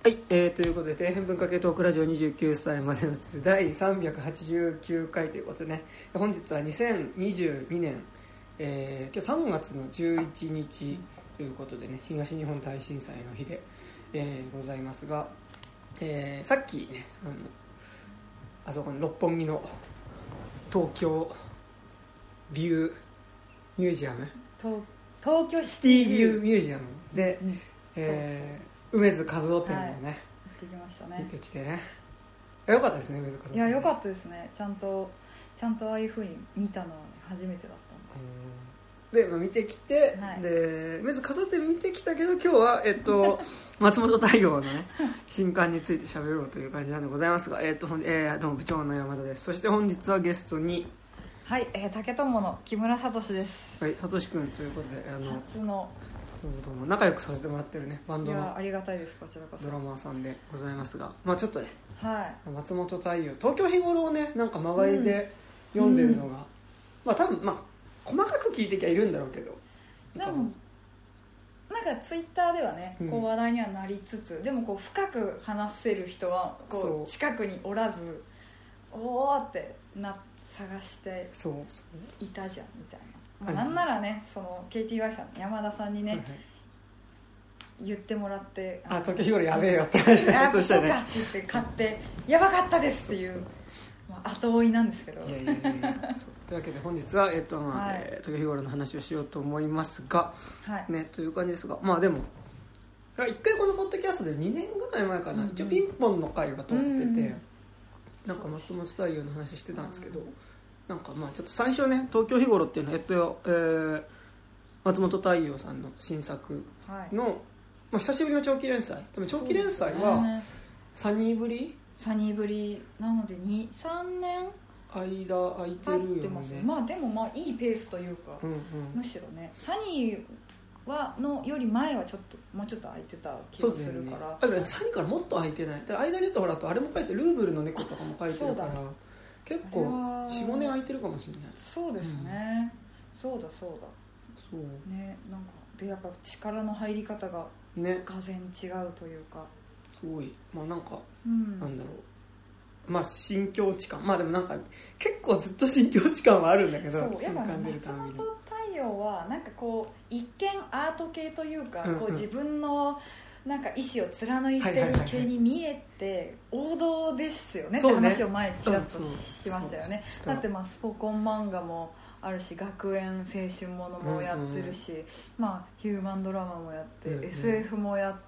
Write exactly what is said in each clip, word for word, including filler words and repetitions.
はい、えー、ということで底辺文化系トークラジオにじゅうきゅうさいまでのつだいさんびゃくはちじゅうきゅうかいということでね、本日はにせんにじゅうにねん、えー、今日さんがつのじゅういちにちということでね、東日本大震災の日で、えー、ございますが、えー、さっきね、あのあそこの六本木の東京ビューミュージアム、 東, 東京シティビューミュージアムで、 うん、 えー梅津和夫展をね、はい、 行ってきましたね。 見てきてね、よかったですね、梅津和夫。 いや、よかったですね。ちゃんとちゃんとああいう風に見たのは初めてだったんで。 で、まあ、見てきて、はい、で梅津和夫展見てきたけど、今日はえっと松本太陽のね新刊について喋ろうという感じなんでございますが、えっと、えー、どうも部長の山田です。そして本日はゲストに、 はい、えー、竹友の木村聡です。 はい、聡君ということで、あの初のどうもどうも仲良くさせてもらってるね、バンドのいやありがたいです、こちらこそドラマーさんでございますが、まあちょっとね、 はい、 松本太陽東京日頃をね、なんか間借りで読んでるのが、うん、まあ多分まあ細かく聞いてきゃいるんだろうけど、 でもなんかツイッターではね、こう話題にはなりつつ、うん、でもこう深く話せる人はこう近くにおらず、おーってな探していたじゃんみたいな。まあ、なんならね、その ケーティーワイ さん山田さんにね、はいはい、言ってもらって、 あ、東京日頃やべえよって話で、 そしたらね、そうかって言って買ってやばかったですっていう、まあ、後追いなんですけど、いやいやいやというわけで本日は、えっとまあはい、えー、東京日頃の話をしようと思いますが、はいね、という感じですが、まあでも一回このポッドキャストでにねんぐらい前かな、うん、一応ピンポンの回が通ってて、うん、なんか松本太陽の話してたんですけど、うん、なんかまあちょっと最初ね、東京日頃っていうのは、えっとえー、松本太陽さんの新作の、はい、まあ、久しぶりの長期連載、でも長期連載はサニーぶりサニーぶりなのでにさんねん間空いてるよね。ますまあでもまあいいペースというか、うんうん、むしろね、サニーはのより前はちょっともうちょっと空いてた気がするから、 そうだよね、サニーからもっと空いてない。で間に言うとほら、あれも書いてルーブルの猫とかも書いてるから、結構 よん,ご 年空いてるかもしれない。 そうですね、うん、そうだそうだそうね、なんかでやっぱ力の入り方ががぜん違うというか、ね、 すごい、まあなんか、うん、なんだろう、まあ新境地感、まあでもなんか結構ずっと新境地感はあるんだけど、 そうやっぱ松本太陽はなんかこう一見アート系というか、うんうん、こう自分のなんか意思を貫いてる系に見えて王道ですよねって話を前にちらっとしましたよね。だってまあスポコン漫画もあるし、学園青春ものもやってるし、うんうん、まあヒューマンドラマもやって、うんうん、エスエフ もやって、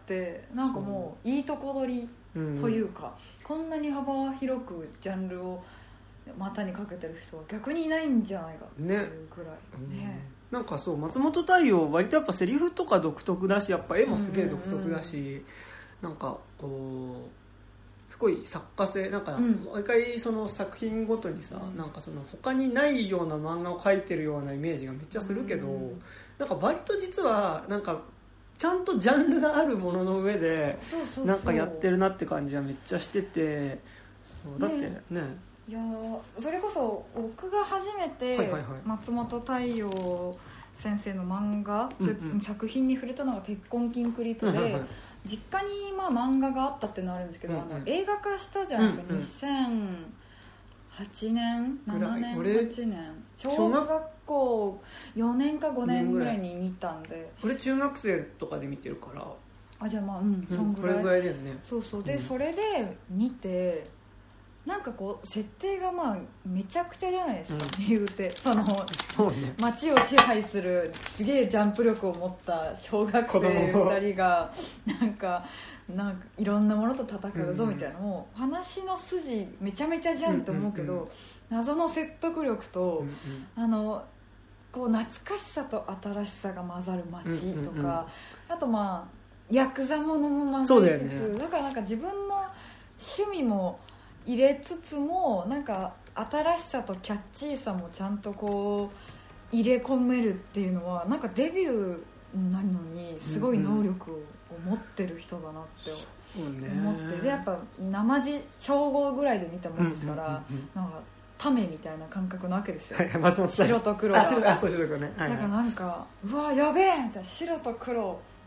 なんかもういいとこ取りというか、うんうん、こんなに幅広くジャンルを股にかけてる人は逆にいないんじゃないかっていうくらい、ねね、 うん、なんかそう、松本太陽割とやっぱセリフとか独特だし、やっぱ絵もすげえ独特だし、うんうんうん、なんかこうすごい作家性、なんか毎回その作品ごとにさ、うん、なんかその他にないような漫画を描いてるようなイメージがめっちゃするけど、うん、なんか割と実はなんかちゃんとジャンルがあるものの上でなんかやってるなって感じはめっちゃしてて、そうだってね、ね、 いやそれこそ僕が初めて松本太陽先生の漫画、うんうん、作品に触れたのが鉄痕キンクリートで、うんうんうん、実家にまあ漫画があったっていうのはあるんですけど、うんうん、あの映画化したじゃん、うんうん、にせんはちねんななねんはちねん小学校よねんかごねんぐらいに見たんで、 俺中学生とかで見てるから、 あ、じゃあまあうんそんぐらい、 これぐらいだよね。 そうそうで、うん、それで見てなんかこう設定がまあめちゃくちゃじゃないですか、うん、言うてそのそう、ね、街を支配するすげえジャンプ力を持った小学生ふたりがなんかなんかいろんなものと戦うぞみたいなのを、うんうん、話の筋めちゃめちゃじゃんって思うけど、うんうんうん、謎の説得力と、うんうん、あのこう懐かしさと新しさが混ざる街とか、うんうんうん、あとまあヤクザものも混ざりつつ、 だ,、ね、だからなんか自分の趣味も入れつつもなんか新しさとキャッチーさもちゃんとこう入れ込めるっていうのはなんかデビューになるのにすごい能力を持ってる人だなって思って、でやっぱ生地小ごぐらいで見たもんですから、うんうんうんうん、なんかタメみたいな感覚なわけですよ、はい、松本白と黒が、 あ白あそう白と黒ね、はいはい、 だからなんかうわやべえみたいな、白と黒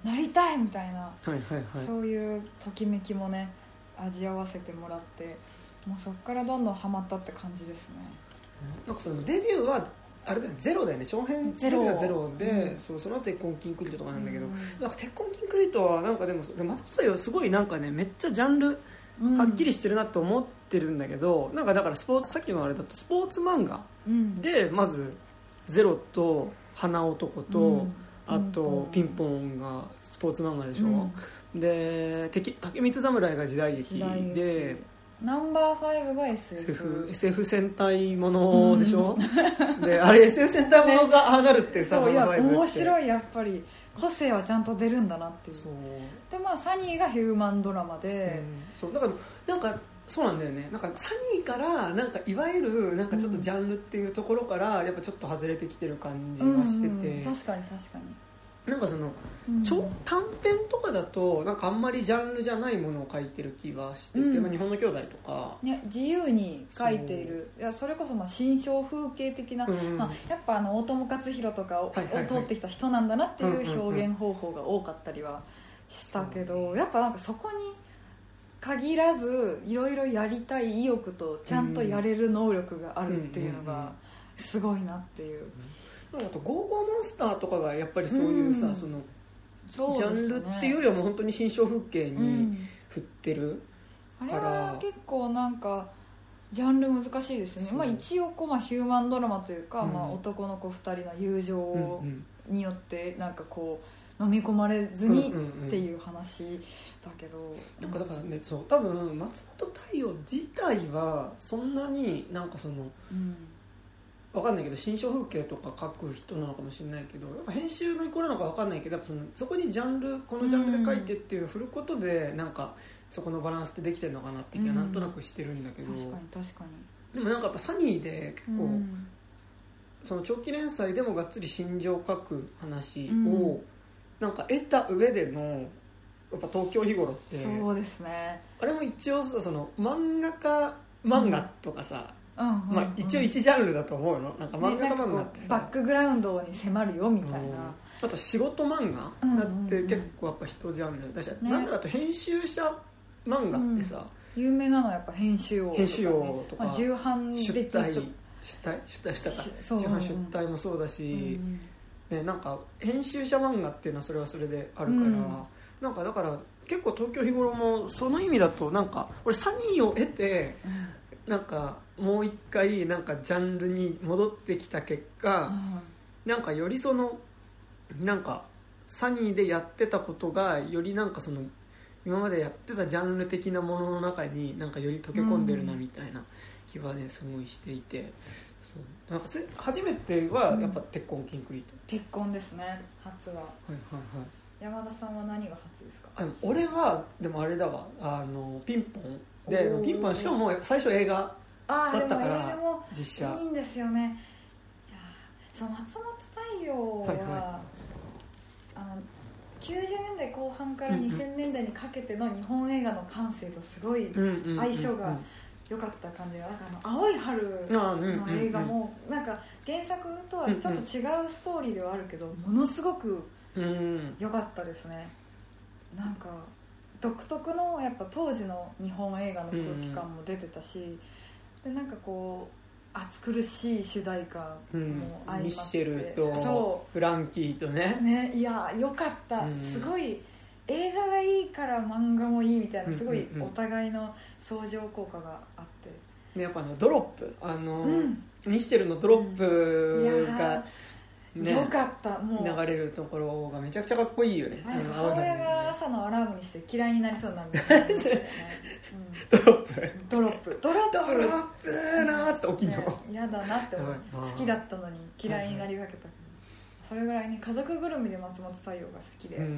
なりたいみたいな、 はいはいはい、 そういうときめきもね味わわせてもらって、もうそこからどんどんハマったって感じですね。 なんかそのデビューはあれだよね、ゼロだよね、長編デビューはゼロで、うん、そうその後鉄痕キンクリートとかなんだけど、うん、なんか鉄痕キンクリートはなんかでも松本さんよすごいなんかねめっちゃジャンルはっきりしてるなと思ってるんだけど、うん、なんかだからスポーツさっきのあれだとスポーツ漫画でまずゼロと花男と、うん、あとピンポンがスポーツ漫画でしょ、うん、で竹光侍が時代劇でナンバーファイブが エスエフエスエフ 戦隊ものでしょ、うん、であれ エスエフ 戦隊ものがああなるっていうさ、 ね、そういや面白い、やっぱり個性はちゃんと出るんだなっていう。 そうでまあサニーがヒューマンドラマで、 うん、そうだからなんかそうなんだよね、なんかサニーからなんかいわゆるなんかちょっとジャンルっていうところからやっぱちょっと外れてきてる感じがしてて、うんうん、確かに確かになんかその、うん、超短編とかだとなんかあんまりジャンルじゃないものを書いてる気がしてて、うんまあ、日本の兄弟とか、 ね、自由に書いている、いやそれこそまあ新象風景的な、うんまあ、やっぱあの大友克洋とかを、はいはいはい、を通ってきた人なんだなっていう表現方法が多かったりはしたけど、うんうんうん、やっぱなんかそこに限らずいろいろやりたい意欲とちゃんとやれる能力があるっていうのがすごいなっていう、 うんうんうん、あとゴーゴーモンスターとかがやっぱりそういうさ、うん、そのジャンルっていうよりはもう本当に新象風景に振ってる、 うん、あれは結構なんかジャンル難しいですね、まあ、一応こうまあヒューマンドラマというか、うんまあ、男の子ふたりの友情によってなんかこう飲み込まれずにっていう話だけど、 なんかだからね、そう多分松本太陽自体はそんなになんかその、うん分かんないけど新象風景とか書く人なのかもしれないけど、やっぱ編集の意向なのか分かんないけど、やっぱそのそこにジャンルこのジャンルで書いてっていうのを振ることで、うん、なんかそこのバランスってできてるのかなって気はなんとなくしてるんだけど、うん、 確かに確かに。でもなんかやっぱサニーで結構、うん、その長期連載でもがっつり心情を書く話をなんか得た上でのやっぱ東京日頃って、 そうですね、 あれも一応その漫画家漫画とかさ、うんうんうんうんまあ、一応一ジャンルだと思うの、なんか漫画家漫画ってさ、 バックグラウンドに迫るよみたいな、うん、 あと仕事漫画だって結構やっぱ一ジャンルだし、ね、なんだろうと編集者漫画ってさ、 うん、有名なのはやっぱ編集王とか、ね、 編集王とか、 まあ、重版で出題出題出題したか重版出題もそうだし、うんね、なんか編集者漫画っていうのはそれはそれであるから、うん、なんかだから結構東京日頃もその意味だとなんか俺サニーを得て、うんなんかもう一回なんかジャンルに戻ってきた結果、うん、なんかよりそのなんかサニーでやってたことがよりなんかその今までやってたジャンル的なものの中になんかより溶け込んでるなみたいな気はねすごいしていて、そうなんかせ初めてはやっぱ鉄痕キンクリート、 鉄痕ですね初は、 はいはいはい、 山田さんは何が初ですか？ あ俺はでもあれだわ、あのピンポンでピンポンしかも最初映画だったから実写いいんですよね。いやそう松本太陽は、はいはい、あのきゅうじゅうねんだいこう半からにせんねんだいにかけての日本映画の感性とすごい相性が良かった感じが、なんかあの青い春の映画もなんか原作とはちょっと違うストーリーではあるけどものすごく良かったですね。なんか独特のやっぱ当時の日本映画の空気感も出てたし、うん、でなんかこう暑苦しい主題歌も相まって、うん、ミッシェルとフランキーとね、 ねいやよかった、うん、すごい映画がいいから漫画もいいみたいなすごいお互いの相乗効果があって、 ね、やっぱあのドロップあの、うん、ミッシェルのドロップが、 ね、よかったもう流れるところがめちゃくちゃかっこいいよね。 母親が朝のアラームにして嫌いになりそうになるみたいな、ねうん、ドロップドロップドロップドロップなーって起きるの嫌、ね、だなって思う好きだったのに嫌いになりかけた、それぐらいに家族ぐるみで松本太陽が好きで、うんうん、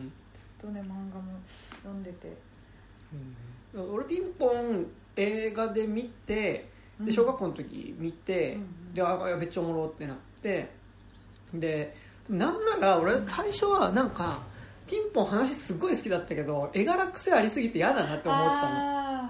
ずっとね漫画も読んでて、 うん、俺ピンポン映画で見てで小学校の時見て、うん、であめっちゃおもろってなってでなんなら俺最初はなんかピンポン話すごい好きだったけど絵柄癖ありすぎて嫌だなって思ってたの。 あ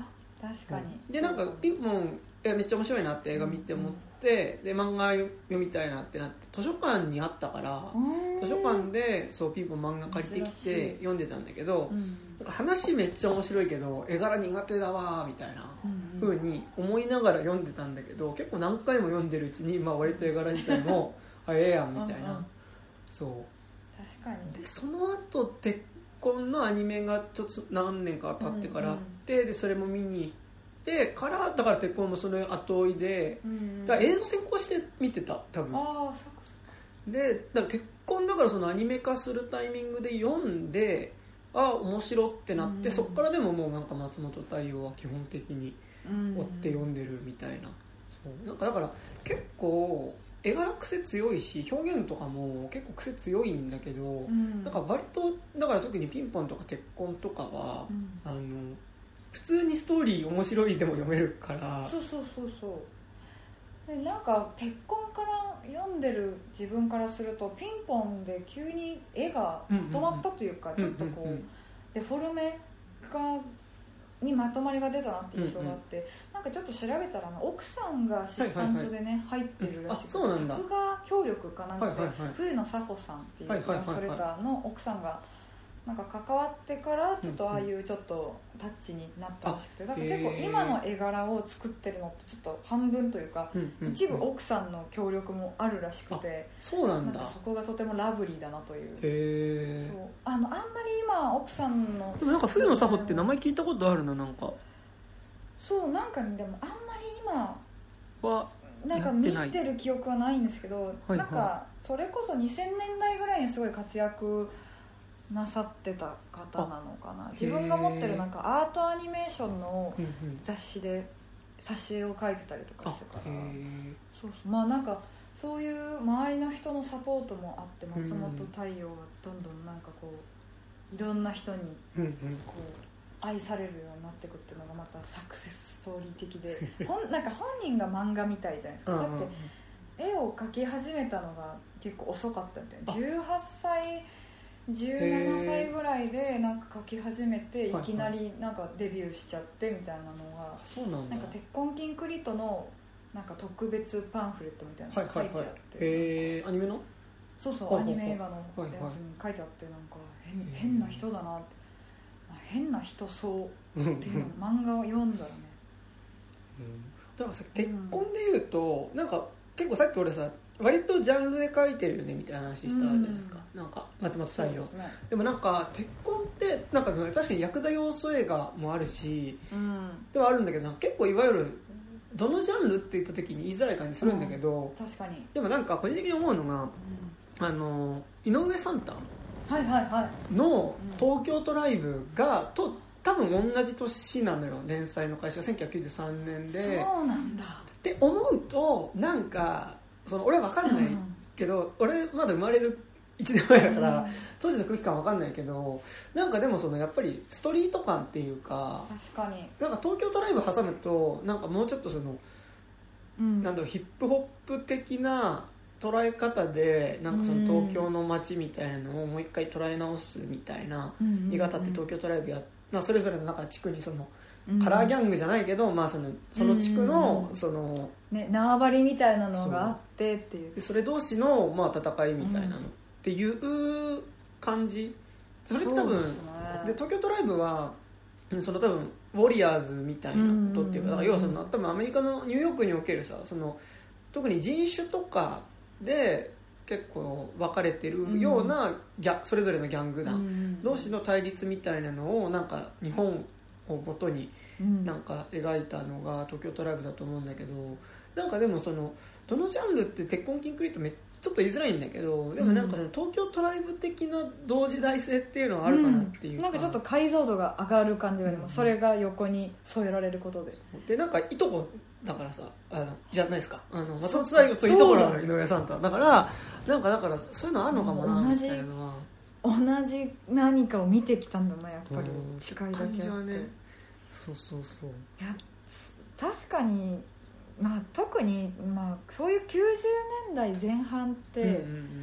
確かに、 うん、でなんかピンポンめっちゃ面白いなって映画見て思って、うん、で漫画読みたいなってなって図書館にあったから図書館でそうピンポン漫画借りてきて読んでたんだけど、うん、なんか話めっちゃ面白いけど絵柄苦手だわみたいな風に思いながら読んでたんだけど、結構何回も読んでるうちに、まあ、割と絵柄自体もあええやんみたいな、うんうん、そう確かに。 でその後鉄痕のアニメがちょっと何年か経ってからあって、うんうん、でそれも見に行ってでからだから鉄痕もその後追いで、うん、だから映像先行して見てた多分。 ああそっかそっか。 でだから鉄痕だからそのアニメ化するタイミングで読んであ面白ってなって、うん、そっからでももうなんか松本太陽は基本的に追って読んでるみたいな、うん、そうなんかだから結構絵柄癖強いし表現とかも結構癖強いんだけど、うん、なんか割とだから特にピンポンとか鉄痕とかは、うん、あの普通にストーリー面白いでも読めるから。 そうそうそうそうでなんか鉄痕から読んでる自分からするとピンポンで急に絵がまとまったというか、うんうんうん、ちょっとこう、うんうんうん、デフォルメがにまとまりが出たなっていう印象があって、うんうん、なんかちょっと調べたら奥さんがアシスタントでね、はいはいはい、入ってるらしくて、作画協力かなんかで、はいはいはい、冬野佐穂さんっていうイラストレーターの奥さんがなんか関わってからちょっとああいうちょっとタッチになったらしくて、だから結構今の絵柄を作ってるのってちょっと半分というか、一部奥さんの協力もあるらしくて、 そうなんだ。 なんかそこがとてもラブリーだなという。 へー。 そうあのあんまり今奥さんのでもなんか冬野佐穂って名前聞いたことあるな。なんかそうなんか、ね、でもあんまり今はなんか見てる記憶はないんですけど、はいはい、なんかそれこそにせんねんだいぐらいにすごい活躍なさってた方なのかな。自分が持ってるなんかアートアニメーションの雑誌で挿絵を描いてたりとかしてから、そうそうまあなんかそういう周りの人のサポートもあって松本太陽はどんどんなんかこういろんな人にこう愛されるようになっていくっていうのがまたサクセスストーリー的でほんなんか本人が漫画みたいじゃないですか。だって絵を描き始めたのが結構遅かったみたいな。じゅうはっさいじゅうななさいぐらいでなんか描き始めていきなりなんかデビューしちゃってみたいなのが、 そうなんだ。 なんか鉄痕キンクリートのなんか特別パンフレットみたいなのが書いてあって、はいはいはい、 へーアニメのそうそうアニメ映画のやつに書いてあって、なんか 変, 変な人だなって、変な人そうっていうの漫画を読んだらね、 うん、だからさ鉄痕で言うと、うん、なんか結構さっき俺さ割とジャンルで書いてるよねみたいな話したじゃないですか、うん、なんか松本太陽 で,、ね、でもなんか鉄痕ってなんか確かにヤクザ要素映画もあるし、うん、ではあるんだけど結構いわゆるどのジャンルって言った時に言いづらい感じするんだけど、 うん、確かに。 でもなんか個人的に思うのが、うん、あの井上サンタの東京トライブがと多分同じ年なのよ。連載の開始がせんきゅうひゃくきゅうじゅうさんねんで、 そうなんだって思うとなんかその俺は分かんないけど、うん、俺まだ生まれるいちねんまえだから、うん、当時の空気感分かんないけど、なんかでもそのやっぱりストリート感っていうか、 確かになんか東京トライブ挟むとなんかもうちょっとその、うん、なんだろうヒップホップ的な捉え方でなんかその東京の街みたいなのをもう一回捉え直すみたいな見方って東京トライブや、まあ、それぞれの中地区にそのカラーギャングじゃないけど、まあ、そのその地区のその、 ね、縄張りみたいなのがあってっていう、 それ同士のまあ戦いみたいなのっていう感じ、それって多分で東京トライブはその多分ウォリアーズみたいなことっていうか、だから要はその多分アメリカのニューヨークにおけるさ、その特に人種とかで結構分かれてるようなギャ、それぞれのギャング団同士の対立みたいなのをなんか日本を元になんか描いたのが東京トライブだと思うんだけど、なんかでもそのどのジャンルって鉄痕キンクリートめちょっと言いづらいんだけど、でもなんかその東京トライブ的な同時代性っていうのはあるかなっていうか、 うん、なんかちょっと解像度が上がる感じがあります、うん、それが横に添えられることで。 でなんかいとこだからさ、あのじゃないですか、あの松本太陽といとこなの井上サンタだから、なんかだからそういうのあるのかもなみたいなのは、 同じ何かを見てきたんだなやっぱり近いだけあって、 ね、そうそうそう、 いや確かに、まあ、特に、まあ、そういうきゅうじゅうねんだいぜん半って、うんうんうん、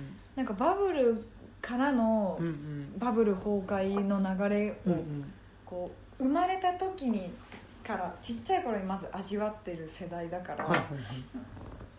なんかバブルからの、うんうん、バブル崩壊の流れを、うんうん、こう生まれた時にからちっちゃい頃にまず味わってる世代だから、 はいはいはい、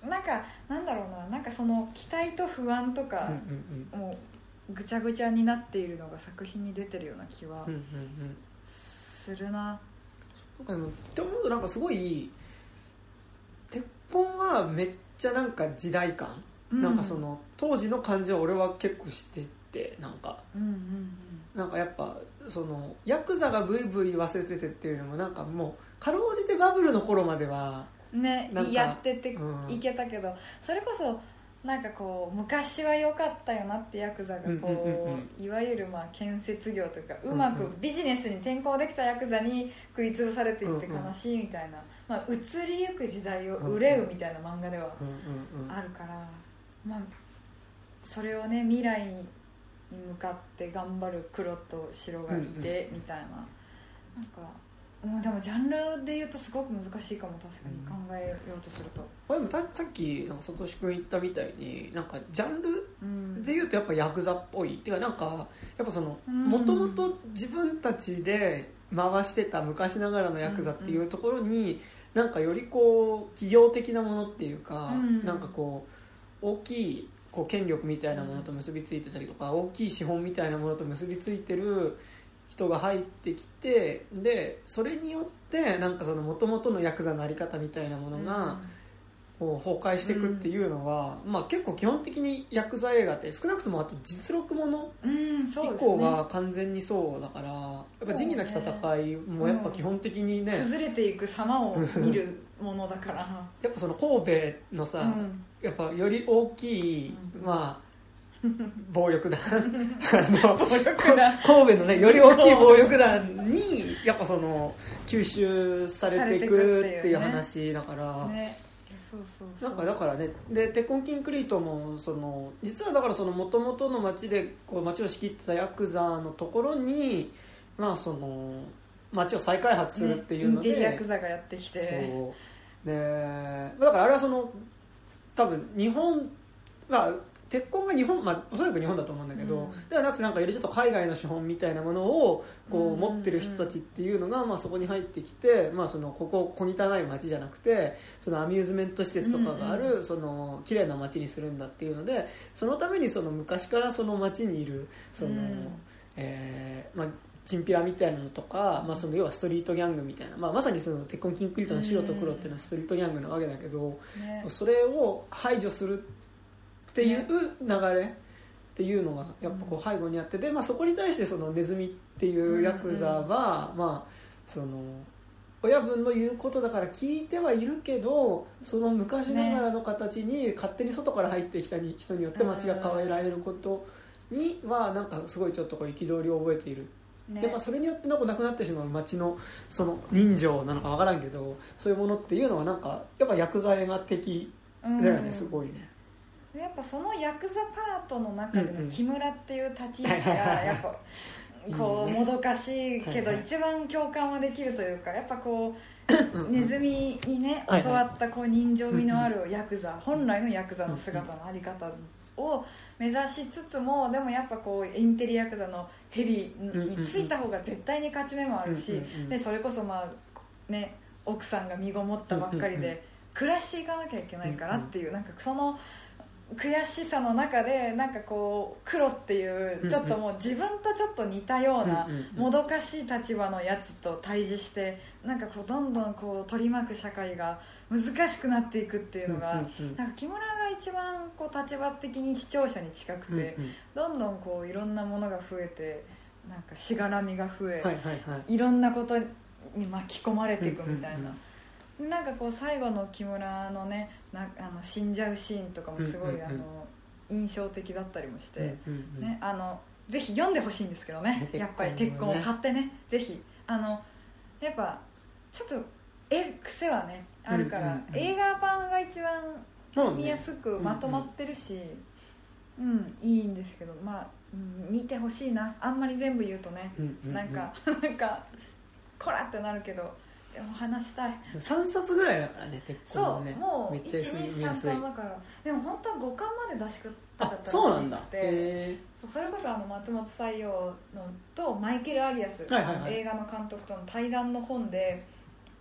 なんかなんだろうな、なんかその期待と不安とか、うんうんうん、もうぐちゃぐちゃになっているのが作品に出てるような気はするな。 うんうんうん、って思うとなんかすごい鉄痕はめっちゃなんか時代感、うん、なんかその当時の感じは俺は結構してて、なんか、うんうんうん、なんかやっぱそのヤクザがブイブイ忘れててっていうのもなんかもうかろうじてバブルの頃まではねやってていけたけど、うん、それこそなんかこう昔は良かったよなってヤクザがこう、うんうんうんうん、いわゆるまあ建設業というか、うんうん、うまくビジネスに転向できたヤクザに食い潰されていって悲しいみたいな、まあ、移りゆく時代を憂うみたいな漫画ではあるから、まあ、それをね未来に向かって頑張る黒と白がいてみたいな、なんかもうでもジャンルで言うとすごく難しいかも、確かに考えようとすると、 うん、でもさっきなんかサトシ君言ったみたいになんかジャンルで言うとやっぱヤクザっぽい、うん、てかなんかやっぱそのもともと自分たちで回してた昔ながらのヤクザっていうところに、うんうん、なんかよりこう企業的なものっていうか、うん、なんかこう大きいこう権力みたいなものと結びついてたりとか、大きい資本みたいなものと結びついてる人が入ってきて、でそれによってなんかその元々のヤクザのあり方みたいなものがこう崩壊していくっていうのは、うんまあ、結構基本的にヤクザ映画って少なくともあと実録もの以降が完全にそうだから、やっぱ仁義なき戦いもやっぱ基本的にね、 うん、崩れていく様を見るものだからやっぱその神戸のさ、うん、やっぱより大きい、うん、まあ暴力団あの暴力団神戸のねより大きい暴力団にやっぱその吸収されていくっていう話だから、ね、そうそうそうなんかだからね、で鉄痕キンクリートもその実はだからその元々の町でこう町を仕切ってたヤクザのところにまあその町を再開発するっていうので、 ね、インテリヤクザがやってきて、 そうでだからあれはその多分日本まあ鉄痕が日本、まあ、おそらく日本だと思うんだけど、うん、ではなくてなんかよりちょっと海外の資本みたいなものをこう持ってる人たちっていうのが、まあ、そこに入ってきて、まあ、そのここ小汚い街じゃなくてそのアミューズメント施設とかがある、うんうん、その綺麗な街にするんだっていうので、そのためにその昔からその街にいるその、うんえーまあチンピラみたいなのとか、まあ、その要はストリートギャングみたいな、まあ、まさにその鉄痕キンクリートの白と黒っていうのはストリートギャングなわけだけど、ね、それを排除するっていう流れっていうのがやっぱこう背後にあって、で、まあ、そこに対してそのネズミっていうヤクザは、まあ、その親分の言うことだから聞いてはいるけど、その昔ながらの形に勝手に外から入ってきた人によって街が変えられることにはなんかすごいちょっとこう憤りを覚えている。ねでまあ、それによってなんかなくなってしまう街のその人情なのか分からんけど、そういうものっていうのはなんかやっぱヤクザ映画的だよね、すごいね。 やっぱそのヤクザパートの中での木村っていう立ち位置がやっぱこうもどかしいけど一番共感はできるというか、やっぱこうネズミにね教わったこう人情味のあるヤクザ、本来のヤクザの姿のあり方を目指しつつも、でもやっぱこうインテリヤクザのヘビについた方が絶対に勝ち目もあるし、でそれこそまあね奥さんが身ごもったばっかりで暮らしていかなきゃいけないからっていう、なんかその悔しさの中でなんかこう黒っていうちょっともう自分とちょっと似たようなもどかしい立場のやつと対峙して、なんかこうどんどんこう取り巻く社会が難しくなっていくっていうのが、なんか木村が一番こう立場的に視聴者に近くて、どんどんこういろんなものが増えて、なんかしがらみが増え、いろんなことに巻き込まれていくみたいな。なんかこう最後の木村のねなあの死んじゃうシーンとかもすごい、うんうんうん、あの印象的だったりもして、うんうんうんね、あのぜひ読んでほしいんですけどね、やっぱり鉄痕を買ってね、ぜひあのやっぱちょっと絵癖はねあるから、うんうんうん、映画版が一番見やすくまとまってるし、うんうん、いいんですけど、まあ、うん、見てほしいな。あんまり全部言うとね、うんうんうん、なんかなんかこらってなるけどでも話したい。 さんさつぐらいだからね、鉄痕ね。 そう、もうめっちゃいちにさんかんだから。でも本当はごかんまで出しくったかったらしくて、 そうなんだ。へー。それこそあの松本西洋のとマイケル・アリアス、はいはいはい、映画の監督との対談の本で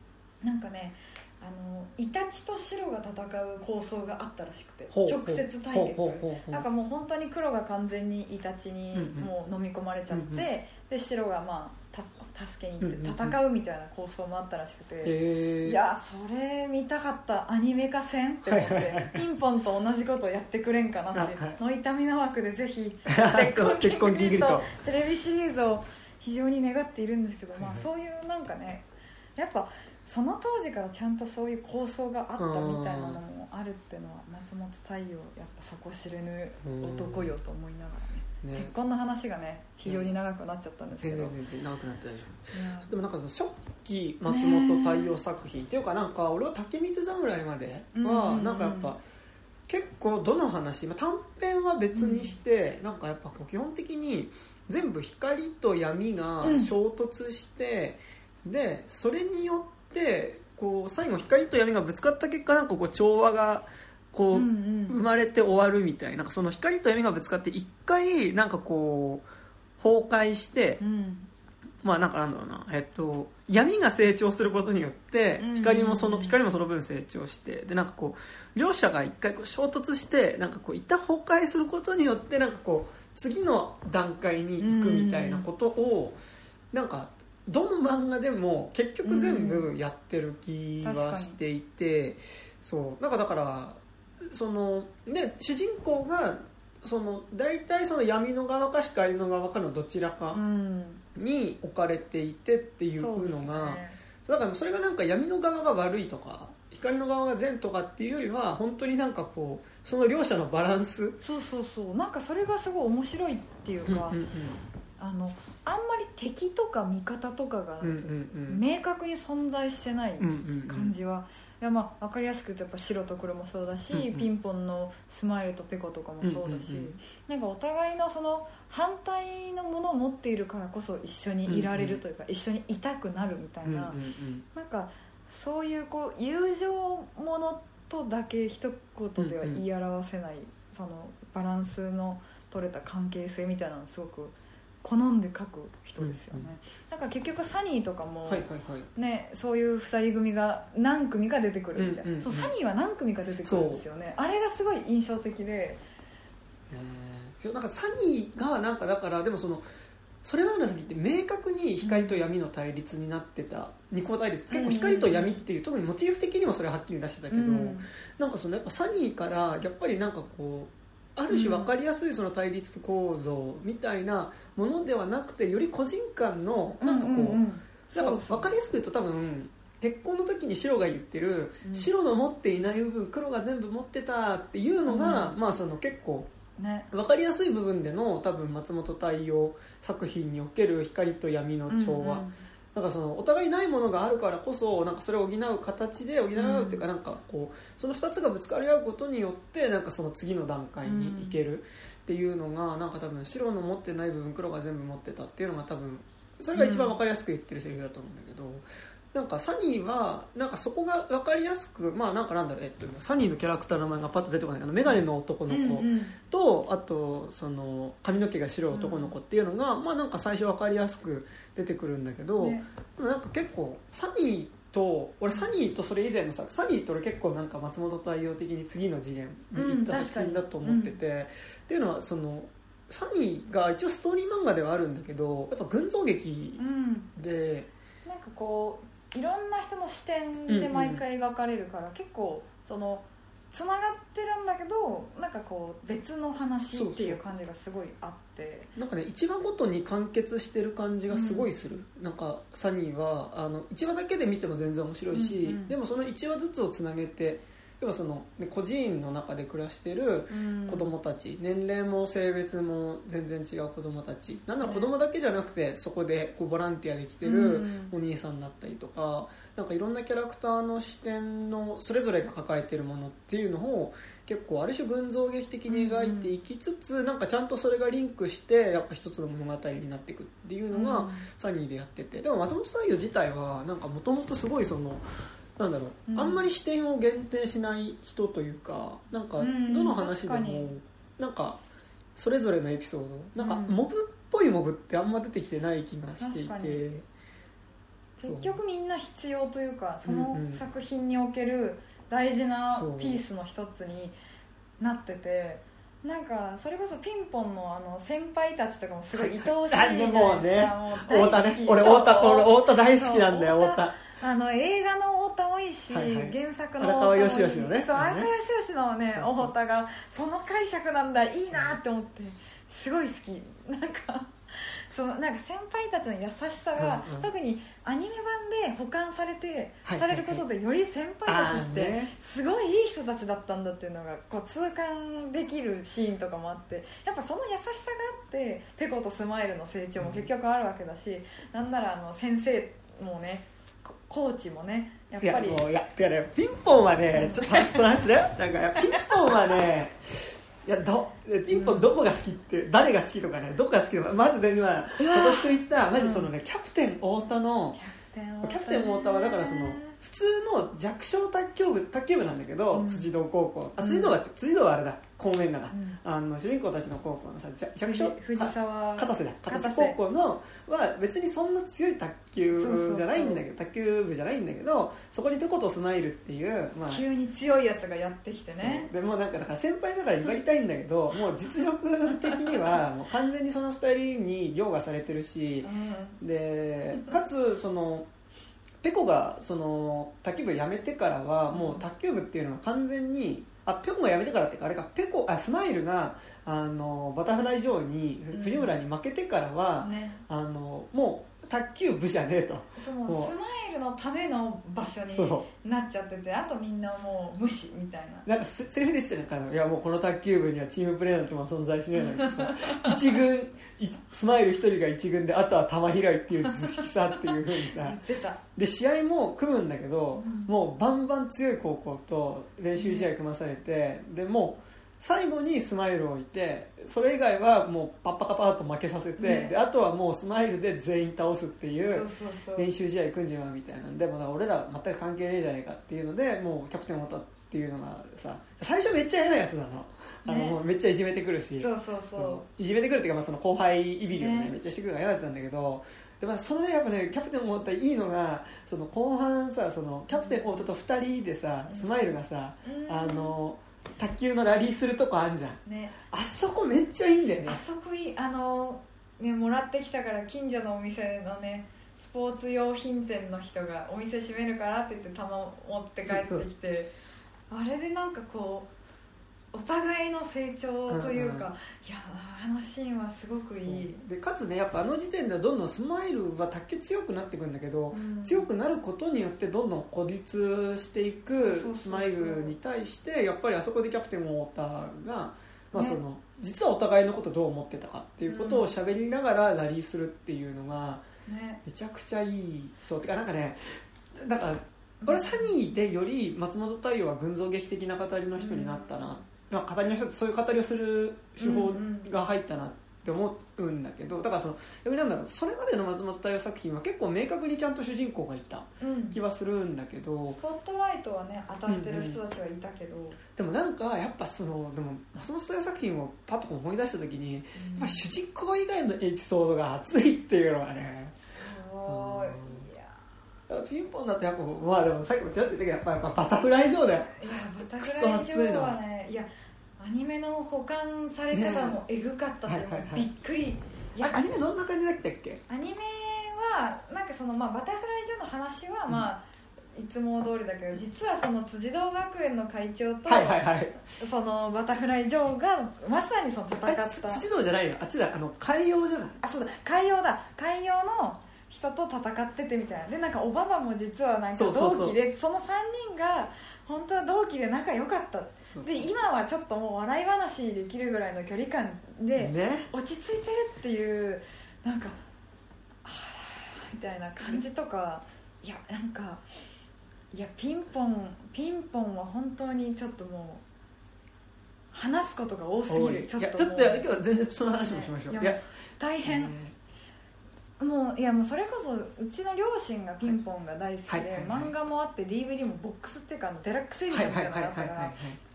なんかねあのイタチと白が戦う構想があったらしくて、直接対決、なんかもう本当に黒が完全にイタチにもう飲み込まれちゃって、うんうん、で白がまあた助けに行って戦うみたいな構想もあったらしくて、うんうん、いやそれ見たかった、アニメ化せんって思って、はいはいはい、ピンポンと同じことをやってくれんかなって、はい、ノイタミナ枠でぜひ結婚ギリとテレビシリーズを非常に願っているんですけど、まあ、そういうなんかねやっぱその当時からちゃんとそういう構想があったみたいなのもあるっていうのは松本太陽やっぱ底知れぬ男よと思いながらね、ね、結婚の話がね非常に長くなっちゃったんですけど、 全然全然長くなってないじゃん。でもなんか初期松本太陽作品、ね、っていうかなんか俺は竹光侍まではなんかやっぱ結構どの話、まあ、短編は別にして、うん、なんかやっぱ基本的に全部光と闇が衝突して、うん、でそれによってでこう最後光と闇がぶつかった結果なんかこう調和がこう生まれて終わるみたいな、なんかその光と闇がぶつかって一回なんかこう崩壊して、うん、まあなんかなんだろうな、えっと闇が成長することによって光もその光もその分成長して、でなんかこう両者が一回こう衝突してなんかこう一旦崩壊することによってなんかこう次の段階に行くみたいなことをなんかどの漫画でも結局全部やってる気はしていて、うん、そうなんかだからその、ね、主人公がその大体その闇の側か光の側かのどちらかに置かれていてっていうのが、うんね、だからそれがなんか闇の側が悪いとか光の側が善とかっていうよりは本当になんかこうその両者のバランス、 そうそうそうなんかそれがすごい面白いっていうか、うんうんうん、あのあんまり敵とか味方とかが明確に存在してない感じは、いやまあ分かりやすく言うとやっぱ白と黒もそうだし、うんうん、ピンポンのスマイルとペコとかもそうだし、うんうんうん、なんかお互いのその反対のものを持っているからこそ一緒にいられるというか、うんうん、一緒にいたくなるみたいな、うんうんうん、なんかそういうこう友情ものとだけ一言では言い表せない、うんうん、そのバランスの取れた関係性みたいなのすごく好んで書く人ですよね、うんうん、なんか結局サニーとかも、はいはいはいね、そういうふたり組が何組か出てくるみたいな、うんうんうん、そうサニーは何組か出てくるんですよね。あれがすごい印象的で、 えー、なんかサニーがなんかだからでもそのそれまでの先って明確に光と闇の対立になってた、うん、二項対立、結構光と闇っていう、特にモチーフ的にもそれはっきり出してたけど、うん、なんかそのやっぱサニーからやっぱりなんかこうある種分かりやすいその対立構造みたいなものではなくて、より個人間のなんかこう、うんうんうん、なんか分かりやすく言うと多分鉄鋼の時に白が言ってる、うん、白の持っていない部分黒が全部持ってたっていうのが、うん、まあその結構分かりやすい部分での多分松本太陽作品における光と闇の調和、うんうん、なんかそのお互いないものがあるからこそなんかそれを補う形で補うっていうか、なんかこうそのふたつがぶつかり合うことによってなんかその次の段階に行けるっていうのが、なんか多分白の持ってない部分黒が全部持ってたっていうのが多分それが一番分かりやすく言ってるセリフだと思うんだけど、なんかサニーはなんかそこが分かりやすく、まあなんかなんだろう、えっとサニーのキャラクターの名前がパッと出てこない、あのメガネの男の子と、あとその髪の毛が白い男の子っていうのが、まあなんか最初分かりやすく出てくるんだけど、なんか結構サニーと俺サニーとそれ以前のさ、サニーと俺結構なんか松本太陽的に次の次元でいった作品だと思ってて、うん、っていうのはそのサニーが一応ストーリー漫画ではあるんだけど、やっぱ群像劇で、 うん、なんかこういろんな人の視点で毎回描かれるから、うんうん、結構そのつながってるんだけどなんかこう別の話っていう感じがすごいあって、 そうそう、なんかねいちわごとに完結してる感じがすごいする、うん、なんかサニーはあのいちわだけで見ても全然面白いし、うんうん、でもそのいちわずつをつなげて要はその、ね、孤児院の中で暮らしてる子供たち、うん、年齢も性別も全然違う子供たち、なんなら子供だけじゃなくてそこでこうボランティアで来てるお兄さんだったりとか、なんかいろんなキャラクターの視点のそれぞれが抱えてるものっていうのを結構ある種群像劇的に描いていきつつ、うん、なんかちゃんとそれがリンクしてやっぱ一つの物語になっていくっていうのがサニーでやってて、でも松本太陽自体はなんかもともとすごいそのなんだろう、うん、あんまり視点を限定しない人というか、なんかどの話でもなんかそれぞれのエピソード、なんかモブっぽいモブってあんま出てきてない気がしていて、 結局みんな必要というかその作品における大事なピースの一つになってて、なんかそれこそピンポン の, あの先輩たちとかもすごい愛おしいじゃないですか。 もうね、太田ね、俺太田俺太田大好きなんだよ。太田あの映画の太田もいいし、はいはい、原作の荒川よしよしのね、 そう荒川よしよしのね太田がその解釈なんだ、いいなって思ってすごい好き。なんかそのなんか先輩たちの優しさが、うんうん、特にアニメ版で保管されて、はいはいはい、されることでより先輩たちってすごいいい人たちだったんだっていうのがこう痛感できるシーンとかもあって、やっぱその優しさがあってペコとスマイルの成長も結局あるわけだし、うん、なんならあの先生もねコーチもねやっぱりいやもういやてかねピンポンはねちょっと話と話すねなんかピンポンはねいやどピンポンどこが好きって、うん、誰が好きとかねどこが好きとかまずね今今年と言ったマジそのね、うん、キャプテン太田のキャプテン太田はだからその普通の弱小卓球部卓球部なんだけど、うん、辻堂高校あ辻堂は、うん、辻堂はあれだ公務員だな、うん、あの主人公たちの高校のさ弱小藤沢片瀬だ片瀬高校のは別にそんな強い卓球じゃないんだけど卓球部じゃないんだけどそこにペコとスマイルっていう、まあ、 急に強いやつがやってきてね。 でもなんかだから先輩だから祝いたいんだけどもう実力的にはもう完全にそのふたりに凌駕されてるし、うん、でかつそのペコがその卓球部辞めてからはもう卓球部っていうのは完全にあペコが辞めてからってかあれかペコあスマイルがあのバタフライ上に藤村に負けてからは、うんね、あのもう卓球部じゃねえとそうもうスマイルのための場所になっちゃっててあとみんなもう無視みたいななんかセリフで言ってたのいやもうこの卓球部にはチームプレーなんても存在しないのにさ一軍スマイル一人が一軍であとは玉拾いっていう図式さっていう風にさ言ってたで試合も組むんだけど、うん、もうバンバン強い高校と練習試合組まされて、うん、でもう最後にスマイルを置いてそれ以外はもうパッパカパーと負けさせて、ね、であとはもうスマイルで全員倒すっていう練習試合組んじまうみたいなんでも俺ら全く関係ねえじゃねえかっていうのでもうキャプテンを持ったっていうのがさ最初めっちゃ嫌なやつなの、あの、ね、もうめっちゃいじめてくるしそうそうそういじめてくるっていうか、まあ、その後輩いびりを、ねね、めっちゃしてくるのが嫌なやつなんだけどで、まあ、そのねやっぱねキャプテンを持ったらいいのがその後半さそのキャプテン太田とふたりでさスマイルがさ、うん、あの卓球のラリーするとこあんじゃん、ね、あそこめっちゃいいんだよね。 あそこいいあの、ね、もらってきたから近所のお店のねスポーツ用品店の人がお店閉めるからって言って玉を持って帰ってきてあれでなんかこうお互いの成長というか、うんうん、いやあのシーンはすごくいいでかつねやっぱあの時点ではどんどんスマイルは卓球強くなっていくんだけど、うん、強くなることによってどんどん孤立していくスマイルに対してやっぱりあそこでキャプテンを太田が、まあそのね、実はお互いのことどう思ってたかっていうことを喋りながらラリーするっていうのがめちゃくちゃいいそうてかなんかねなんか俺サニーでより松本太陽は群像劇的な語りの人になったな、うんまあ、語りの人ってそういう語りをする手法が入ったなって思うんだけどだからその逆になんだろうそれまでの松本太陽作品は結構明確にちゃんと主人公がいた気はするんだけど、うん、 スポットライトはね当たってる人たちはいたけど、うんうん、 でもなんかやっぱそのでも松本太陽作品をパッと思い出した時に、うん、やっぱ主人公以外のエピソードが熱いっていうのはねすごい、うんピンポンだとやっぱまあでもさっきもちらっと言ったけどやっぱバタフライ上だよいやバタフライ上はねいやアニメの保管され方もエグかったし、ねはいはいはい、びっくりいやアニメどんな感じだったっけアニメはなんかその、まあ、バタフライ上の話はまあ、うん、いつも通りだけど実はその辻堂学園の会長と、 はいはいはい、 そのバタフライ上がまさにその戦った辻堂じゃないよあっちだあの海洋じゃないあそうだ海洋だ海洋の人と戦っててみたいなでなんかオバマも実はなんか同期で そ, うそうそうそのさんにんが本当は同期で仲良かったそうそうそうで今はちょっともう笑い話できるぐらいの距離感で、ね、落ち着いてるっていうなんかあらみたいな感じとかいやなんかいやピンポンピンポンは本当にちょっともう話すことが多すぎるちょっとちょっと今日は全然その話もしましょう、ね、いや大変、えーもういやもうそれこそうちの両親がピンポンが大好きで、はいはいはいはい、漫画もあって ディーブイディー もボックスっていうかデラックスエディションみたいなのがあったから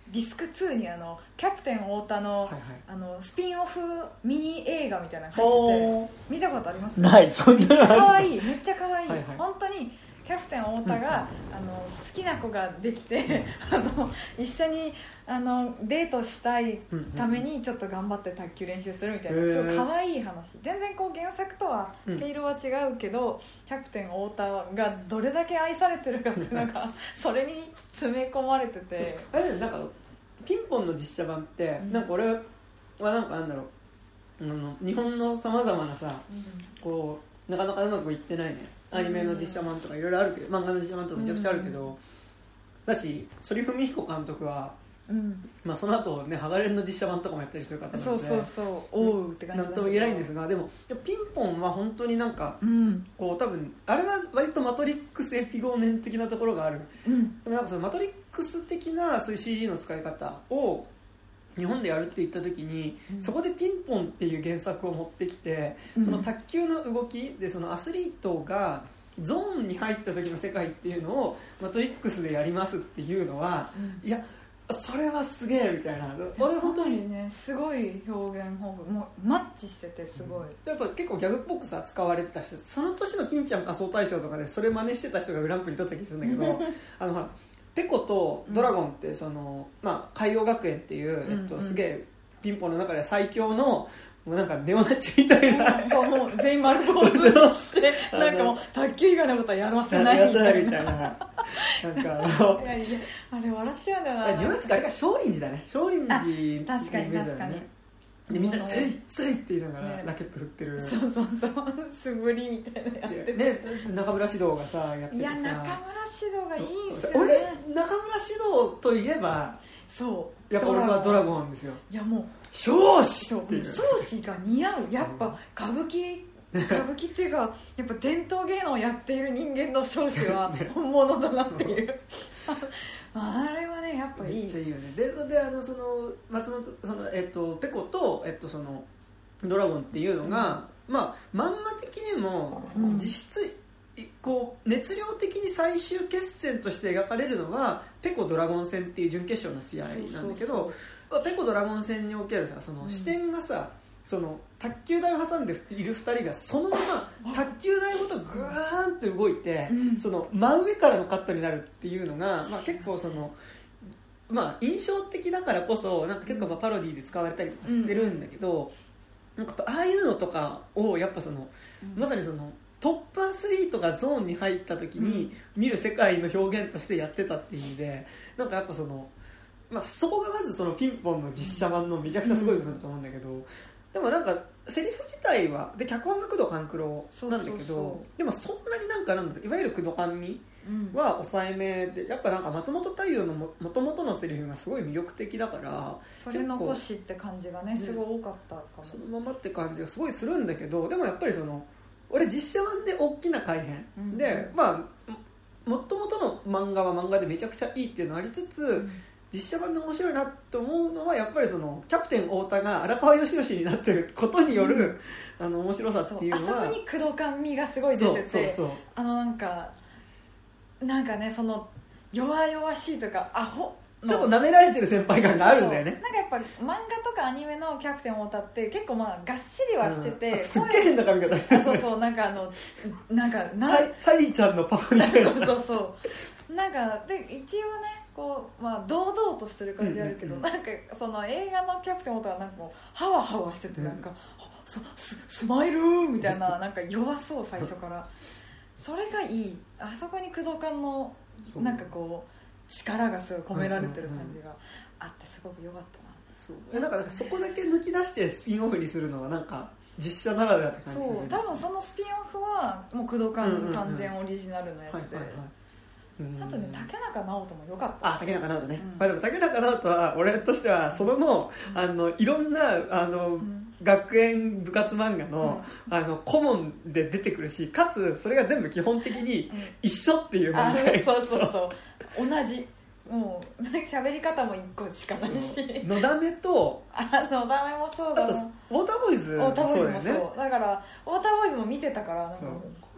ディスクツーにあのキャプテン太田 の,、はいはい、あのスピンオフミニ映画みたいなのが入ってて見たことあります？ ないそんなの。 めっちゃ可愛いめっちゃ可愛い、はいはい、本当にキャプテン太田が、うん、あの好きな子ができてあの一緒にあのデートしたいためにちょっと頑張って卓球練習するみたいな、すごい可愛い話。全然こう原作とは毛色は違うけど、うん、キャプテン太田がどれだけ愛されてるかっていうのがそれに詰め込まれててあれなんかピンポンの実写版って、うん、なんか俺はなんかなんだろう、あの日本のさまざまなさ、うん、こうなかなかうまくいってないねアニメの実写版とかいろいろあるけど、漫画の実写版とかめちゃくちゃあるけど、うん、だし反文彦監督は、うんまあ、その後ねハガレンの実写版とかもやったりする方なのでそうそうそうおうって感じなんとも言えないんですが、でもピンポンは本当になんか、うん、こう多分あれは割とマトリックスエピゴーメン的なところがある、うん、でもなんかそのマトリックス的なそういう シージー の使い方を日本でやるって言った時に、うん、そこでピンポンっていう原作を持ってきて、うん、その卓球の動きでそのアスリートがゾーンに入った時の世界っていうのをマトリックスでやりますっていうのは、うん、いやそれはすげえみたいな、 俺本当にねすごい表現豊富、もうマッチしててすごい、うん、 やっぱ結構ギャグっぽくさ使われてたし、その年の金ちゃん仮装大賞とかでそれ真似してた人がグランプリ取った気するんだけどあのほらペコとドラゴンってその、うんまあ、海洋学園っていう、えっと、すげえピンポンの中で最強のもうなんかネオナチみたいな、 うん、もう全員丸坊主にしてなんかもう卓球以外のことはやらせないみたいな、なんかあのいやいやあれ笑っちゃうんだよな。 ネオナチってあれが少林寺だね、少林寺、 ね、確かに確かにでみんなセイセイって言いながらラケット振ってる、ね、 そうそうそう素振りみたいなやってて、 ね、中村獅童がさやっててさ、 いや中村獅童がいいっすよね。 俺中村獅童といえばそうやっぱ俺はドラゴンですよ。 いやもう少子っていう少子が似合う、やっぱ歌舞伎歌舞伎っていうかやっぱ伝統芸能をやっている人間の少子は本物だなっていうあれはねやっぱいい、 めっちゃいいよね。でそれであのその松本その、えっと、ペコと、えっと、そのドラゴンっていうのが、うん、まあ漫画的にも実質、うん、こう熱量的に最終決戦として描かれるのがペコドラゴン戦っていう準決勝の試合なんだけど、そうそうそう、ペコドラゴン戦におけるさその視点がさ、うん、その卓球台を挟んでいるふたりがそのまま卓球台ごとグワーンって動いて、うん、その真上からのカットになるっていうのが、まあ、結構その、まあ、印象的だからこそなんか結構まあパロディで使われたりとかしてるんだけど、うん、なんかああいうのとかをやっぱその、うん、まさにそのトップアスリートがゾーンに入った時に見る世界の表現としてやってたっていう意味で、なんかやっぱその、まあ、そこがまずそのピンポンの実写版のめちゃくちゃすごい部分だと思うんだけど、でもなんかセリフ自体はで脚本が工藤官九郎なんだけど、そうそうそう、でもそんなになんかなんだろう、いわゆる工藤官味は抑えめで、やっぱなんか松本太陽のもともとのセリフがすごい魅力的だから、 それ残しって感じがねすごい多かったかも、ね、 そのままって感じがすごいするんだけど、でもやっぱりその俺実写版で大きな改編、うん、でまあもともとの漫画は漫画でめちゃくちゃいいっていうのがありつつ、うん、実写版で面白いなと思うのはやっぱりそのキャプテン太田が荒川良々になってることによる、うん、あの面白さっていうのは、 あそこに工藤官味がすごい出てて、そうそうそう、あのなんかなんかねその弱々しいとかアホちょっと舐められてる先輩感があるんだよね。 そうそう、なんかやっぱ漫画とかアニメのキャプテン太田って結構まあがっしりはしてて、うん、 すっげえ変な髪型あそうそう、なんかあのなんかなサリーちゃんのパパみたいなそうそうそうなんかで一応ねこう、まあ、堂々としてる感じあるけど、うんうんうん、なんかその映画のキャプテン太田はなんかもうハワハワしてて、なんか、うん、ス, ス, スマイルみたいななんか弱そう最初からそれがいい。あそこに工藤館のなんかこう力がすごい込められてる感じがあってすごく良かったな。 そうだからそこだけ抜き出してスピンオフにするのはなんか実写ならではって感じですね。 そう多分そのスピンオフはもう工藤館完全オリジナルのやつで、あとね竹中直人も良かった。 あ竹中直人ね、うん、まあ、でも竹中直人は俺としてはそのも、うん、あのいろんなあの、うん、学園部活漫画の、うん、あの顧問で出てくるし、かつそれが全部基本的に一緒っていう問題、 うん、そうそうそう同じ、もう喋り方も一個しかないし、 のだめとあのだめもそうだな、 あとウォーターボーイズもそうだよね。ウォーターボーイズもそうだからウォーターボーイズも見てたからなんかもう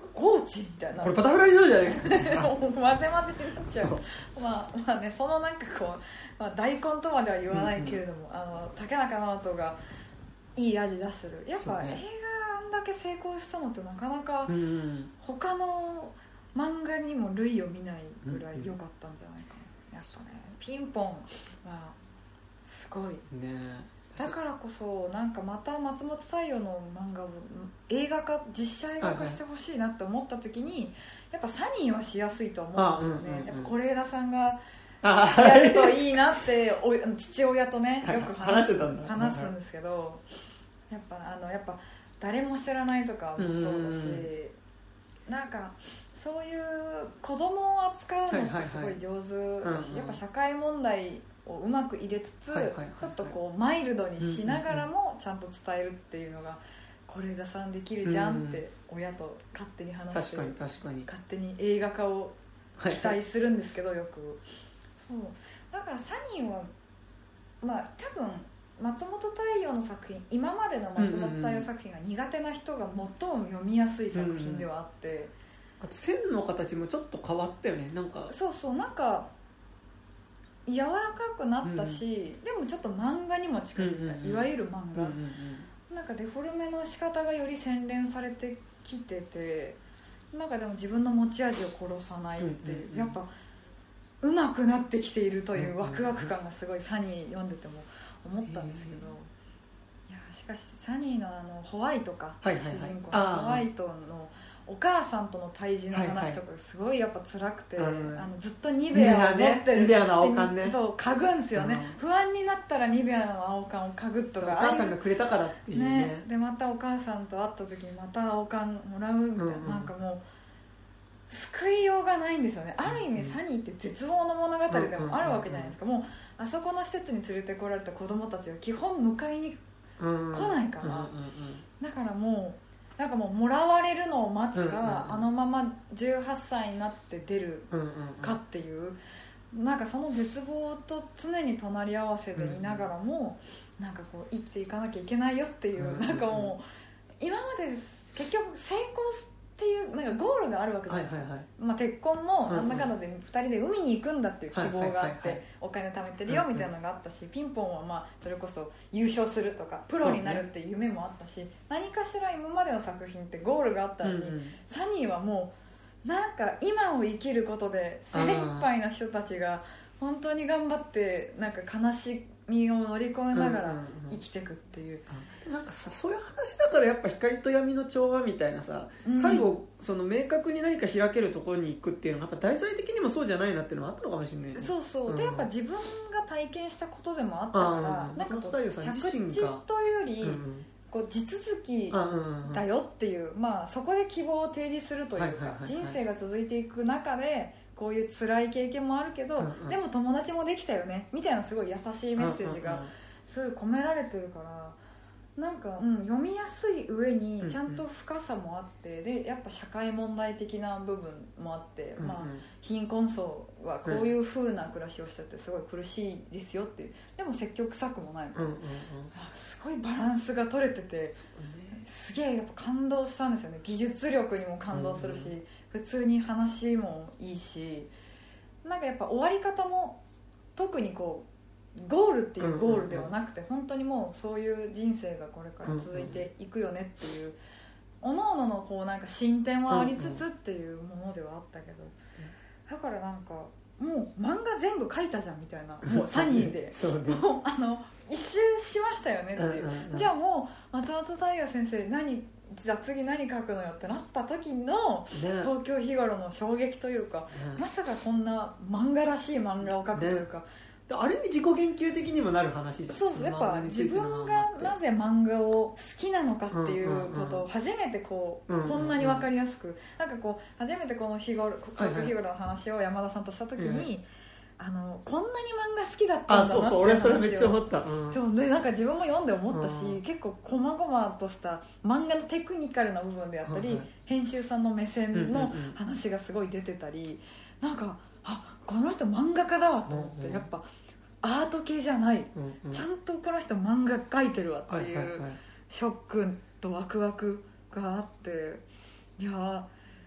コーチみたいな、 これバタフライ上じゃないか混ぜ混ぜになっちゃうまあまあね、そのなんかこう、まあ、大根とまでは言わないけれども、うんうん、あの竹中直人がいい味出してる。やっぱ、ね、映画あんだけ成功したのってなかなか他の漫画にも類を見ないぐらい良かったんじゃないかな。やっぱね、ピンポンはすごい、 ね、 だからこそなんかまた松本太陽の漫画を映画化、実写映画化してほしいなって思った時に、やっぱサニーはしやすいと思うんですよね、うんうんうん、やっぱ是枝さんがやるといいなってお父親とねよく話す話すんですけど、やっぱあのやっぱ誰も知らないとかもそうだし、うんうんうん、なんかそういう子供を扱うのってすごい上手だし、やっぱ社会問題をうまく入れつつ、はいはいはいはい、ちょっとこうマイルドにしながらもちゃんと伝えるっていうのが是枝さんできるじゃんって親と勝手に話して、 確かに確かに勝手に映画化を期待するんですけど、はいはい、よくそうだからサニーはまあ多分松本太陽の作品、今までの松本太陽作品が苦手な人が最も読みやすい作品ではあって、うんうん、 あと線の形もちょっと変わったよね。なんかそうそう、なんか柔らかくなったし、うん、でもちょっと漫画にも近づいた、うんうんうん、いわゆる漫画、うんうんうん、なんかデフォルメの仕方がより洗練されてきてて、なんかでも自分の持ち味を殺さないっていう、うんうんうん、やっぱ上手くなってきているというワクワク感がすごいサニー読んでても思ったんですけど、いやしかしサニーのあのホワイトか、はいはいはい、主人公のホワイトのお母さんとの対峙の話とかすごいやっぱ辛くて、はいはい、あのずっとニベアを持ってる、 ニベアの青缶ね、 そう嗅ぐんですよね、うん、不安になったらニベアの青缶を嗅ぐとか、 お母さんがくれたからっていう ね, ねでまたお母さんと会った時にまた青缶もらうみたいな、うんうん、なんかもう救いようがないんですよね。ある意味サニーって絶望の物語でもあるわけじゃないですか。もうあそこの施設に連れてこられた子供たちは基本迎えに来ないから、だからもうなんかもうもらわれるのを待つか、あのままじゅうはっさいになって出るかっていう、なんかその絶望と常に隣り合わせでいながらもなんかこう生きていかなきゃいけないよっていう、なんかもう今まで結局成功っていうなんかゴールがあるわけじゃないですか、はいはいはい、まあ、結婚もなんだかんだでふたりで海に行くんだっていう希望があってお金貯めてるよみたいなのがあったし、ピンポンはまあそれこそ優勝するとかプロになるっていう夢もあったし、何かしら今までの作品ってゴールがあったのに、うんうん、サニーはもうなんか今を生きることで精一杯な人たちが本当に頑張ってなんか悲しみを乗り越えながら生きていくっていう、 うんうんうん、なんかさそういう話だからやっぱ光と闇の調和みたいなさ、うん、最後その明確に何か開けるところに行くっていうのがやっぱ題材的にもそうじゃないなっていうのがあったのかもしれない、ね、 そうそう、うん、でやっぱ自分が体験したことでもあったから、なんかこう着地というより、うん、こう地続きだよっていう、まあ、そこで希望を提示するというか、はいはいはいはい、人生が続いていく中でこういう辛い経験もあるけど、うんうん、でも友達もできたよねみたいなすごい優しいメッセージがすごい込められてるから、なんか、うん、読みやすい上にちゃんと深さもあって、うんうん、でやっぱ社会問題的な部分もあって、うんうん、まあ、貧困層はこういう風な暮らしをしててすごい苦しいですよっていう、でも積極臭くもないもん、うんうんうん、すごいバランスが取れてて、すげえやっぱ感動したんですよね。技術力にも感動するし、うんうん、普通に話もいいし、なんかやっぱ終わり方も特にこうゴールっていうゴールではなくて、うんうんうん、本当にもうそういう人生がこれから続いていくよねっていう、おのおののこうなんか進展はありつつっていうものではあったけど、だからなんかもう漫画全部書いたじゃんみたいな、もうサニーでそうね、 もうあの一周しましたよねっていう、うんうんうん、じゃあもう松本太陽先生何じゃあ次何書くのよってなった時の、ね、東京日頃の衝撃というか、ね、まさかこんな漫画らしい漫画を描くというか、ね、 ある意味自己言及的にもなる話じゃん。 そうそう、やっぱ自分がなぜ漫画を好きなのかっていうことを初めてこう、うんうんうん、こんなに分かりやすく、なんかこう初めてこの日頃東京日頃の話を山田さんとした時に、はいはい、あのこんなに漫画好きだったんだなっていう話を、あ、そうそう、俺それめっちゃ思った、 うん、そうでなんか自分も読んで思ったし、うん、結構細々とした漫画のテクニカルな部分であったり、うんうん、編集さんの目線の話がすごい出てたり、うんうんうん、なんかあこの人漫画家だわと思って、うんうん、やっぱアート系じゃない、うんうん、ちゃんとこの人漫画描いてるわっていうショックとワクワクがあって、いや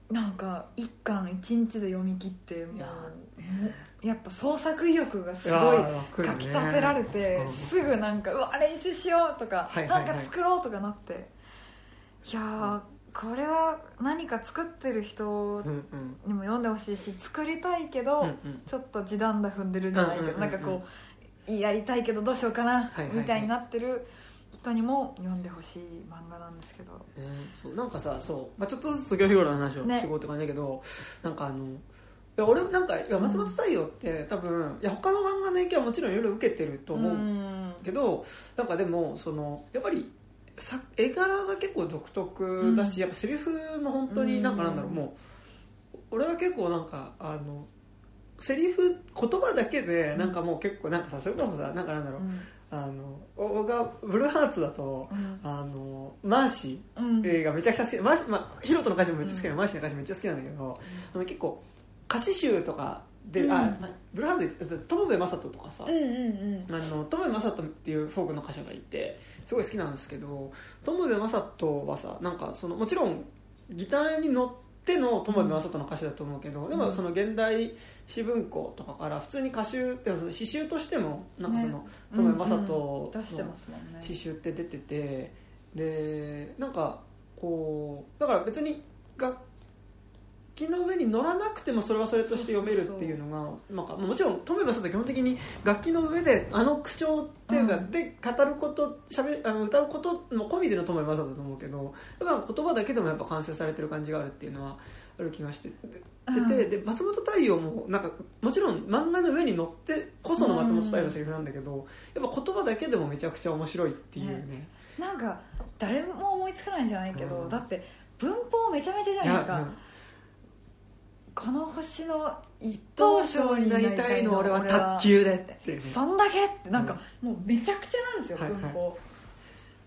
なんか一巻一日で読み切ってもうやっぱ創作意欲がすごいかきたてられて、うん、すぐなんかうわ練習しようとか、はいはいはい、なんか作ろうとかなって、いやーこれは何か作ってる人にも読んでほしいし、作りたいけど、うんうん、ちょっと地団打踏んでるんじゃないけど、うんうんうんうん、なんかこうやりたいけどどうしようかな、はいはいはい、みたいになってる人にも読んでほしい漫画なんですけど、 ね、そうなんかさそう、まあ、ちょっとずつ時日頃の話をしていこうって感じだけど、ね、なんかあのいや俺なんかいや松本太陽って多分いや他の漫画の影響はもちろんいろいろ受けてると思うけど、うん、なんかでもそのやっぱりさ絵柄が結構独特だし、うん、やっぱセリフも本当になんかなんだろう、うん、もう俺は結構なんかあのセリフ言葉だけでなんかもう結構なんかさそれこそさなんかなんだろう、うん、あの僕がブルーハーツだと、うん、あのマーシーがめちゃくちゃ好き、うん、マーシー、まあ、ヒロトの歌詞もめっちゃ好きな、うん、マーシーの歌詞めっちゃ好きなんだけど、うん、あの結構歌詞集とかで、うん、あブルーハーツで友部正人とかさ、うんうんうん、あの友部正人っていうフォークの歌手がいてすごい好きなんですけど、友部正人はさなんかそのもちろんギターに乗ってでの友部正人の歌詞だと思うけど、うん、でもその現代詩文庫とかから普通に歌集詩集としてもなんかその友部正人の詩集って出てて、でなんかこうだから別に楽器の上に乗らなくてもそれはそれとして読めるっていうのがなんかもちろん友部正人は基本的に楽器の上であの口調っていうか、うん、で語ることしゃべあの歌うことも込みでの友部正人だと思うけどだから言葉だけでもやっぱ完成されてる感じがあるっていうのはある気がしてて、うん、で松本太陽もなんかもちろん漫画の上に乗ってこその松本太陽のセリフなんだけど、うん、やっぱ言葉だけでもめちゃくちゃ面白いっていうね、 ねなんか誰も思いつかないんじゃないけど、うん、だって文法めちゃめちゃじゃないですか。この星の一等賞になりたいの俺は卓球でって、ね、そんだけってなんかもうめちゃくちゃなんですよ、文法、はいはい、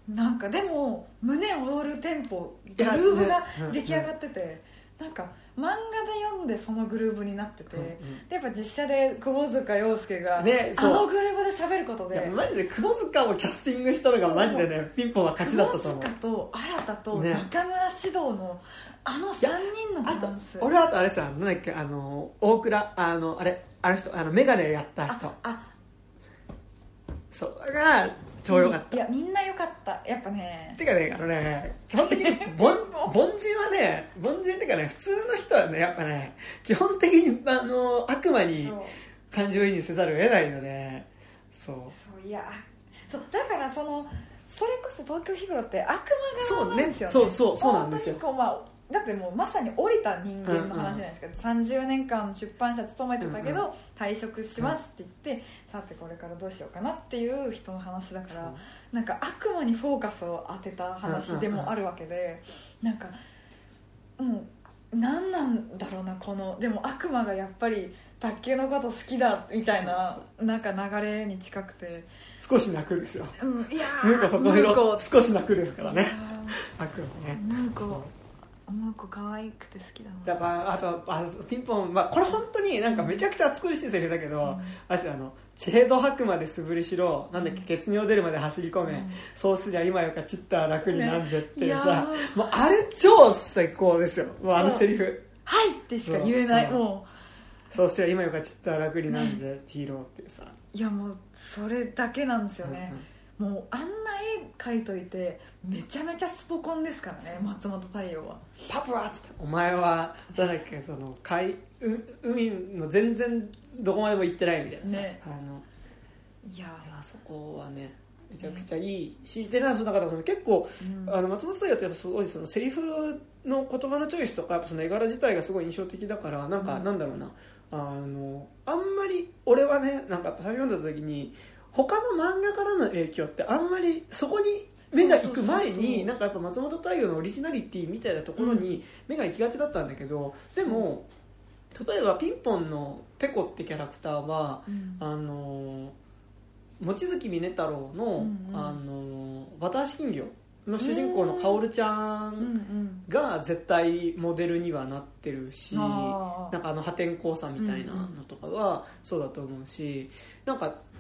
なんかでも胸躍るテンポグルーヴが出来上がってて、なんか漫画で読んでそのグルーヴになってて、うんうん、でやっぱ実写で窪塚洋介が、ね、あのグルーヴで喋ることでマジで窪塚をキャスティングしたのがマジでねピンポンは勝ちだったと思う。 窪塚と新と中村獅童のあのさんにんのバランス。 俺はあとあれさなんだっけあの大倉あのあれあの人あのメガネやった人ああそれが超良かった。 いやみんな良かったやっぱね。 てかねあのね基本的に凡凡人はね凡人っていうかね普通の人はねやっぱね基本的にあの悪魔に感情移入せざるを得ないのでそうそういやそうだからそのそれこそ東京ヒグロって悪魔側なんですよね。 そうそうそうなんですよ。 こう、まあ、だってもうまさに降りた人間の話じゃないですか、うんうん、さんじゅうねんかん出版社勤めてたけど、うんうん、退職しますって言って、うん、さてこれからどうしようかなっていう人の話だからなんか悪魔にフォーカスを当てた話でもあるわけで、うんうんうん、なんかもう何なんだろうなこのでも悪魔がやっぱり卓球のこと好きだみたいななんか流れに近くて少し泣くですよ、 うん、いやームーコそこの少し泣くですからね悪魔ねムーコムーコ可愛くて好きだな。 だからあとあピンポン、まあ、これ本当になんかめちゃくちゃ暑苦しいセリフだけど、うん、私あの地平道吐くまで素振りしろなんだっけ血尿出るまで走り込め、うん、そうすりゃ今よかちったら楽になんぜっていうさ、ね、もうあれ超最高ですよもうあのセリフはいってしか言えない、もうそうすりゃ今よかちったら楽になんぜ、ね、ヒーローっていうさいやもうそれだけなんですよね、うんうん、もうあんな絵描いといてめちゃめちゃスポコンですからね松本太陽は。 パプラっつってお前はなんだっけその海海の全然どこまでも行ってないみたいなさ、ね、あのいやあそこはねめちゃくちゃいいし、ね、でなんだからその結構、うん、あの松本太陽ってやっぱすごいそのセリフの言葉のチョイスとかやっぱその絵柄自体がすごい印象的だからなんか、うん、なんだろうなあのあんまり俺はねなんか最初読んだ時に他の漫画からの影響ってあんまりそこに目が行く前になんかやっぱ松本太陽のオリジナリティみたいなところに目が行きがちだったんだけど、うん、でも例えばピンポンのペコってキャラクターは、うん、あの望月峰太郎の、うんうん、あのバタ足金魚の主人公のカオルちゃんが絶対モデルにはなってるし、うんうん、なんかあの破天荒さみたいなのとかはそうだと思うし、なんか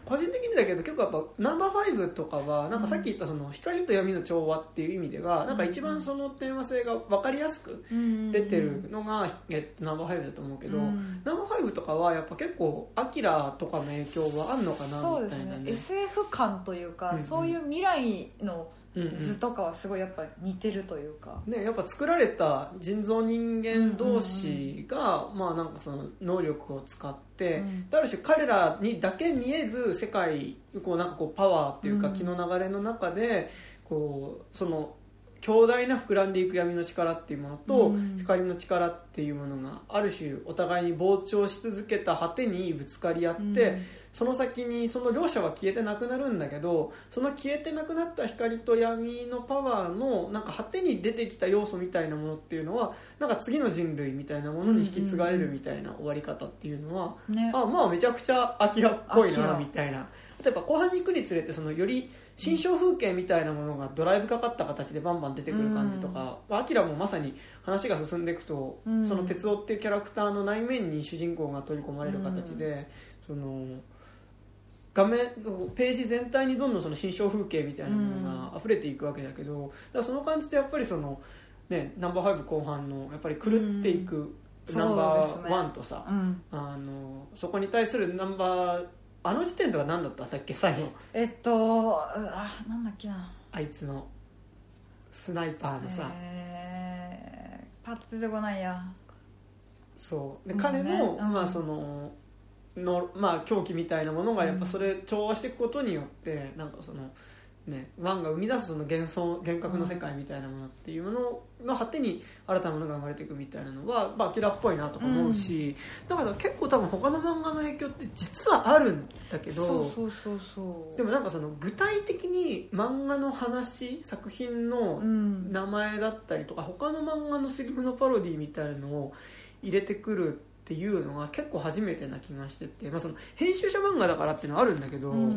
個人的にだけど結構やっぱナンバーファイブとかはなんかさっき言ったその光と闇の調和っていう意味ではなんか一番そのテーマ性が分かりやすく出てるのが、えっと、ナンバーファイブだと思うけど、ナンバーファイブとかはやっぱ結構アキラとかの影響はあるのかなみたいなね。 そうですね、エスエフ 感というか、うんうん、そういう未来の図とかはすごいやっぱ似てるというか、 ね、やっぱ作られた人造人間同士が、うんうんうん、まあなんかその能力を使って、うん、ある種彼らにだけ見える世界こうなんかこうパワーっていうか気の流れの中でこうその強大な膨らんでいく闇の力っていうものと、うん、光の力っていうものがある種お互いに膨張し続けた果てにぶつかり合って、うん、その先にその両者は消えてなくなるんだけど、その消えてなくなった光と闇のパワーのなんか果てに出てきた要素みたいなものっていうのはなんか次の人類みたいなものに引き継がれるみたいな終わり方っていうのは、うんうんうん、あまあめちゃくちゃアキラっぽいなみたいな。例えば後半に行くにつれてそのより新象風景みたいなものがドライブかかった形でバンバン出てくる感じとか、アキラもまさに話が進んでいくと、うん、その鉄夫っていうキャラクターの内面に主人公が取り込まれる形で、うん、その画面ページ全体にどんどんその新象風景みたいなものが溢れていくわけだけど、だからその感じでやっぱりその、ね、ナンバーファイブ後半のやっぱり狂っていくナンバーワンとさ、うんねうん、あのそこに対するナンバーあの時点では何だったんだっけ最後。 えっとあなんだっけな、 あいつのスナイパーのさ、 えー、パッと出てこないや。 そうで、うんね、彼の、うん、まあそののまあ狂気みたいなものがやっぱそれ調和していくことによって、うん、なんかそのね、ワンが生み出すその幻想幻覚の世界みたいなものっていうものの果てに新たなものが生まれていくみたいなのは、まあ、アキラっぽいなとか思うし、うん、だから結構多分他の漫画の影響って実はあるんだけど、 そうそうそうそうでもなんかその具体的に漫画の話作品の名前だったりとか、うん、他の漫画のセリフのパロディみたいなのを入れてくるっていうのが結構初めてな気がしてて、まあ、その編集者漫画だからっていうのはあるんだけど、うんうん、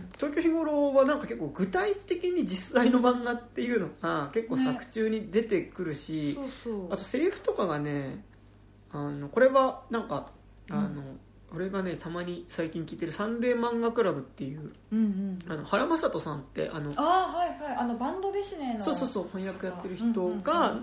東京日頃はなんか結構具体的に実際の漫画っていうのが結構作中に出てくるし、ね、そうそう、あとセリフとかがね、あのこれはなんかあの、うん俺がねたまに最近聞いてるサンデー漫画クラブっていう、うんうん、あの原正人さんってあのあ、はいはい、あのバンドデシネのそうそうそう翻訳やってる人が、うんうんうん、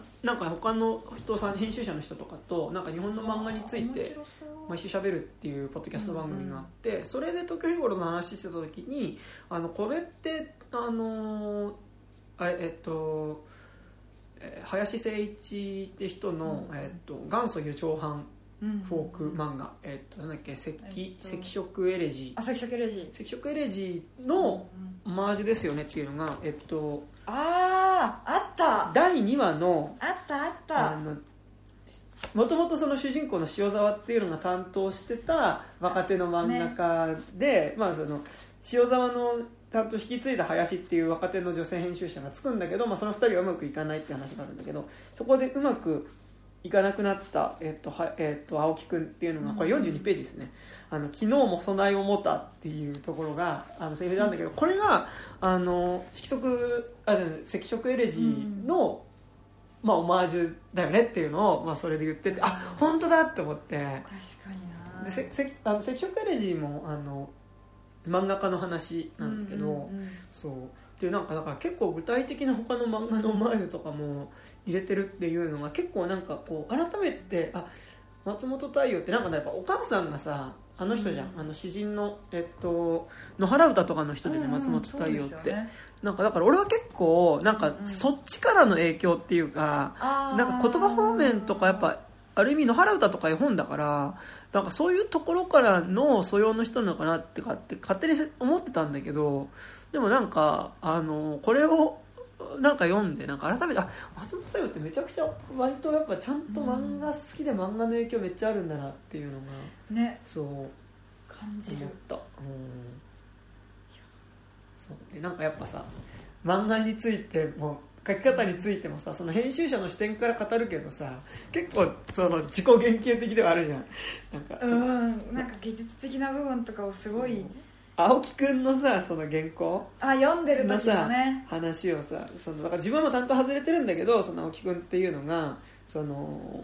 なんか他の人さん編集者の人とかとなんか日本の漫画について毎週喋るっていうポッドキャスト番組があって、うんうん、それで東京日頃の話してた時にあのこれってあのあれえっと林誠一って人の、うんえっと、元祖湯長藩フォーク漫画、えっとなんだっけ赤、えっと、赤色エレジー、あ、赤色エレジー、赤色エレジーのオマージュですよねっていうのが、えっとあああっただいにわのあったあったあのもともとその主人公の塩沢っていうのが担当してた若手の漫画家で、ね、まあその塩沢の担当引き継いだ林っていう若手の女性編集者がつくんだけど、まあ、そのふたりはうまくいかないって話があるんだけど、そこでうまくいかなくなった、えっとはえっと、青木くんっていうのがこれよんじゅうにページですね、あの昨日も備えを持ったっていうところがあのセリフなんだけど、これがあの色色あ赤色エレジーの、うんまあ、オマージュだよねっていうのを、まあ、それで言ってて、あ本当だって思って、 確かになでせせあの赤色エレジーもあの漫画家の話なんだけど、うんうんうん、そうっていうなんかだから結構具体的な他の漫画のオマージュとかも入れてるっていうのが結構なんかこう改めてあ松本太陽ってなんか、ね、やっぱお母さんがさあの人じゃん、うん、あの詩人の、えっと、野原歌とかの人でね、うんうん、松本太陽って、ね、なんかだから俺は結構なんかそっちからの影響っていうか、うん、なんか言葉方面とかやっぱある意味野原歌とか絵本だからなんかそういうところからの素養の人なのかなって勝手に思ってたんだけど、でもなんかあのこれをなんか読んでなんか改めてあ松本太陽ってめちゃくちゃ割とやっぱちゃんと漫画好きで漫画の影響めっちゃあるんだなっていうのが、 ね、 そう感じる思った、うん、そうでなんかやっぱさ漫画についても書き方についてもさその編集者の視点から語るけどさ結構その自己言及的ではあるじゃん。なんかうんなんか技術的な部分とかをすごい青木くんのさその原稿あ読んでる時のね話をさそのだから自分も担当外れてるんだけどその青木くんっていうのがその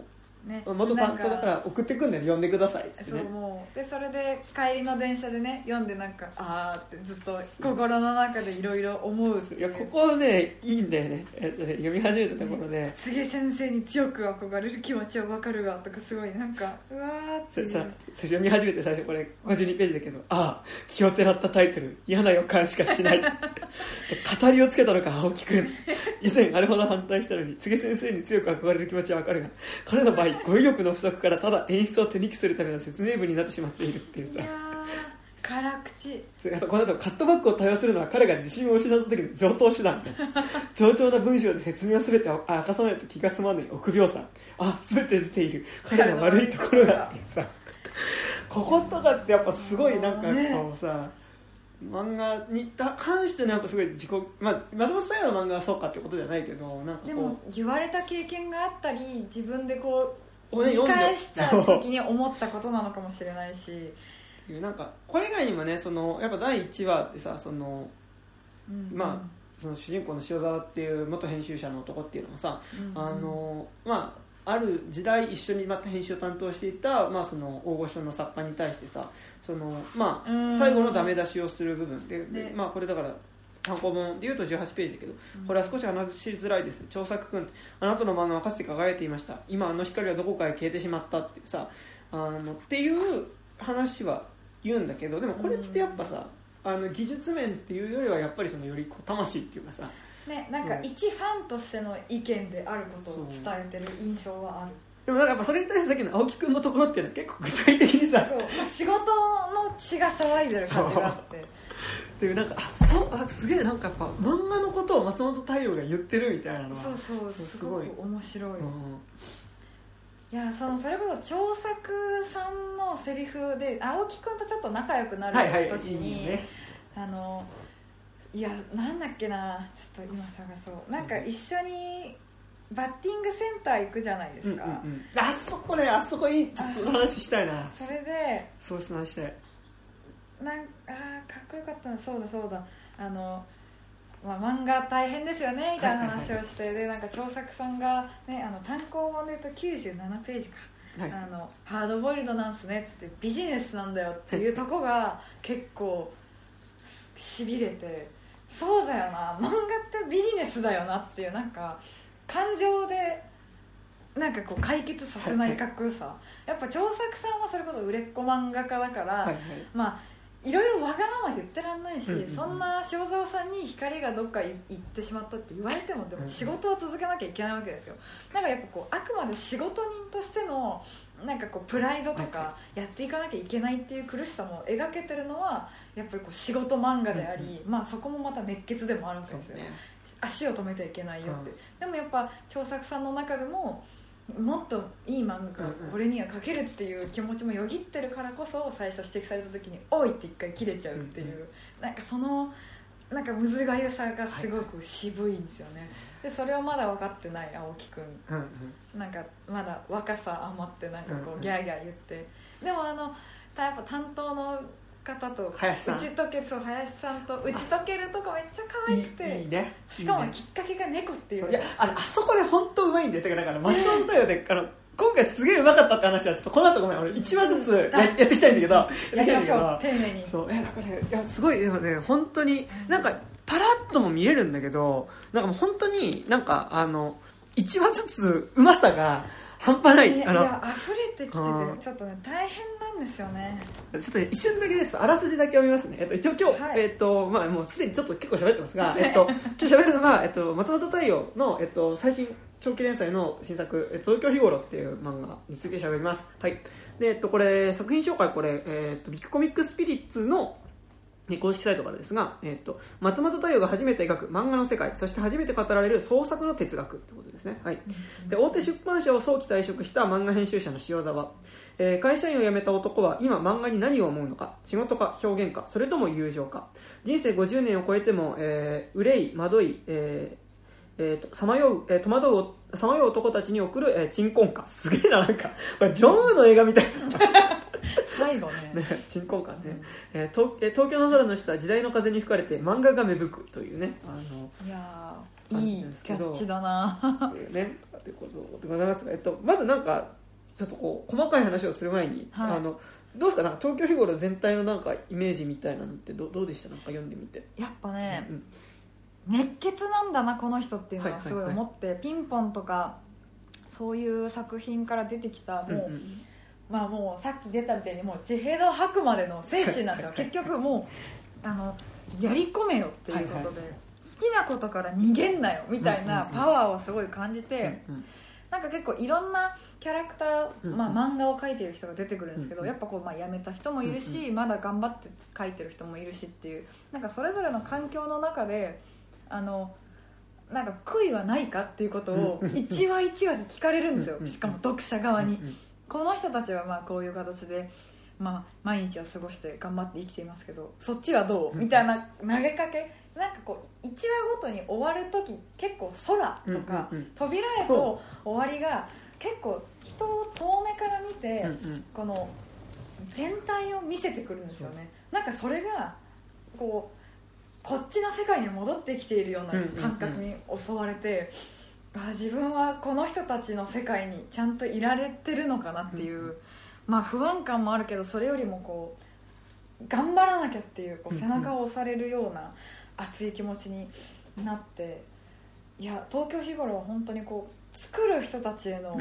ね、 元担当だから送ってくんだよ、読んでくださいって、ね、 そうもうでそれで帰りの電車でね読んでなんかあーってずっと心の中でいろいろ思う。 いやここはねいいんだよね、えっとね読み始めたところで、ね、 柘植先生に強く憧れる気持ちは分かるがとかすごいなんかうわーっていうさ最初読み始めて最初これごじゅうにページだけど、ああ気をてらったタイトル嫌な予感しかしない語りをつけたのか青木くん、以前あれほど反対したのに柘植先生に強く憧れる気持ちは分かるが、彼の場合語彙力の不足からただ演出を手抜きするための説明文になってしまっているっていうさ、 いや辛口。 あとこの後カットバックを多用するのは彼が自信を失った時の上等手段みたいな冗長な文章で説明を全て明かさないと気が済まない臆病さ、あ全て出ている彼の悪いところだっていうさこことかってやっぱすごいなんかこうさ、ね、漫画に関してのやっぱすごい自己、まあ、松本さんの漫画はそうかってことじゃないけど、なんかこうでも言われた経験があったり自分でこう理解しちゃう時に思ったことなのかもしれないしなんかこれ以外にもね、そのやっぱだいいちわってさ、その、うんうん、まあその主人公の塩沢っていう元編集者の男っていうのもさ、うんうん、あのまあある時代一緒にまた編集を担当していた、まあ、その大御所の作家に対してさ、その、まあ、最後のダメ出しをする部分で、で、まあ、これだから単行本でいうとじゅうはちページだけど、これは少し話しづらいです、長作君あなたの漫画はかつて輝いていました、今あの光はどこかへ消えてしまったっていうさ、あのっていう話は言うんだけど、でもこれってやっぱさ、あの技術面っていうよりはやっぱりそのよりこう魂っていうかさ、 ね、なんか一ファンとしての意見であることを伝えてる印象はある。 でもなんかやっぱそれに対してさっきの青木くんのところっていうのは結構具体的にさ、 そう仕事の血が騒いでる感じがあってっていうなんかあそうあすげえなんかやっぱ漫画のことを松本太陽が言ってるみたいなのはそうそうすごく面白い、うん、 いやそのそれこそ長作さんのセリフで青木くんとちょっと仲良くなる時に、はいはいいいね、あのいやなんだっけなちょっと今探そうなんか一緒にバッティングセンター行くじゃないですか、うんうんうん、 あそこねあそこいいその話したいな。 それでそういう話したいなんあかっこよかったなそうだそうだあの、まあ、漫画大変ですよねみたいな話をして、はいはいはい、でなんか長作さんが、ね、あの単行本で言うときゅうじゅうななページか、はい、あのハードボイルドなんすねっつってビジネスなんだよっていうとこが結構しびれてそうだよな漫画ってビジネスだよなっていうなんか感情でなんかこう解決させないかっこよさやっぱ長作さんはそれこそ売れっ子漫画家だから、はいはい、まあいろいろわがまま言ってらんないし、うんうんうん、そんな塩沢さんに光がどっか行ってしまったって言われてもでも仕事は続けなきゃいけないわけですよ。なんかやっぱこうあくまで仕事人としてのなんかこうプライドとかやっていかなきゃいけないっていう苦しさも描けてるのはやっぱりこう仕事漫画であり、うんうん、まあそこもまた熱血でもあるわけですよね。足を止めてはいけないよって、うん、でもやっぱ長作さんの中でももっといい漫画がこれには描けるっていう気持ちもよぎってるからこそ最初指摘された時においって一回切れちゃうっていう、うんうん、なんかそのなんかむずがゆさがすごく渋いんですよね、はい、でそれをまだ分かってない青木くん、うんうん、なんかまだ若さ余ってなんかこうギャーギャー言って、でもあのやっぱ担当の方と林さん打ち解けるそう林さんと打ち解けるとこめっちゃ可愛くていい、いいね、 しかもきっかけが猫っていう、 いやあれあそこで本当うまいんだよ。だから松本太陽であの今回すげえうまかったって話はちょっとこの後ごめん俺いちわずつ や,、うん、やっていきたいんだけどやりましょう丁寧に。 そういやなんかねいやすごいでもね本当になんかパラッとも見れるんだけどなんかもう本当になんかあのいちわずつうまさが半端ない。 いやあのいや溢れてきててちょっとね大変なんですよね。 ちょっと、ね、一瞬だけですあらすじだけ読みますね。えっと一応今日、はい、えっとまあもうすでにちょっと結構喋ってますが、えっと今日喋るのはえっと松本太陽のえっと最新長期連載の新作、えっと、東京日頃っていう漫画について喋ります。はい。でえっとこれ作品紹介これえっとビッグコミックスピリッツの公式サイトからですが、えー、と松本太陽が初めて描く漫画の世界、そして初めて語られる創作の哲学ということですね。はい、で大手出版社を早期退職した漫画編集者の塩沢、えー、会社員を辞めた男は今漫画に何を思うのか、仕事か表現か、それとも友情か、人生ごじゅうねんを超えても、えー、憂い惑い、えーえー、とさまよう、えー、戸惑うさまよう男たちに送る、えー、鎮魂歌。すげえな、なんかこれジョンウーの映画みたいな最後ねね鎮魂歌ね、うんえー東えー、東京の空の下時代の風に吹かれて漫画が芽吹くというね、あのいやいいキャッチだなねってことでございます。えっとまずなんかちょっとこう細かい話をする前に、はい、あのどうですか、なんか東京日頃全体のなんかイメージみたいなのってど う, どうでした？なんか読んでみて。 やっぱね、うんうん、熱血なんだなこの人っていうのはすごい思って、はいはいはい、ピンポンとかそういう作品から出てきたもう、うんうん、まあもうさっき出たみたいにもう地平道吐くまでの精神なんですよ結局もうあのやり込めよっていうことで、はいはい、好きなことから逃げんなよみたいなパワーをすごい感じて、うんうん、なんか結構いろんなキャラクター、まあ、漫画を描いている人が出てくるんですけど、やっぱこう、まあ、辞めた人もいるし、まだ頑張って描いてる人もいるしっていう、なんかそれぞれの環境の中であのなんか悔いはないかっていうことを一話一話で聞かれるんですよ。しかも読者側にこの人たちはまあこういう形で、まあ、毎日を過ごして頑張って生きていますけどそっちはどうみたいな投げかけ、なんかこういちわごとに終わる時結構空とか扉へと終わりが結構人を遠目から見てこの全体を見せてくるんですよね。なんかそれがこうこっちの世界に戻ってきているような感覚に襲われて、あ自分はこの人たちの世界にちゃんといられてるのかなっていう、まあ不安感もあるけどそれよりもこう頑張らなきゃっていう、こう背中を押されるような熱い気持ちになって、いや東京日頃は本当にこう作る人たちへの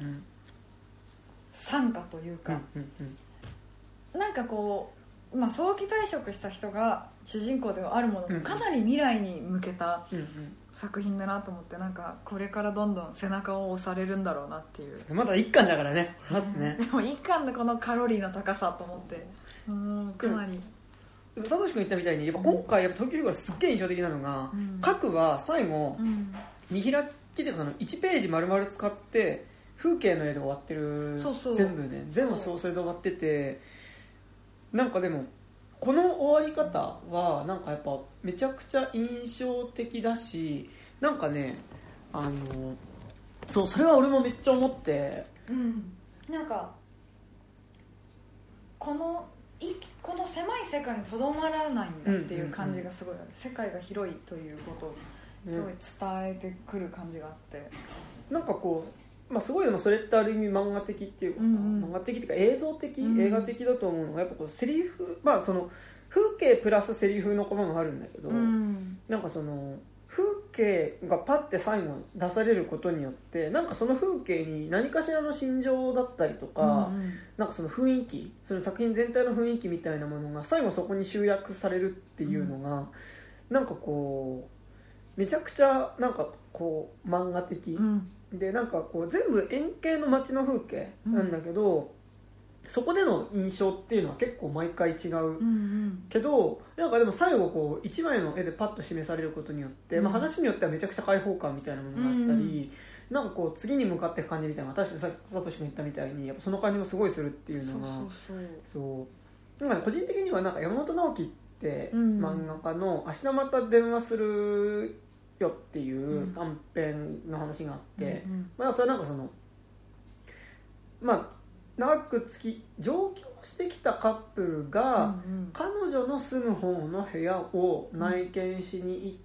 賛歌というか、なんかこう、まあ、早期退職した人が主人公ではあるもののかなり未来に向けた作品だなと思って、なんかこれからどんどん背中を押されるんだろうなっていう。 まだ一巻だからね、ねでも一巻でこのカロリーの高さと思って、うんかなり。 でもサトシ君言ったみたいにやっぱ今回やっぱ東京日頃すっげえ印象的なのが、うん、各は最後、うん、見開きでそのいちページ丸々使って風景の絵で終わってる。 そうそう全部ね全部そうそれで終わってて、なんかでもこの終わり方はなんかやっぱめちゃくちゃ印象的だし、なんかねあのそうそれは俺もめっちゃ思って、 うん、なんかこのいこの狭い世界にとどまらないんだっていう感じがすごいある、うんうんうん、世界が広いということをすごい伝えてくる感じがあって、ね、 なんかこう、まあ、すごいのそれってある意味漫画的っていうかさ、うんうん、漫画的っていうか映像的、うん、映画的だと思うのがやっぱこうセリフ、まあその風景プラスセリフのこともあるんだけど、うん、なんかその風景がパッて最後出されることによってなんかその風景に何かしらの心情だったりとか、うんうん、なんかその雰囲気、その作品全体の雰囲気みたいなものが最後そこに集約されるっていうのが、うん、なんかこうめちゃくちゃなんかこう漫画的、うん、でなんかこう全部円形の街の風景なんだけど、うんそこでの印象っていうのは結構毎回違うけど、うんうん、なんかでも最後こういちまいの絵でパッと示されることによって、うんまあ、話によってはめちゃくちゃ開放感みたいなものがあったり、うん、なんかこう次に向かっていく感じみたいな、確かにさサトシが言ったみたいにやっぱその感じもすごいするっていうのがそうそうそうそうなんか個人的にはなんか山本直樹って漫画家の「明日また電話するよ」っていう短編の話があって、うんうんまあ、それはなんかそのまあ長くつき上京してきたカップルが、うんうん、彼女の住む方の部屋を内見しに行って、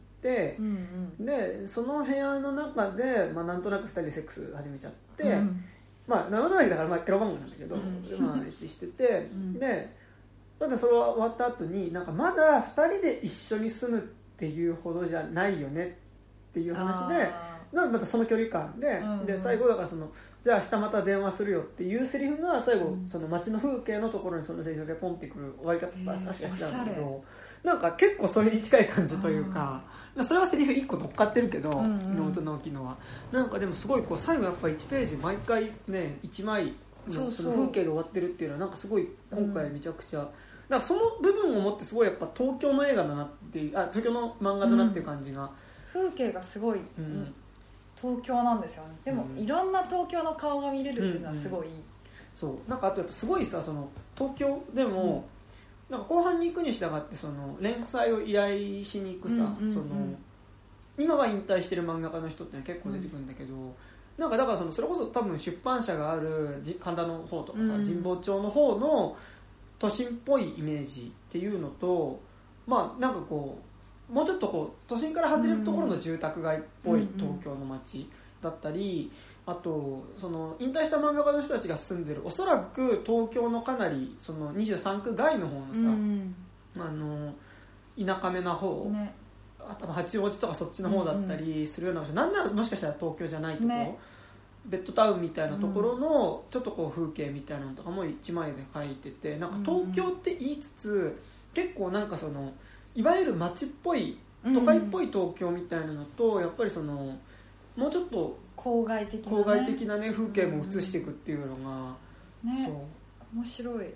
うんうん、でその部屋の中で、まあ、なんとなくふたりでセックス始めちゃって、うん、まあ生々だからまあエロ漫画なんだけど、うん、まあしてて、うん、でただそれが終わった後になんかまだふたりで一緒に住むっていうほどじゃないよねっていう話でまたその距離感で、うんうん、で最後だからそのじゃあ明日また電話するよっていうセリフが最後、うん、その街の風景のところにそのセリフでポンってくる終わり方さ確かしたんだけど、なんか結構それに近い感じというか、うん、それはセリフいっこ乗っかってるけど、うんうん、井上直樹のはなんかでもすごいこう最後やっぱいちページ毎回ねいちまいのその風景で終わってるっていうのはなんかすごい今回めちゃくちゃ、うん、なんかその部分をもってすごいやっぱ東京の映画だなっていうあ東京の漫画だなっていう感じが、 うん、風景がすごい、うん東京なんですよね。でも、うん、いろんな東京の顔が見れるっていうのはすごいいい、うんうん、 そうなんかあとやっぱすごいさその東京でも、うん、なんか後半に行くに従ってその連載を依頼しに行くさ、うんうんうん、その今は引退してる漫画家の人ってのは結構出てくるんだけど、うん、なんかだからそのそれこそ多分出版社がある神田の方とかさ、うん、神保町の方の都心っぽいイメージっていうのとまあなんかこうもうちょっとこう都心から外れたところの住宅街っぽい東京の街だったり、あとその引退した漫画家の人たちが住んでるおそらく東京のかなりそのにじゅうさんく外の方のさ、うん、あの田舎めな方、ね、あと八王子とかそっちの方だったりするような場所、うんうん、なんならもしかしたら東京じゃないところ、ね、ベッドタウンみたいなところのちょっとこう風景みたいなのとかも一枚で描いてて、なんか東京って言いつつ結構なんかそのいわゆる街っぽい都会っぽい東京みたいなのと、やっぱりそのもうちょっと郊外的なね、 郊外的なね風景も映していくっていうのが、 うん、ね、そう面白い、うん、いやなんか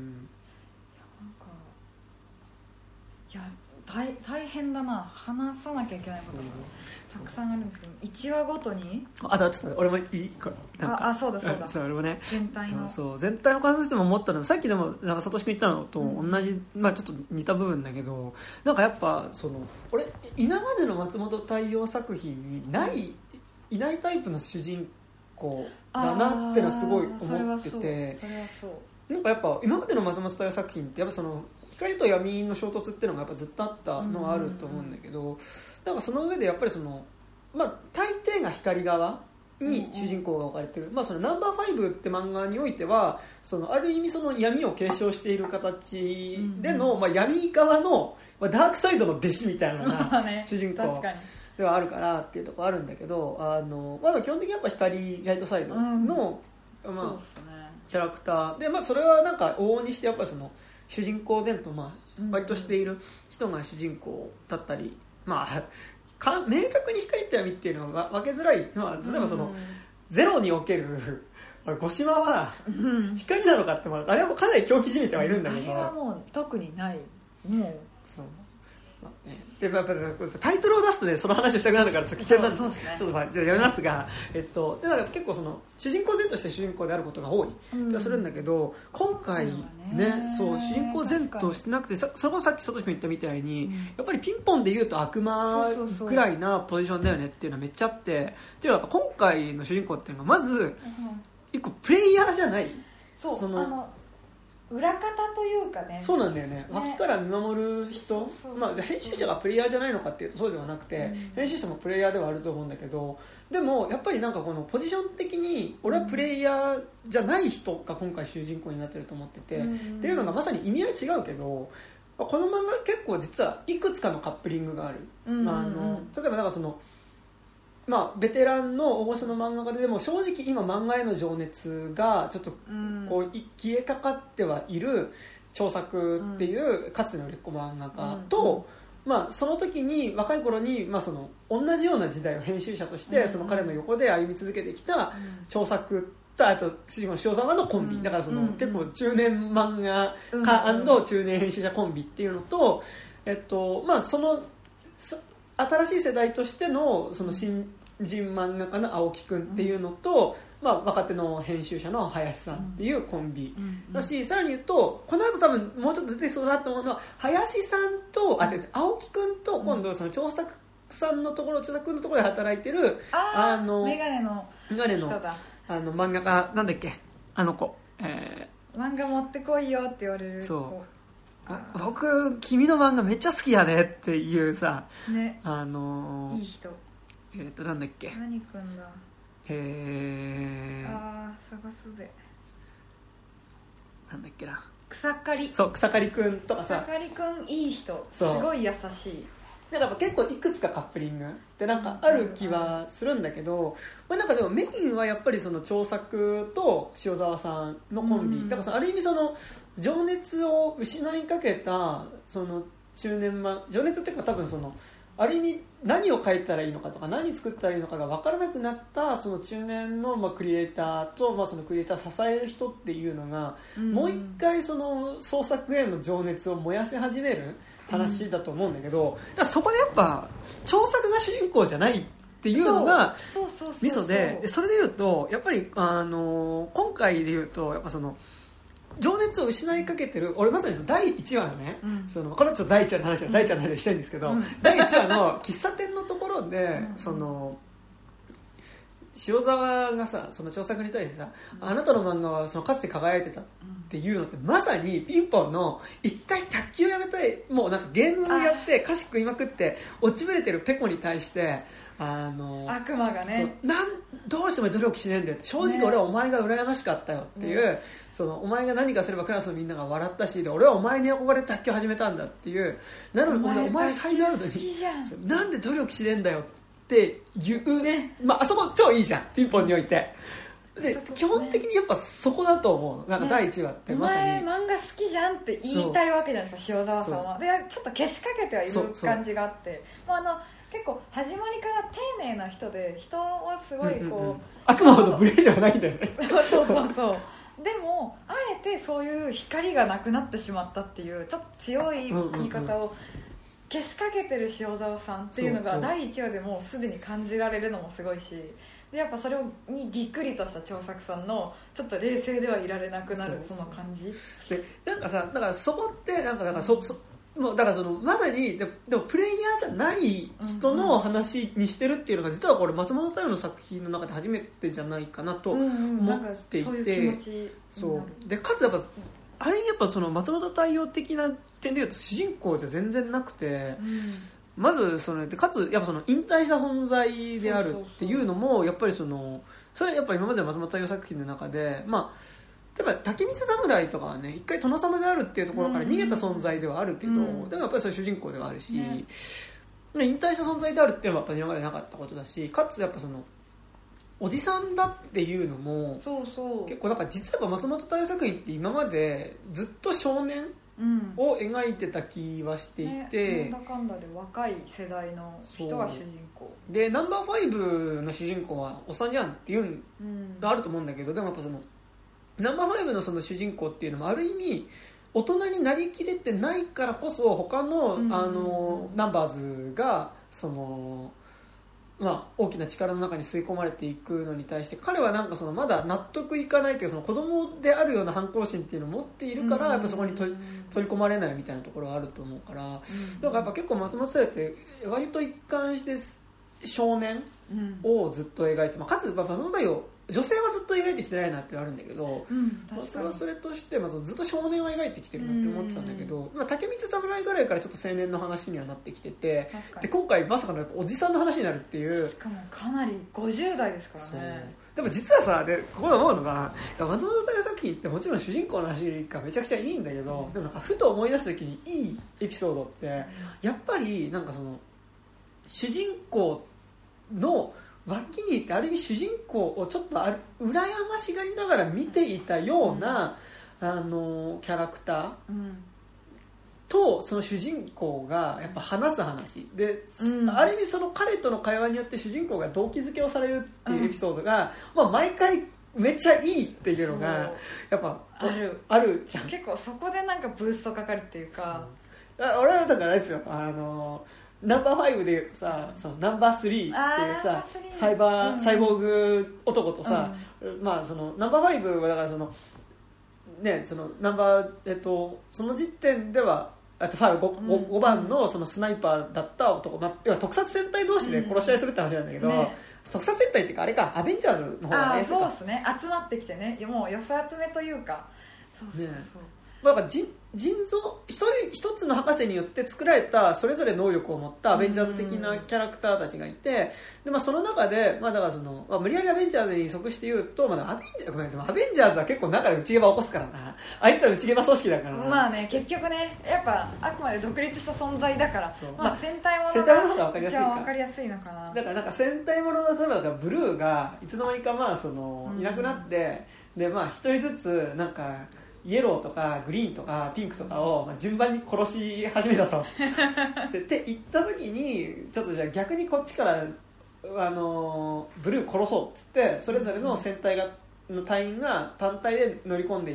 いや 大, 大変だな、話さなきゃいけないことがたくさんあるんですけど、いちわごとにあだちょっと俺もいいかなんかあ, あそうだそうだ、 そう、俺もね、 全体のそう全体の観察しても思ったの、さっきでもなんかサトシ君言ったのと同じ、うん、まあちょっと似た部分だけど、なんかやっぱその俺今までの松本太陽作品にない、いないタイプの主人公だなってのはすごい思ってて、 それはそう、 なんかやっぱ今までの松本太陽作品ってやっぱその光と闇の衝突っていうのがやっぱずっとあったのはあると思うんだけど、うんうんうん、なんかその上でやっぱりその、まあ、大抵が光側に主人公が置かれてる、うんうん、まあ、そのナンバーファイブって漫画においてはそのある意味その闇を継承している形での、うんうん、まあ、闇側の、まあ、ダークサイドの弟子みたいなのが主人公ではあるからっていうところあるんだけど、あの、まあ、基本的にやっぱ光ライトサイドの、うん、まあ、キャラクターで、まあ、それはなんか往々にしてやっぱりその主人公前とまあ割としている人が主人公だったり、まあか明確に光と闇っていうのは分けづらいのは、例えばそのゼロにおける五島は光なのかって、まあ、あれはもうかなり狂気じみてはいるんだけど、 あれはもう特にない、もうそう、まあね、でやっぱタイトルを出すとねその話をしたくなるからちょっと危険なんで、 そうですね、 ちょっとまあじゃあやめますが、えっと、だから結構その主人公前として主人公であることが多い気がするんだけど、うん、今回ね、ね、そう主人公前としてなくて、それこそさっき佐藤君言ったみたいに、うん、やっぱりピンポンで言うと悪魔ぐらいなポジションだよねっていうのはめっちゃあって、っていうのは今回の主人公っていうのがまず一個プレイヤーじゃない、 そう、そのあの裏方というかね、 そうなんだよね、脇から見守る人、まあ、じゃあ編集者がプレイヤーじゃないのかっていうとそうではなくて、うん、編集者もプレイヤーではあると思うんだけど、でもやっぱりなんかこのポジション的に俺はプレイヤーじゃない人が今回主人公になってると思ってて、うん、っていうのがまさに意味合い違うけど、この漫画結構実はいくつかのカップリングがある、うん、あの例えばなんかそのまあ、ベテランの大御所の漫画家でも正直今漫画への情熱がちょっとこう消えかかってはいる長作っていうかつての売れっ子漫画家と、まあ、その時に若い頃にまあその同じような時代を編集者としてその彼の横で歩み続けてきた長作とあと主人公の塩沢のコンビだからその結構中年漫画家&中年編集者コンビっていうのと、えっとまあ、その新しい世代としてのその新人漫画家の青木くんっていうのと、うん、まあ、若手の編集者の林さんっていうコンビだし、うんうん、さらに言うとこの後多分もうちょっと出てそうだと思うのは林さんとあ違う違う青木くんと今度その長作さんのところ長作くんのところで働いてるああのメガネのメガネのあの漫画家なんだっけあの子、えー、漫画持ってこいよって言われるそう僕君の漫画めっちゃ好きやねっていうさ、 ね、 あのー、 いい人えーとなんだっけ何くんだへーあー探すぜなんだっけな草刈そう草刈くんとかさ草刈くんいい人すごい優しいなんか結構いくつかカップリングってなんかある気はするんだけど、まあ、なんかでもメインはやっぱりその長作と塩沢さんのコンビ、うん、だからそのある意味その情熱を失いかけたその中年漫情熱っていうか多分そのある意味何を書いたらいいのかとか何作ったらいいのかが分からなくなったその中年のまあクリエイターとまあそのクリエイターを支える人っていうのが、うん、もう一回その創作への情熱を燃やし始める話だと思うんだけど、だからそこでやっぱ長作が主人公じゃないっていうのがミソで、それでいうとやっぱりあの今回でいうとやっぱその情熱を失いかけてる俺まさにそのだいいちわのね、うん、そのこれはちょっとだいいちわの話はだいいちわの話をしたいんですけど、うん、だいいちわの喫茶店のところで、うん、その塩沢がさその長作に対してさ、うん、あなたの漫画はそのかつて輝いてたっていうのってまさにピンポンの一回卓球やめたいもうなんかゲームをやって菓子食いまくって落ちぶれてるペコに対してあの悪魔がねなんどうしても努力しねえんだよって正直俺はお前が羨ましかったよっていう、ね、そのお前が何かすればクラスのみんなが笑ったしで俺はお前に憧れて卓球始めたんだっていうなのにお前、お前才能あるのになんで努力しねえんだよって言う、ねまあ、あそこ超いいじゃんピンポンにおいてで、ね、基本的にやっぱそこだと思うなんかだいいちわって、 ね、 まさにお前漫画好きじゃんって言いたいわけじゃないですか塩沢さんはでちょっとけしかけてはいる感じがあってまああの結構始まりから丁寧な人で人はすごいこう、うんうんうん、 悪魔ほど無礼ではないんだよねそうそうそうでもあえてそういう光がなくなってしまったっていうちょっと強い言い方をけしかけてる塩沢さんっていうのがだいいちわでもうすでに感じられるのもすごいしでやっぱそれにぎっくりとした長作さんのちょっと冷静ではいられなくなるその感じでなんかさだからそこってなんかだからそ、うん、そもうだからそのまさにででもプレイヤーじゃない人の話にしてるっていうのが実はこれ松本太陽の作品の中で初めてじゃないかなと思っていてそうでかつやっぱあれにやっぱその松本太陽的な点でいうと主人公じゃ全然なくて、うん、まずそのでかつやっぱその引退した存在であるっていうのもやっぱりそのそれやっぱ今までの松本太陽作品の中でまあ例えば竹光侍とかはね一回殿様であるっていうところから逃げた存在ではあるけど、うん、でもやっぱりそういう主人公ではあるし、ね、引退した存在であるっていうのはやっぱ今までなかったことだしかつやっぱそのおじさんだっていうのもそうそう結構なんか実は松本太陽作品って今までずっと少年を描いてた気はしていて、 うんね、なんだかんだで若い世代の人が主人公でナンバーファイブの主人公はおっさんじゃんっていうのがあると思うんだけど、うん、でもやっぱそのナンバーファイブのその主人公っていうのもある意味大人になりきれてないからこそ他の、うん、あのナンバーズがその、まあ、大きな力の中に吸い込まれていくのに対して彼はなんかそのまだ納得いかないというかその子供であるような反抗心っていうのを持っているから、うん、やっぱそこに取り、取り込まれないみたいなところがあると思うから、うん、だからやっぱ結構松本太陽って割と一貫して少年をずっと描いて、まあ、かつ松本太陽女性はずっと描いてきてないなってあるんだけど、うんまあ、それはそれとしてまずずっと少年を描いてきてるなって思ってたんだけど、まあ、竹光侍ぐらいからちょっと青年の話にはなってきててで今回まさかのやっぱおじさんの話になるっていうしかもかなりごじゅう代ですからねでも実はさでここで思うのが松本太陽作品ってもちろん主人公の話がめちゃくちゃいいんだけど、うん、でもなんかふと思い出した時にいいエピソードってやっぱりなんかその主人公の脇にいてある意味主人公をちょっとある羨ましがりながら見ていたような、うん、あのキャラクター、うん、とその主人公がやっぱ話す話で、うん、ある意味その彼との会話によって主人公が動機づけをされるっていうエピソードが、うんまあ、毎回めっちゃいいっていうのがやっぱあるあるじゃん結構そこでなんかブーストかかるっていうか俺はだからあれですよあのナンバーファイブでさそのナンバースリーっていうさサイバー、うん、サイボーグ男とさ、うん、まあそのナンバーファイブはだからそのねそのナンバーえっとその時点ではあとファウル 5, 5番のそのスナイパーだった男、まあ、要は特撮戦隊同士で殺し合いするって話なんだけど、うんね、特撮戦隊っていうかあれかアベンジャーズの方がねそうですね集まってきてねもう寄せ集めというかそうそうそう、ねまあ、人人造一人一つの博士によって作られたそれぞれ能力を持ったアベンジャーズ的なキャラクターたちがいてで、まあ、その中で、まあ、だからその、まあ、無理やりアベンジャーズに即して言うと、まあ、アベンジャーズごめんでもアベンジャーズは結構中で内ゲバ起こすからなあいつは内ゲバ組織だからなまあね結局ねやっぱあくまで独立した存在だから、まあ、戦隊もの戦隊ものが分かりやすいか分かりやすいのかなだからなんか戦隊ものの例えばだからブルーがいつの間にかまあそのいなくなって、でまあ一人ずつなんかイエローとかグリーンとかピンクとかを順番に殺し始めたとでって言った時にちょっとじゃあ逆にこっちからあのブルー殺そうっつってそれぞれの戦隊がの隊員が単体で乗り込んでいって、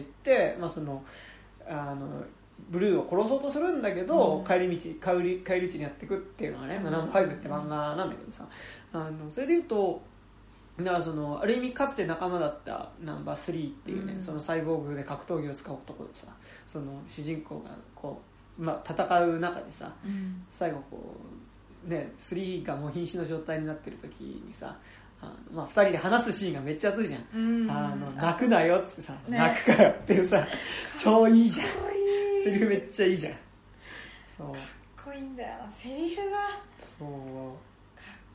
まあ、そのあのブルーを殺そうとするんだけど、うん、帰り道帰り帰り道にやっていくっていうのがね、うん、ナンバーファイブって漫画なんだけどさあのそれでいうとだからそのある意味かつて仲間だったナンバースリーっていうね、うん、そのサイボーグで格闘技を使う男とさその主人公がこう、まあ、戦う中でさ、うん、最後こうねスリーがもう瀕死の状態になってる時にさあの、まあ、ふたりで話すシーンがめっちゃ熱いじゃん、うん、あの泣くなよっつってさ、ね、泣くかよっていうさ超いいじゃんセリフめっちゃいいじゃんそうかっこいいんだよセリフがそうかっ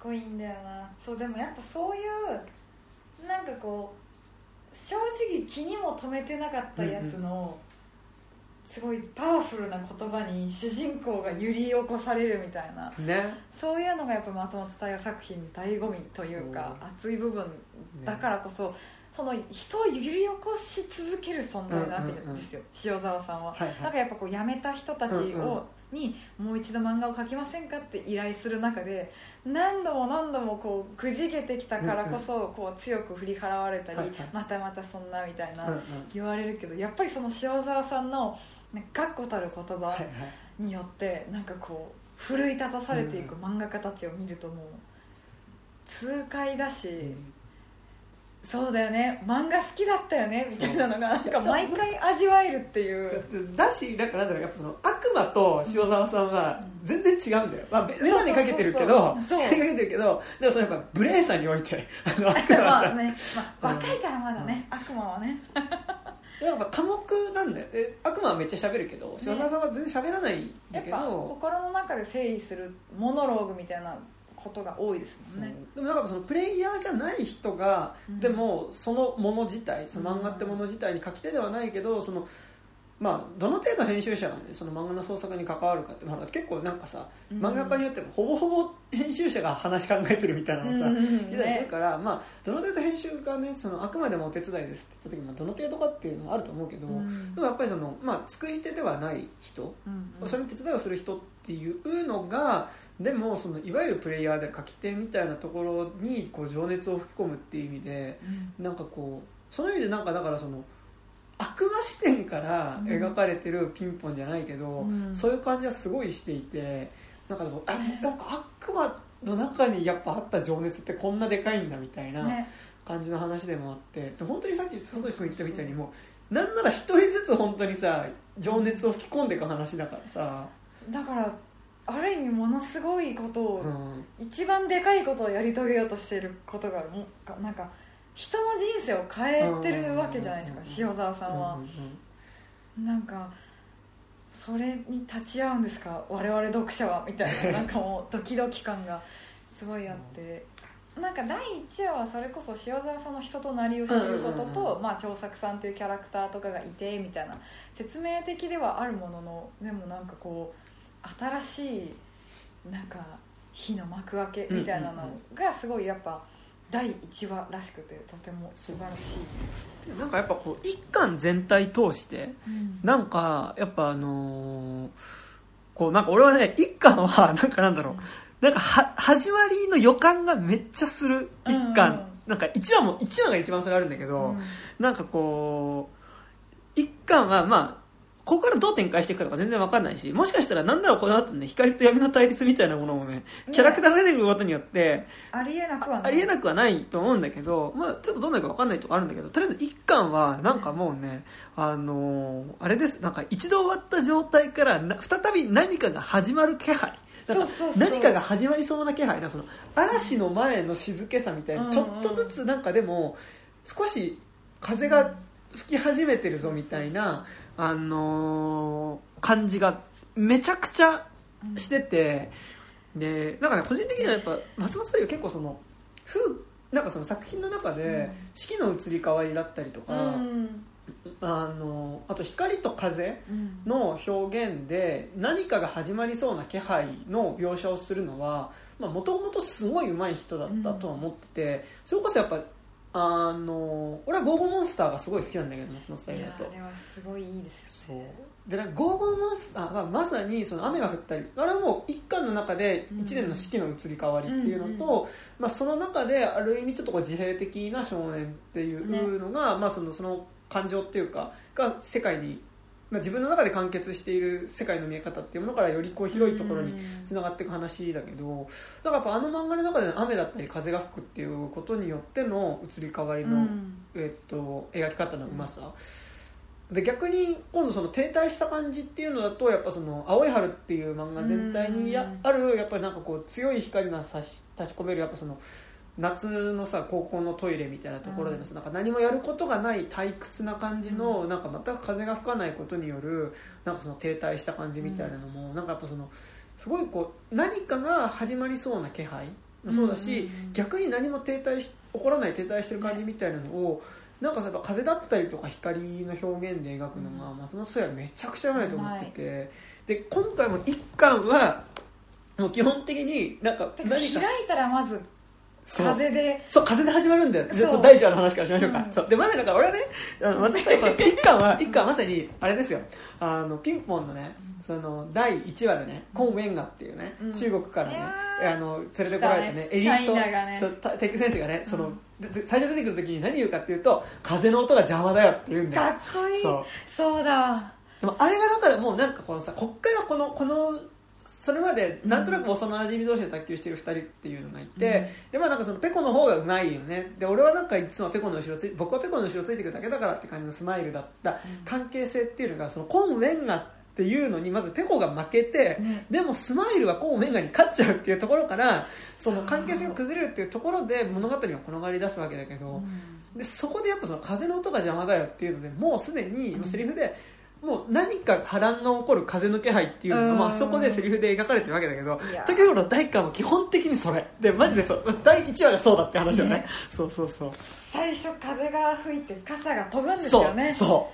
ごいんだよな。そうでもやっぱそういうなんかこう正直気にも留めてなかったやつの、うんうん、すごいパワフルな言葉に主人公が揺り起こされるみたいな、 ね、 そういうのがやっぱ松本太陽作品の醍醐味というか熱い部分だからこそ、ね、その人を揺り起こし続ける存在なわけですよ、うんうんうん、塩沢さんは、はいはい、なんかやっぱこう辞めた人たちを、うんうんにもう一度漫画を描きませんかって依頼する中で何度も何度もこうくじけてきたからこそこう強く振り払われたり、はいはい、またまたそんなみたいな言われるけど、やっぱりその塩沢さんの確固たる言葉によってなんかこう奮い立たされていく漫画家たちを見るともう痛快だし、そうだよね漫画好きだったよねみたいなのがなんか毎回味わえるっていうだし、だからなんだろう、やっぱその悪魔と塩沢さんは全然違うんだよ、まあ、眼鏡かけてるけど眼鏡かけてるけどでもそれやっぱ無礼さにおいてあの悪魔はさ、まあねまあ、若いからまだね、うん、悪魔はねやっぱ寡黙なんだよ。で悪魔はめっちゃ喋るけど、塩沢さんは全然喋らないんだけど、やっぱ心の中で整理するモノローグみたいなことが多いですもんね。 でもなんかそのプレイヤーじゃない人が、うん、でもそのもの自体、その漫画ってもの自体に書き手ではないけど、そのまあどの程度編集者がねその漫画の創作に関わるかって、まあ、結構なんかさ、うん、漫画家によってもほぼほぼ編集者が話考えてるみたいなのをさ、うんうんうん、聞いたりするから、まあどの程度編集がねそのあくまでもお手伝いですって言った時に、まあ、どの程度かっていうのはあると思うけど、うん、でもやっぱりそのまあ作り手ではない人、うんうん、それに手伝いをする人っていうのがでもそのいわゆるプレイヤーで書き手みたいなところにこう情熱を吹き込むっていう意味で、うん、なんかこうその意味でなんかだからその悪魔視点から描かれてるピンポンじゃないけど、うん、そういう感じはすごいしていて、なんかでもあなんか悪魔の中にやっぱあった情熱ってこんなでかいんだみたいな感じの話でもあって、で本当にさっき佐藤君言ったみたいにもうなんなら一人ずつ本当にさ情熱を吹き込んでいく話だからさ、 だからある意味ものすごいことを、うん、一番でかいことをやり遂げようとしていることがなんか人の人生を変えてるわけじゃないですか、塩沢さんは、うんうん、なんかそれに立ち会うんですか我々読者はみたいななんかもうドキドキ感がすごいあってなんかだいいちわはそれこそ塩沢さんの人となりを知ることと、まあ、長作さんというキャラクターとかがいてみたいな説明的ではあるものの、でもなんかこう新しいなんか火の幕開けみたいなのがすごいやっぱだいいちわらしくてとても素晴らしい。 なんかやっぱこう一巻全体通して、うん、なんかやっぱあのー、こうなんか俺はね一巻はなんかなんだろう、うん、なんかは始まりの予感がめっちゃする一巻、うんうん、なんかいちわもいちわが一番それあるんだけど、うん、なんかこう一巻はまあここからどう展開していくかとか全然分かんないし、もしかしたらなんだろうこの後ね光と闇の対立みたいなものもねキャラクターが出てくることによってありえなくはないありえなくはないと思うんだけど、まあちょっとどうなるか分かんないとこあるんだけど、とりあえず一巻はなんかもうね、うん、あのー、あれです、なんか一度終わった状態からな再び何かが始まる気配、なんか何かが始まりそうな気配な、その嵐の前の静けさみたいな、ちょっとずつなんかでも少し風が吹き始めてるぞみたいな、あのー、感じがめちゃくちゃしてて、でなんかね個人的にはやっぱ松本太陽結構その風なんかその作品の中で四季の移り変わりだったりとか、うん、あのあと光と風の表現で何かが始まりそうな気配の描写をするのはもともとすごい上手い人だったとは思ってて、それこそやっぱあの俺はゴーゴーモンスターがすごい好きなんだけど松本太陽だと、 あれはすごいいいですよね。 そうでなんかゴーゴーモンスターはまさにその雨が降ったり、あれはもう一巻の中で一年の四季の移り変わりっていうのと、うんうんまあ、その中である意味ちょっとこう自閉的な少年っていうのが、ねまあ、そのその感情っていうかが世界に自分の中で完結している世界の見え方っていうものからよりこう広いところにつながっていく話だけど、だからやっぱあの漫画の中で雨だったり風が吹くっていうことによっての移り変わりの、えっと、描き方のうまさで、逆に今度その停滞した感じっていうのだとやっぱその青い春っていう漫画全体にやあるやっぱりなんかこう強い光が差し立ち込めるやっぱその夏のさ高校のトイレみたいなところでのさ、うん、なんか何もやることがない退屈な感じの、うん、なんか全く風が吹かないことによるなんかその停滞した感じみたいなのも、うん、なんかやっぱそのすごいこう何かが始まりそうな気配そうだし、逆に何も停滞し起こらない停滞してる感じみたいなのを、なんかやっぱ風だったりとか光の表現で描くのが松本聖也めちゃくちゃうまいと思ってて、で今回も一巻はもう基本的になんか何か開いたらまず風でそう風で始まるんだよ。ちょっと第一話の話からしましょうか。うん、そうでまずなんか俺はね、あの松本聖也一巻は一巻はまさにあれですよ、あのピンポンのね、そのだいいちわでね、コン・ウェンガっていうね、うん、中国からね、あの連れてこられたねエリート、ね、鉄球選手がね、その、うん、最初出てくる時に何言うかっていうと、風の音が邪魔だよって言うんだよ。 かっこいい。そう、そうだ。 でもあれがだからもうなんかこのさ、こっからこのこのそれまでなんとなく幼馴染同士で卓球してるふたりっていうのがいて、うん、でまあなんかそのペコの方がうまいよね。で俺はなんかいつもペコの後ろつい僕はペコの後ろついてくるだけだからって感じのスマイルだった関係性っていうのが、そのコン・ウェンガっていうのにまずペコが負けて、ね、でもスマイルはコン・ウェンガに勝っちゃうっていうところから、その関係性が崩れるっていうところで物語が転がり出すわけだけど、うん、でそこでやっぱその風の音が邪魔だよっていうので、もうすでにセリフで、うん、もう何か波乱が起こる風の気配っていうのが、まあそこでセリフで描かれてるわけだけど、時頃のだいいっかんは基本的にそれで、マジでそう、だいいちわがそうだって話よね。ね、そうそうそう。 最初風が吹いて傘が飛ぶんですよね。 そうそう。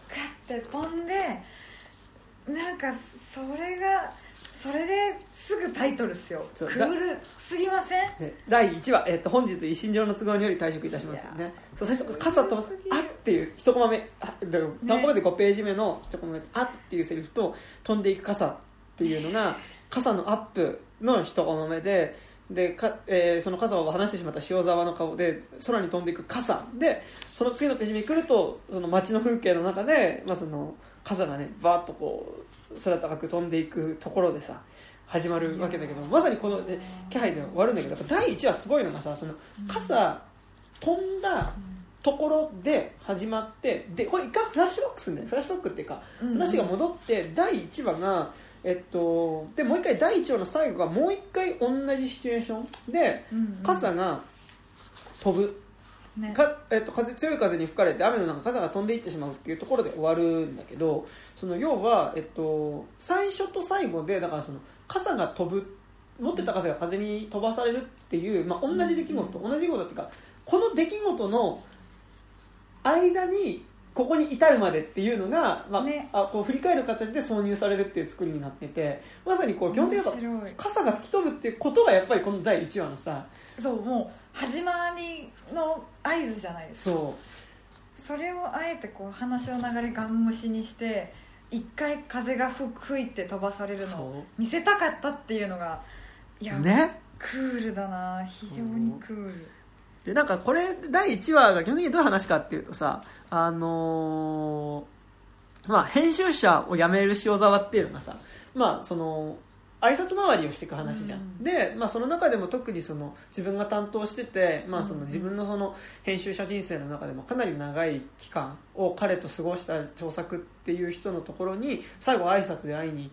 ガッて飛んで、なんかそれがそれですぐタイトルっすよ。クールすぎません？ ね、だいいちわ、えー、と本日一身上の都合により退職いたしますよね。そう最初傘とあっていう一コマ目、何コマでごページ目の一コマ目であっていうセリフと飛んでいく傘っていうのが傘のアップの一コマ目で、でか、えー、その傘を離してしまった塩沢の顔で空に飛んでいく傘で、その次のページに来るとその街の風景の中で、まあ、その傘がねバーッとこう空高く飛んでいくところでさ始まるわけだけど、まさにこの気配で終わるんだけど、やっぱだいいちわすごいのがさ、その傘飛んだところで始まって、でこれ一回フラッシュバックするんだよ。フラッシュバックっていうか話が戻ってだいいちわがえっとでもう一回だいいちわの最後がもう一回同じシチュエーションで傘が飛ぶ、ねかえっと、風強い風に吹かれて雨の中傘が飛んでいってしまうっていうところで終わるんだけど、その要は、えっと、最初と最後でだからその傘が飛ぶ、持ってた傘が風に飛ばされるっていう、まあ、同じ出来事、同じ出来事っていうかこの出来事の間にここに至るまでっていうのが、まあね、あこう振り返る形で挿入されるっていう作りになってて、まさにこう基本的に傘が吹き飛ぶっていうことがやっぱりこのだいいちわのさ、 そうもう始まりの合図じゃないですか。そうそれをあえてこう話の流れガン無視にして一回風が吹いて飛ばされるのを見せたかったっていうのがいや、ね、クールだな、非常にクールで、なんかこれだいいちわが基本的にどういう話かっていうとさ、あのー、まあ編集者を辞める塩沢っていうのがさ、まあその挨拶回りをしていく話じゃん、うん、で、まあ、その中でも特にその自分が担当してて、まあ、その自分のその編集者人生の中でもかなり長い期間を彼と過ごした長作っていう人のところに最後挨拶で会いに行って、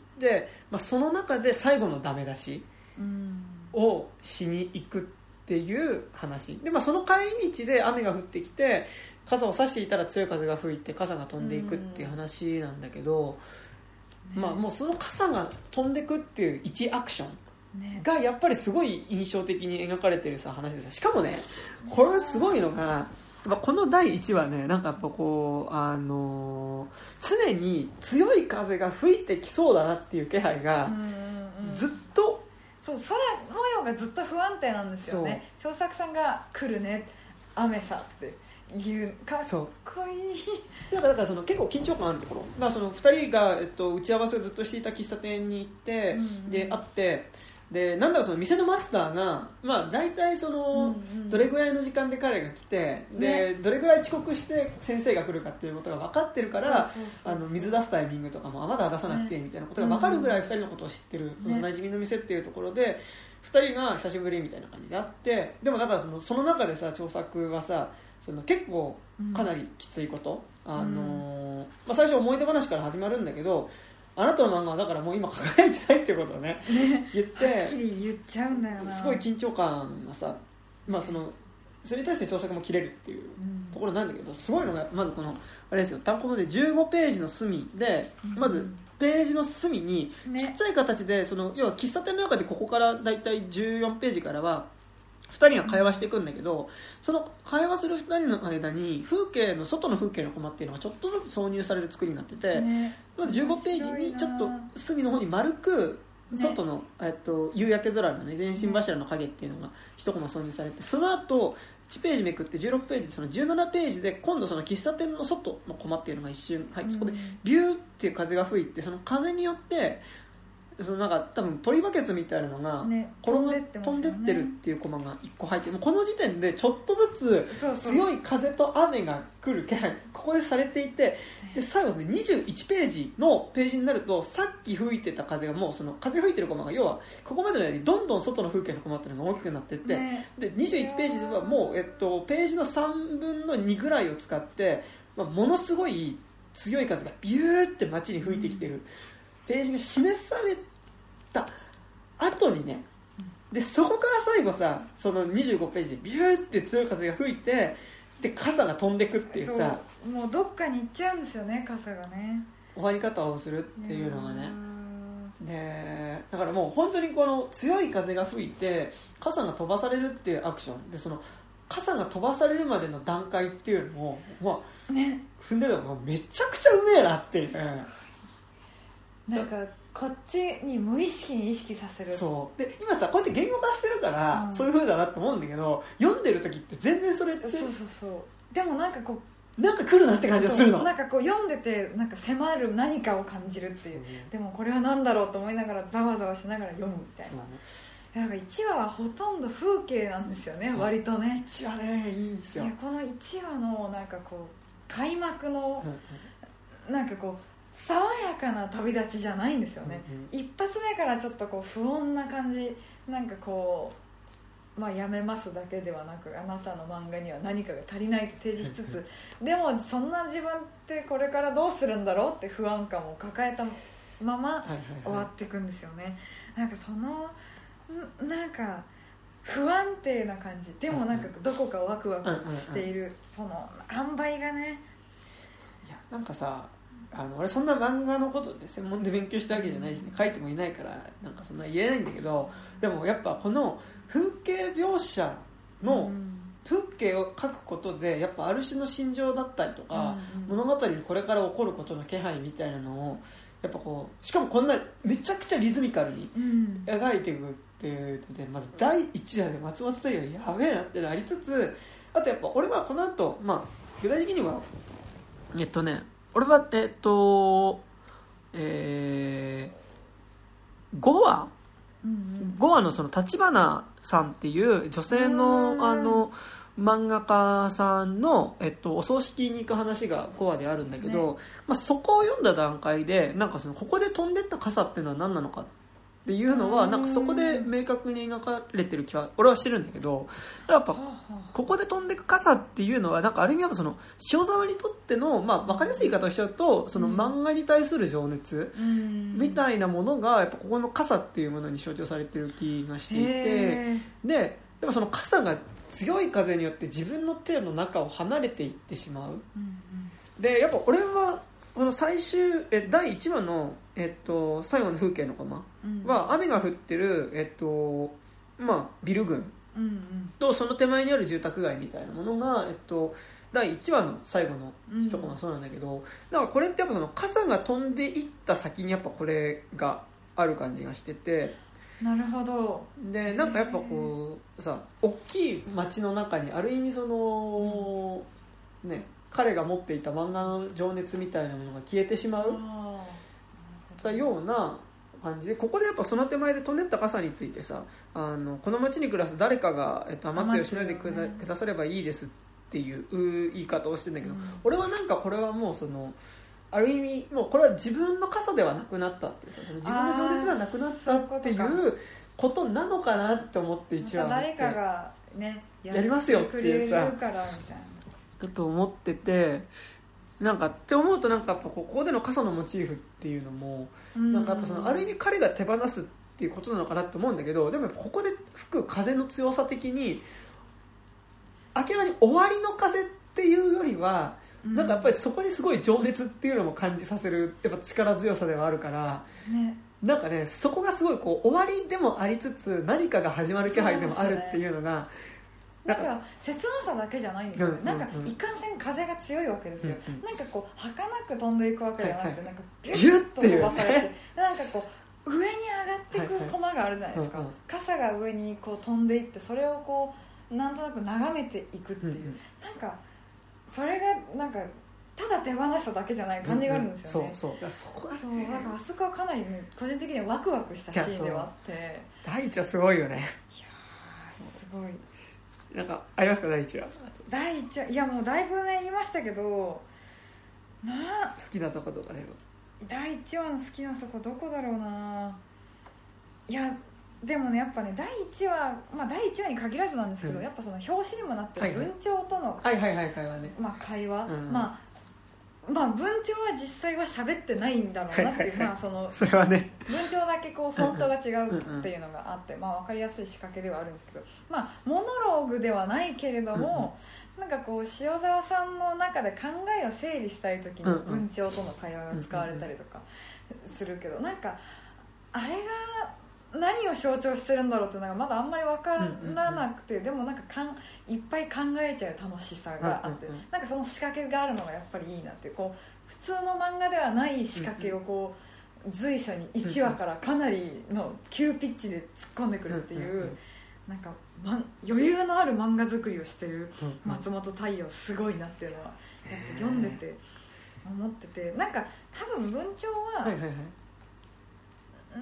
まあ、その中で最後のダメ出しをしに行くっていう話で、まあ、その帰り道で雨が降ってきて傘を差していたら強い風が吹いて傘が飛んでいくっていう話なんだけど、まあ、もうその傘が飛んでくっていう一アクションがやっぱりすごい印象的に描かれてるさ話でさ、しかもねこれがすごいのがこのだいいちわね、なんかやっぱこうあのー、常に強い風が吹いてきそうだなっていう気配がずっと、 そう空模様がずっと不安定なんですよね。長作さんが来るね雨さっていうかっこいい。 だから、だからその結構緊張感あるところ、まあ、そのふたりが、えっと、打ち合わせをずっとしていた喫茶店に行って、うんうん、で会ってでなんだろうその店のマスターが、まあ、大体その、うんうん、どれぐらいの時間で彼が来てで、ね、どれぐらい遅刻して先生が来るかっていうことが分かってるからあの水出すタイミングとかもあまだ出さなくてみたいなことが分かるぐらいふたりのことを知ってる、ね、馴染みの店っていうところでふたりが久しぶりみたいな感じで会って、でもだからその、その中でさ長作はさその結構かなりきついこと、うん、あのまあ、最初思い出話から始まるんだけど、あなたの漫画はだからもう今抱えてないっていうことを ね, ね言ってはっきり言っちゃうんだよな。 すごい緊張感がさ、まあ、そのそれに対して長作も切れるっていうところなんだけど、すごいのがまずこのあれですよ、単行本でじゅうごページの隅でまずページの隅にちっちゃい形で、その要は喫茶店の中でここからだいたいじゅうよんページからはふたりが会話していくんだけど、その会話するふたりの間に風景の外の風景のコマっていうのがちょっとずつ挿入される作りになってて、ね、じゅうごページにちょっと隅の方に丸く外の、ねえっと、夕焼け空のね電信柱の影っていうのが一コマ挿入されて、その後いちページめくってじゅうろくページでそのじゅうななページで今度その喫茶店の外のコマっていうのが一瞬入って、そこでビューっていう風が吹いて、その風によってそのなんか多分ポリバケツみたいなのが転が、ね、飛んでってるっていうコマがいっこ入って、もうこの時点でちょっとずつ強い風と雨が来る気配ここでされていて、で最後ねにじゅういちページのページになるとさっき吹いてた風がもうその風吹いてるコマが要はここまでのようにどんどん外の風景のコマっていうのが大きくなっていって、ね、でにじゅういちページではもう、えっと、ページのさんぶんのにぐらいを使って、まあ、ものすごい強い風がビューって街に吹いてきてるページが示された後にね、でそこから最後さそのにじゅうごページでビューって強い風が吹いて、で傘が飛んでくっていうさ、 もうどっかに行っちゃうんですよね、傘がね終わり方をするっていうのがね。でだからもう本当にこの強い風が吹いて傘が飛ばされるっていうアクションで、その傘が飛ばされるまでの段階っていうのも、まあね、踏んでるのがめちゃくちゃうめえなっていう、 なんかこっちに無意識に意識させる。 そうで今さこうやって言語化してるから、うん、そういう風だなと思うんだけど、読んでる時って全然それってそうそうそうでもなんかこうなんか来るなって感じがするの。 なんかこう読んでてなんか迫る何かを感じるっていう、でもこれは何だろうと思いながらざわざわしながら読むみたいな。なんかいちわはほとんど風景なんですよね、割とね。 いちわねいいんですよ。 いやこのいちわのなんかこう開幕のなんかこう爽やかな旅立ちじゃないんですよね、うんうん、一発目からちょっとこう不穏な感じ、なんかこう、まあ、やめますだけではなくあなたの漫画には何かが足りないと提示しつつでもそんな自分ってこれからどうするんだろうって不安感を抱えたまま終わっていくんですよね。なんかそのなんか不安定な感じでもなんかどこかワクワクしているその塩梅がね、 いやなんかさあの俺そんな漫画のことで専門で勉強したわけじゃないし、ね、書いてもいないからなんかそんな言えないんだけど、でもやっぱこの風景描写の風景を描くことでやっぱある種の心情だったりとか、うんうん、物語にこれから起こることの気配みたいなのをやっぱこうしかもこんなめちゃくちゃリズミカルに描いていくっていうので、まずだいいちわで松本太陽やべえなってなりつつ、あとやっぱ俺はこの後、まあ具体的にはえっとね俺はえっとえー、ごわ、うんうん、ごわのその立花さんっていう女性のあの漫画家さんの、えっと、お葬式に行く話がごわであるんだけど、ねまあ、そこを読んだ段階でなんかそのここで飛んでった傘っていうのは何なのかっていうのはなんかそこで明確に描かれてる気は俺はしてるんだけど、やっぱここで飛んでく傘っていうのはなんかある意味はその塩沢にとっての、まあ、分かりやすい言い方をしちゃうとその漫画に対する情熱みたいなものがやっぱここの傘っていうものに象徴されてる気がしていて、ででもその傘が強い風によって自分の手の中を離れていってしまう、でやっぱ俺はこの最終えだいいちわの、えっと、最後の風景のコマは雨が降ってる、えっとまあ、ビル群とその手前にある住宅街みたいなものが、えっと、だいいちわの最後の一コマそうなんだけど、だからこれってやっぱその傘が飛んでいった先にやっぱこれがある感じがしてて、 なるほど。 でなんかやっぱこうさ大きい街の中にある意味そのね彼が持っていた漫画の情熱みたいなものが消えてしまうたような感じで、ここでやっぱその手前で飛んでった傘についてさあのこの街に暮らす誰かが、えっと、雨露をしないでくださればいいですっていう言い方をしてるんだけど、うん、俺はなんかこれはもうそのある意味もうこれは自分の傘ではなくなったっていうさその自分の情熱がなくなったっていうことなのかなって思って一話誰かがねやりますよっていうさだと思ってて、なんかって思うとなんかやっぱここでの傘のモチーフっていうのもなんかやっぱそのある意味彼が手放すっていうことなのかなって思うんだけど、でもここで吹く風の強さ的に明らかに終わりの風っていうよりはうん、なんかやっぱりそこにすごい情熱っていうのも感じさせるやっぱ力強さではあるから、ね、なんかねそこがすごいこう終わりでもありつつ何かが始まる気配でもあるっていうのがなんか切なさだけじゃないんですよね、うんうんうん、なんかいかんせん風が強いわけですよ、うんうん、なんかこう儚く飛んでいくわけじゃなくて、はいはい、なんかビュッと飛ばされて、ね、なんかこう上に上がっていく駒があるじゃないですか、はいはい、傘が上にこう飛んでいってそれをこうなんとなく眺めていくっていう、うんうん、なんかそれがなんかただ手放しただけじゃない感じがあるんですよね、うんうん、そうそうそこが、ね、そうなんかあそこはかなり、ね、個人的にはワクワクしたシーンではあって第一はすごいよね。いやすごいなんかありますか第一話。 第一話いやもうだいぶね言いましたけどな好きなとことかね第一話の好きなとこどこだろうないやでもねやっぱね第一話まあ第一話に限らずなんですけど、うん、やっぱその表紙にもなってる文鳥との、 はいはいはいはい、会話ね、 まあ、会話、うん、まあまあ、文鳥は実際は喋ってないんだろうなっていう、まあそのそれはね文鳥だけこうフォントが違うっていうのがあって、まあ分かりやすい仕掛けではあるんですけど、まあモノローグではないけれども、なんかこう塩沢さんの中で考えを整理したい時に文鳥との会話が使われたりとかするけど、なんかあれが何を象徴してるんだろうっていうのがまだあんまり分からなくて、でもなんかかんいっぱい考えちゃう楽しさがあって、なんかその仕掛けがあるのがやっぱりいいなっていう、こう普通の漫画ではない仕掛けをこう随所にいちわからかなりの急ピッチで突っ込んでくるっていう、なんか、ま、余裕のある漫画作りをしてる松本太陽すごいなっていうのはやっぱ読んでて思ってて、なんか多分文鳥は、はいはいはい、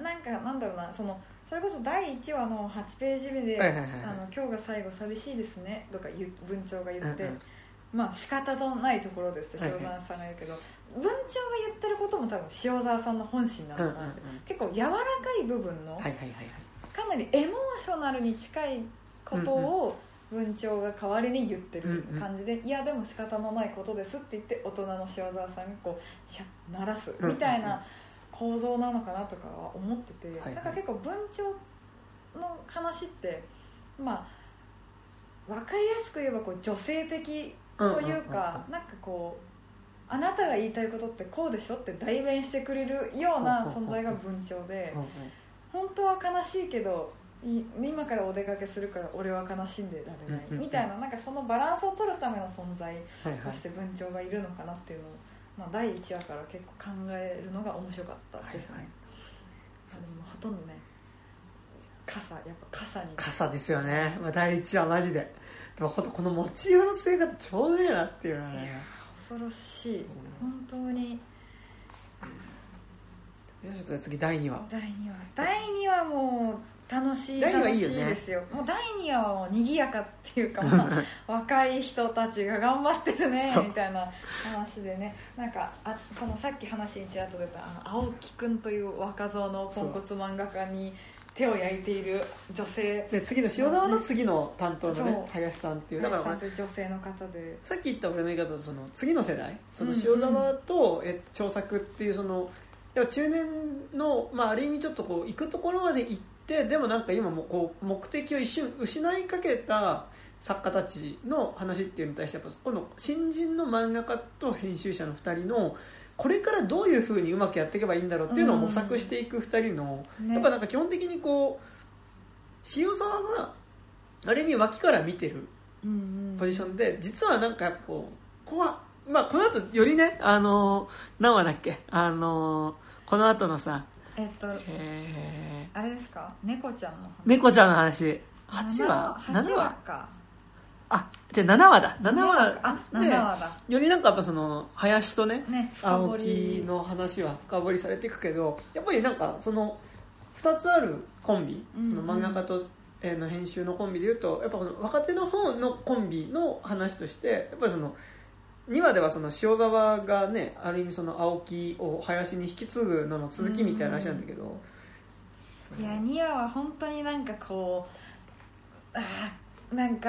なんかなんだろうな、そのそれこそだいいちわのはちページ目で、はいはいはいはい、あの今日が最後寂しいですねとか文鳥が言って、うんうん、まあ仕方のないところですって塩沢さんが言うけど、はいはい、文鳥が言ってることも多分塩沢さんの本心なのかなって、うんうんうん、結構柔らかい部分の、はいはいはいはい、かなりエモーショナルに近いことを文鳥が代わりに言ってる感じで、うんうん、いやでも仕方のないことですって言って大人の塩沢さんがこうシャッ鳴らすみたいな構造なのかなとかは思ってて、はいはい、なんか結構文鳥の話ってまあ分かりやすく言えばこう女性的というか、なんかこうあなたが言いたいことってこうでしょって代弁してくれるような存在が文鳥で、本当は悲しいけど今からお出かけするから俺は悲しんでられないみたいな、なんかそのバランスを取るための存在として文鳥がいるのかなっていうのを、まあ、だいいちわから結構考えるのが面白かったですね、はいはい、あのほとんどね傘やっぱ傘に傘ですよね、まあ、だいいちわマジででもほんとこのモチーフの性格ちょうどいいなっていうのはね、いや恐ろしい本当に。 よし、次だいにわ。 だいにわだいにわもう楽しい楽しいですよ。もうだいにわはもう賑やかっていうか、まあ、若い人たちが頑張ってるねみたいな話でね、なんかあそのさっき話にちらっと出たあの青木くんという若造のポンコツ漫画家に手を焼いている女性で、次の塩沢の次の担当のね林さんっていう林さんという女性の方で、 さっき言った俺の言い方とその次の世代、その塩沢と、うんうん、えっと、長作っていうその中年の、まあ、ある意味ちょっとこう行くところまで行って、でもなんか今もこう目的を一瞬失いかけた作家たちの話っていうのに対して、やっぱこの新人の漫画家と編集者のふたりのこれからどういう風にうまくやっていけばいいんだろうっていうのを模索していくふたりの、うんね、やっぱなんか基本的にこう塩沢がある意味脇から見てるポジションで、実はなんかやっぱこうここはまあこの後よりね、あの何話だっけ、あのこの後のさえっと、えー、あれですか、猫ちゃんの話、 猫ちゃんの話はちわななわか、 あ、じゃあななわだななわあななわだよりなんかやっぱその林とね、ね青木の話は深掘りされていくけど、やっぱりなんかそのふたつあるコンビ、その漫画家との編集のコンビでいうと、やっぱこの若手の方のコンビの話として、やっぱりそのにわではその塩沢がね、ある意味その青木を林に引き継ぐのの続きみたいな話なんだけど、 いやにわは本当になんかこうあなんか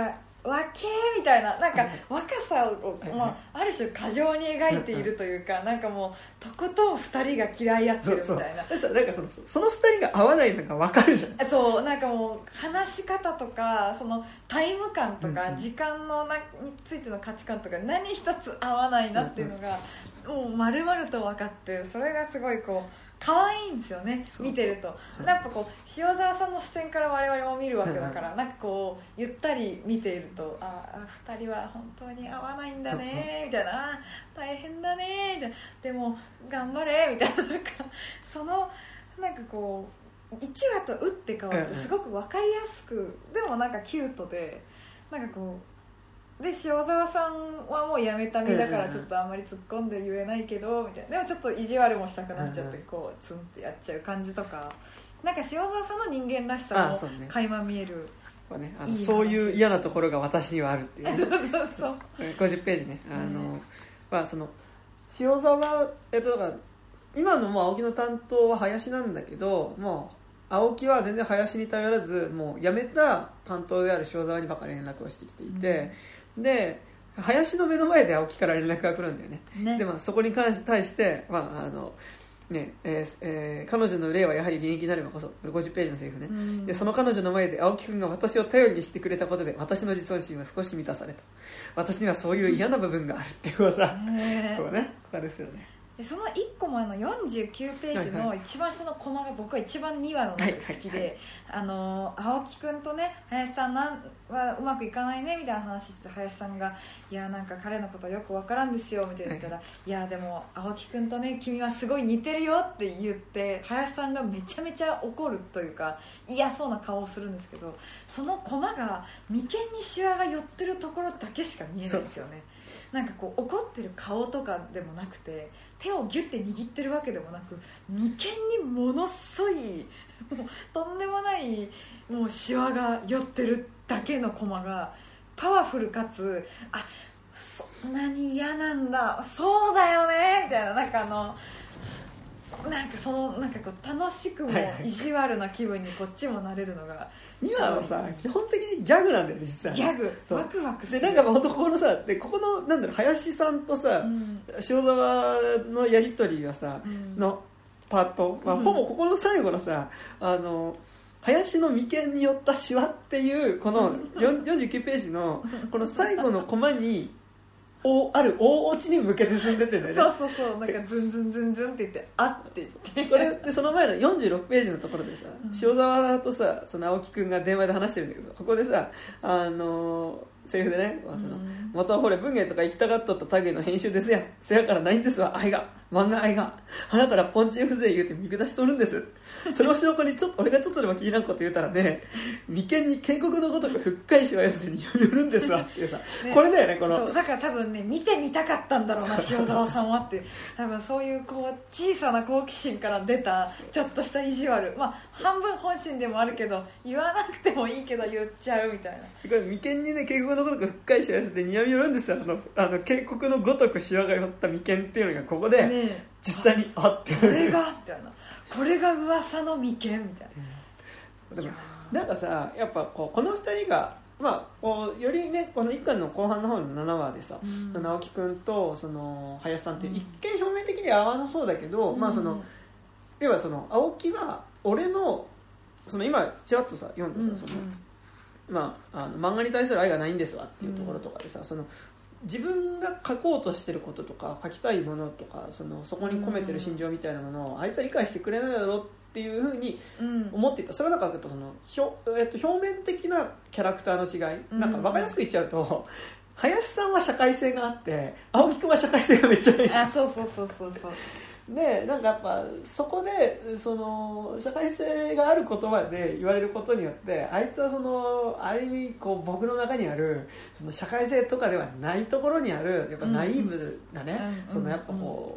わけみたいな、なんか若さを、まあ、ある種過剰に描いているというか、なんかもうとことんふたりが嫌い合ってるみたいな。 そうそう、なんかそのそのふたりが合わないのが分かるじゃん。 そう、なんかもう話し方とかそのタイム感とか時間のなについての価値観とか何一つ合わないなっていうのがもう丸々と分かって、それがすごいこう可愛いんですよね、見てると。やっぱこう塩沢さんの視点から我々も見るわけだから、なんかこうゆったり見ていると、ああふたりは本当に合わないんだねみたいな、あ大変だねみたいな、でも頑張れみたいな、なんかそのなんかこういちわと打って変わってすごく分かりやすく、でもなんかキュートで、なんかこうで塩沢さんはもうやめた身だからちょっとあんまり突っ込んで言えないけどみたいな、でもちょっと意地悪もしたくなっちゃってこうツンってやっちゃう感じとか、なんか塩沢さんの人間らしさも垣間見える。 そうね、あのそういう嫌なところが私にはあるっていう、ね、 そうそうそうごじゅっページね、あの、まあ、その塩沢、えっと、だから今のもう青木の担当は林なんだけど、もう青木は全然林に頼らずもう辞めた担当である塩沢にばかり連絡をしてきていて、うん、で林の目の前で青木から連絡が来るんだよね。ねで、まあ、そこに関し対して、まああのねえーえー、彼女の霊はやはり現役になればこそ、ごじゅっページのセリフね、うん、でその彼女の前で青木くんが私を頼りにしてくれたことで私の自尊心は少し満たされた、私にはそういう嫌な部分があるっていうこうさ、こうね、ここですよね。 でそのいっこ前のよんじゅうきゅうページの一番下のコマが僕は一番にわの中で好きで、はいはいはい、あの青木くんとね林さんなんはうまくいかないねみたいな話して、林さんがいやなんか彼のことはよくわからんですよみたいな言ったら、はい、いやでも青木くんとね君はすごい似てるよって言って、林さんがめちゃめちゃ怒るというか嫌そうな顔をするんですけど、そのコマが眉間にシワが寄ってるところだけしか見えないんですよね。なんかこう怒ってる顔とかでもなくて、手をギュッて握ってるわけでもなく、眉間にものすごいもうとんでもないもうシワが寄ってるだけのコマがパワフルかつ、あそんなに嫌なんだそうだよねみたいな、なんかあのなんかそのなんかこう楽しくも意地悪な気分にこっちもなれるのが、 今のさ基本的にギャグなんだよね実は。 ギャグワクワクする。 でなんか本当ここのさでここのなんだろう林さんとさ、うん、塩沢のやり取りがさ、うん、のパート、まあ、ほぼここの最後のさ、うん、あの林の眉間に寄ったシワっていうこのよんじゅうきゅうページのこの最後のコマにおある大落ちに向けて進んでってんだよね。 そうそうそう、なんかズンズンズンズンって言ってあって言ってこれでその前のよんじゅうろくページのところでさ、うん、塩沢とさその青木くんが電話で話してるんだけど、ここでさあのーセリフでね、その元はほれ文芸とか行きたがっとった類の編集ですやん、せやからないんですわ愛が漫画愛が花からポンチ風情言うて見下しとるんです。それを証拠にちょっと俺がちょっとでも気になること言うたらね、眉間に渓谷のごとく深いしわ寄せてによるんですわっていうさ、ね、これだよねこのそうだから多分ね見てみたかったんだろうな塩沢さんはっていう多分そういうこう小さな好奇心から出たちょっとした意地悪、まあ半分本心でもあるけど言わなくてもいいけど言っちゃうみたいな。これ眉間にね渓谷のごとく深いしわ寄せてによるんですよ。あのあの渓谷のごとくしわが寄った眉間っていうのがここで、ね、実際にあってこれがみたいな、これが噂の眉間みたいな、 うん、でもなんかさやっぱこうこのふたりが、まあ、こうよりねこのいっかんの後半の方のななわでさ、うん、直樹君とその林さんって一見表面的には合わなそうだけど、うん、まあその要はその青木は俺のその今ちらっとさ読んでさ、うん、そのまあ、あの漫画に対する愛がないんですわっていうところとかでさ、うん、その自分が書こうとしてることとか書きたいものとか そのそこに込めてる心情みたいなものをあいつは理解してくれないだろうっていうふうに思っていた。それはなんかやっぱその表、えっと、表面的なキャラクターの違い、なんか分かりやすく言っちゃうと林さんは社会性があって青木くんは社会性がめっちゃないし、 あ、そうそうそうそうそうでなんかやっぱそこでその社会性がある言葉で言われることによってあいつはそのある意味こう僕の中にあるその社会性とかではないところにあるやっぱナイーブなね、うん、そのやっぱこ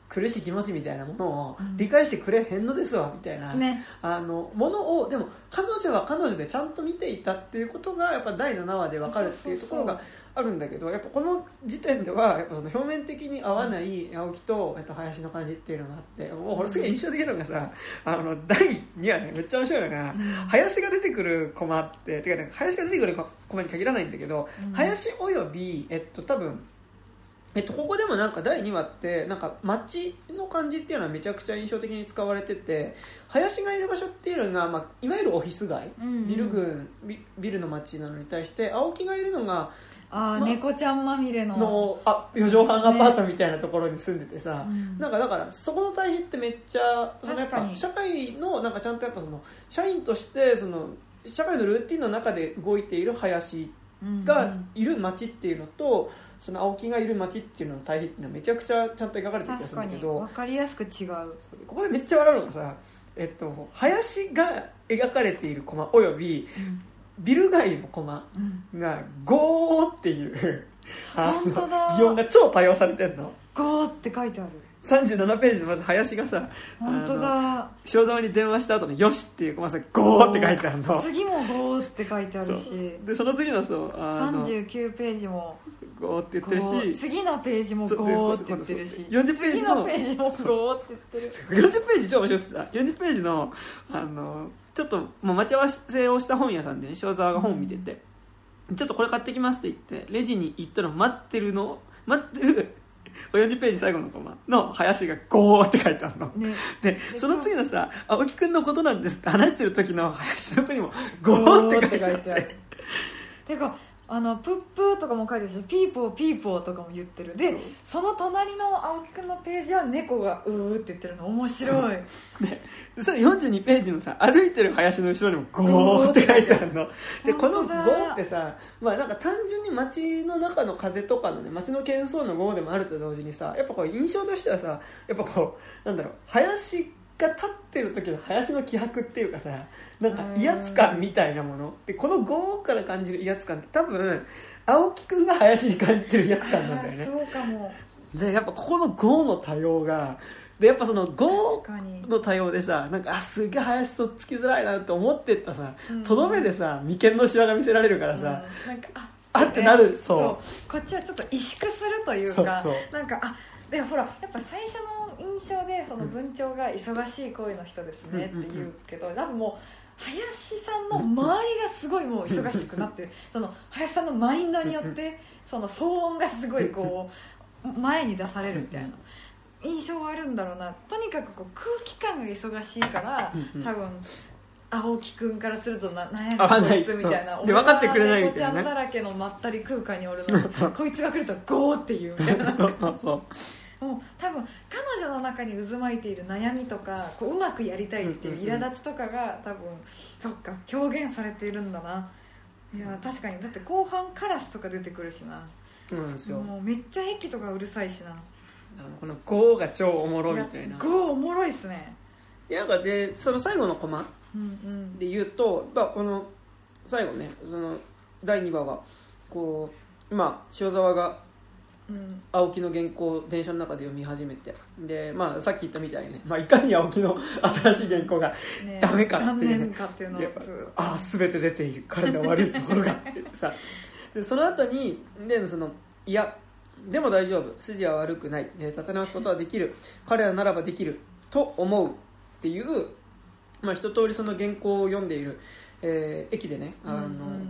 苦しい気持ちみたいなものを理解してくれへんのですわみたいな、 ね、 あのものをでも彼女は彼女でちゃんと見ていたっていうことがやっぱだいななわで分かるっていうところがあるんだけど、やっぱこの時点ではやっぱその表面的に合わない青木と、えっと、林の感じっていうのがあって、もうこれすげえ印象的なのがさ、あのだいにわねめっちゃ面白いのが、うん、林が出てくるコマっててか、ね、林が出てくるコマに限らないんだけど、うん、林およびえっと多分えっと、ここでもなんかだいにわってなんか街の感じっていうのはめちゃくちゃ印象的に使われてて、林がいる場所っていうのが、まあ、いわゆるオフィス街、うんうん、ビル群 ビ, ビルの街なのに対して青木がいるのがあ、ま、猫ちゃんまみれ の, のあよじょうはんアパートみたいなところに住んでてさ、ね、なんかだからそこの対比ってめっちゃそのやっぱ社会のなんかちゃんとやっぱその社員としてその社会のルーティンの中で動いている林がいる街っていうのと、その青木がいる街っていうのの対比っていうのはめちゃくちゃちゃんと描かれてる気がするんだけど、 分かりやすく違う。 ここでめっちゃ笑うのがさ、えっと、林が描かれているコマおよび、うん、ビル街のコマがゴーっていう、うん、あの擬音が超多用されてるの。 ゴーって書いてある。 さんじゅうななページでまず林がさ、 本当だ、 塩沢に電話した後によしっていうコマさゴーって書いてあるの。 次もゴーって書いてあるし、 そでその次のそうあのさんじゅうきゅうページもゴーって言ってるし、 次のページもゴーって言ってるし、 よんじゅっページの次のページもゴーって言ってる。 よんじゅっページ超面白くてさ、よんじゅっページのあのちょっともう待ち合わせをした本屋さんでね、塩沢が本を見てて、うん、ちょっとこれ買ってきますって言ってレジに行ったの待ってるの待ってるよんじゅっページ最後のコマの林がゴーって書いてあるの、ね、でその次のさ青木くんのことなんですって話してる時の林の子にもゴーって書いてあっててかあのプップーとかも書いてるしピーポーピーポーとかも言ってる。でその隣の青木くんのページは猫がうーって言ってるの面白い。 でそれよんじゅうにページのさ歩いてる林の後ろにもゴーって書いてあるのでこのゴーってさ、まあ、なんか単純に街の中の風とかのね街の喧騒のゴーでもあると同時にさ、やっぱこう印象としてはさ、やっぱこうなんだろう、林が立ってる時の林の気迫っていうかさ、なんか威圧感みたいなもので、このゴーから感じる威圧感って多分青木くんが林に感じてる威圧感なんだよね。 そうかも。 でやっぱここのゴーの多様がでやっぱそのゴーの多様でさ、なんかあすげえ林とつきづらいなって思ってったさ、とどめでさ眉間のシワが見せられるからさ、 うん、なんかああってなる、 そうそうこっちはちょっと萎縮するというか、そうそうなんかあでほらやっぱ最初の印象でその文鳥が忙しい声の人ですねって言うけど、多分もう林さんの周りがすごいもう忙しくなってるその林さんのマインドによってその騒音がすごいこう前に出されるみたいな印象はあるんだろうな。とにかくこう空気感が忙しいから多分青木くんからするとな何やこいつみたいな、 で分かってくれないみたいな、 猫ちゃんだらけのまったり空間におるのこいつが来るとゴーっていうみたいなそうもう多分彼女の中に渦巻いている悩みとかこう、うまくやりたいっていう苛立ちとかが多分そっか表現されているんだな。いや確かにだって後半カラスとか出てくるしな。 そうなんですよ。 もうめっちゃ駅とかうるさいしな。 このゴーが超おもろいみたいな。 ゴーおもろいっすね。 いやなんかでその最後のコマで言うと、うんうん、この最後ねそのだいにわはこう今塩沢が青木の原稿を電車の中で読み始めて、で、まあ、さっき言ったみたいにね、まあ、いかに青木の新しい原稿がダメかっていう、ね、 残念かっていうのをああ全て出ている彼の悪いところがさでその後にでそのいやでも大丈夫筋は悪くない、立て直すことはできる彼らならばできると思うっていう、まあ、一通りその原稿を読んでいる、えー、駅でねあの、うんうん、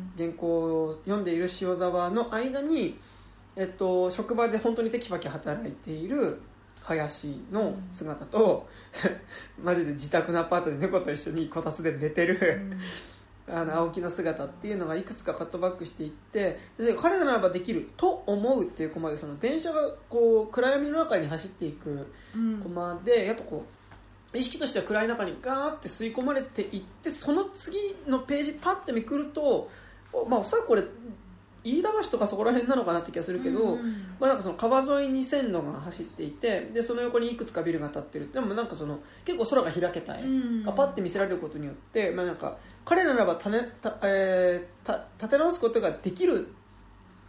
原稿を読んでいる塩沢の間にえっと、職場で本当にテキパキ働いている林の姿と、うん、マジで自宅のアパートで猫と一緒にこたつで寝てる、うん、あの青木の姿っていうのがいくつかカットバックしていって、彼らならばできると思うっていうコマで、その電車がこう暗闇の中に走っていくコマで、うん、やっぱこう意識としては暗い中にガーって吸い込まれていって、その次のページパッてめくると、まあおそらくこれ飯田橋とかそこら辺なのかなって気がするけど、うんうんまあ、なんかその川沿いに線路が走っていて、でその横にいくつかビルが建ってる。でもなんかその結構空が開けた絵がパッて見せられることによって、まあ、なんか彼らならばた、ねたえー、た立て直すことができる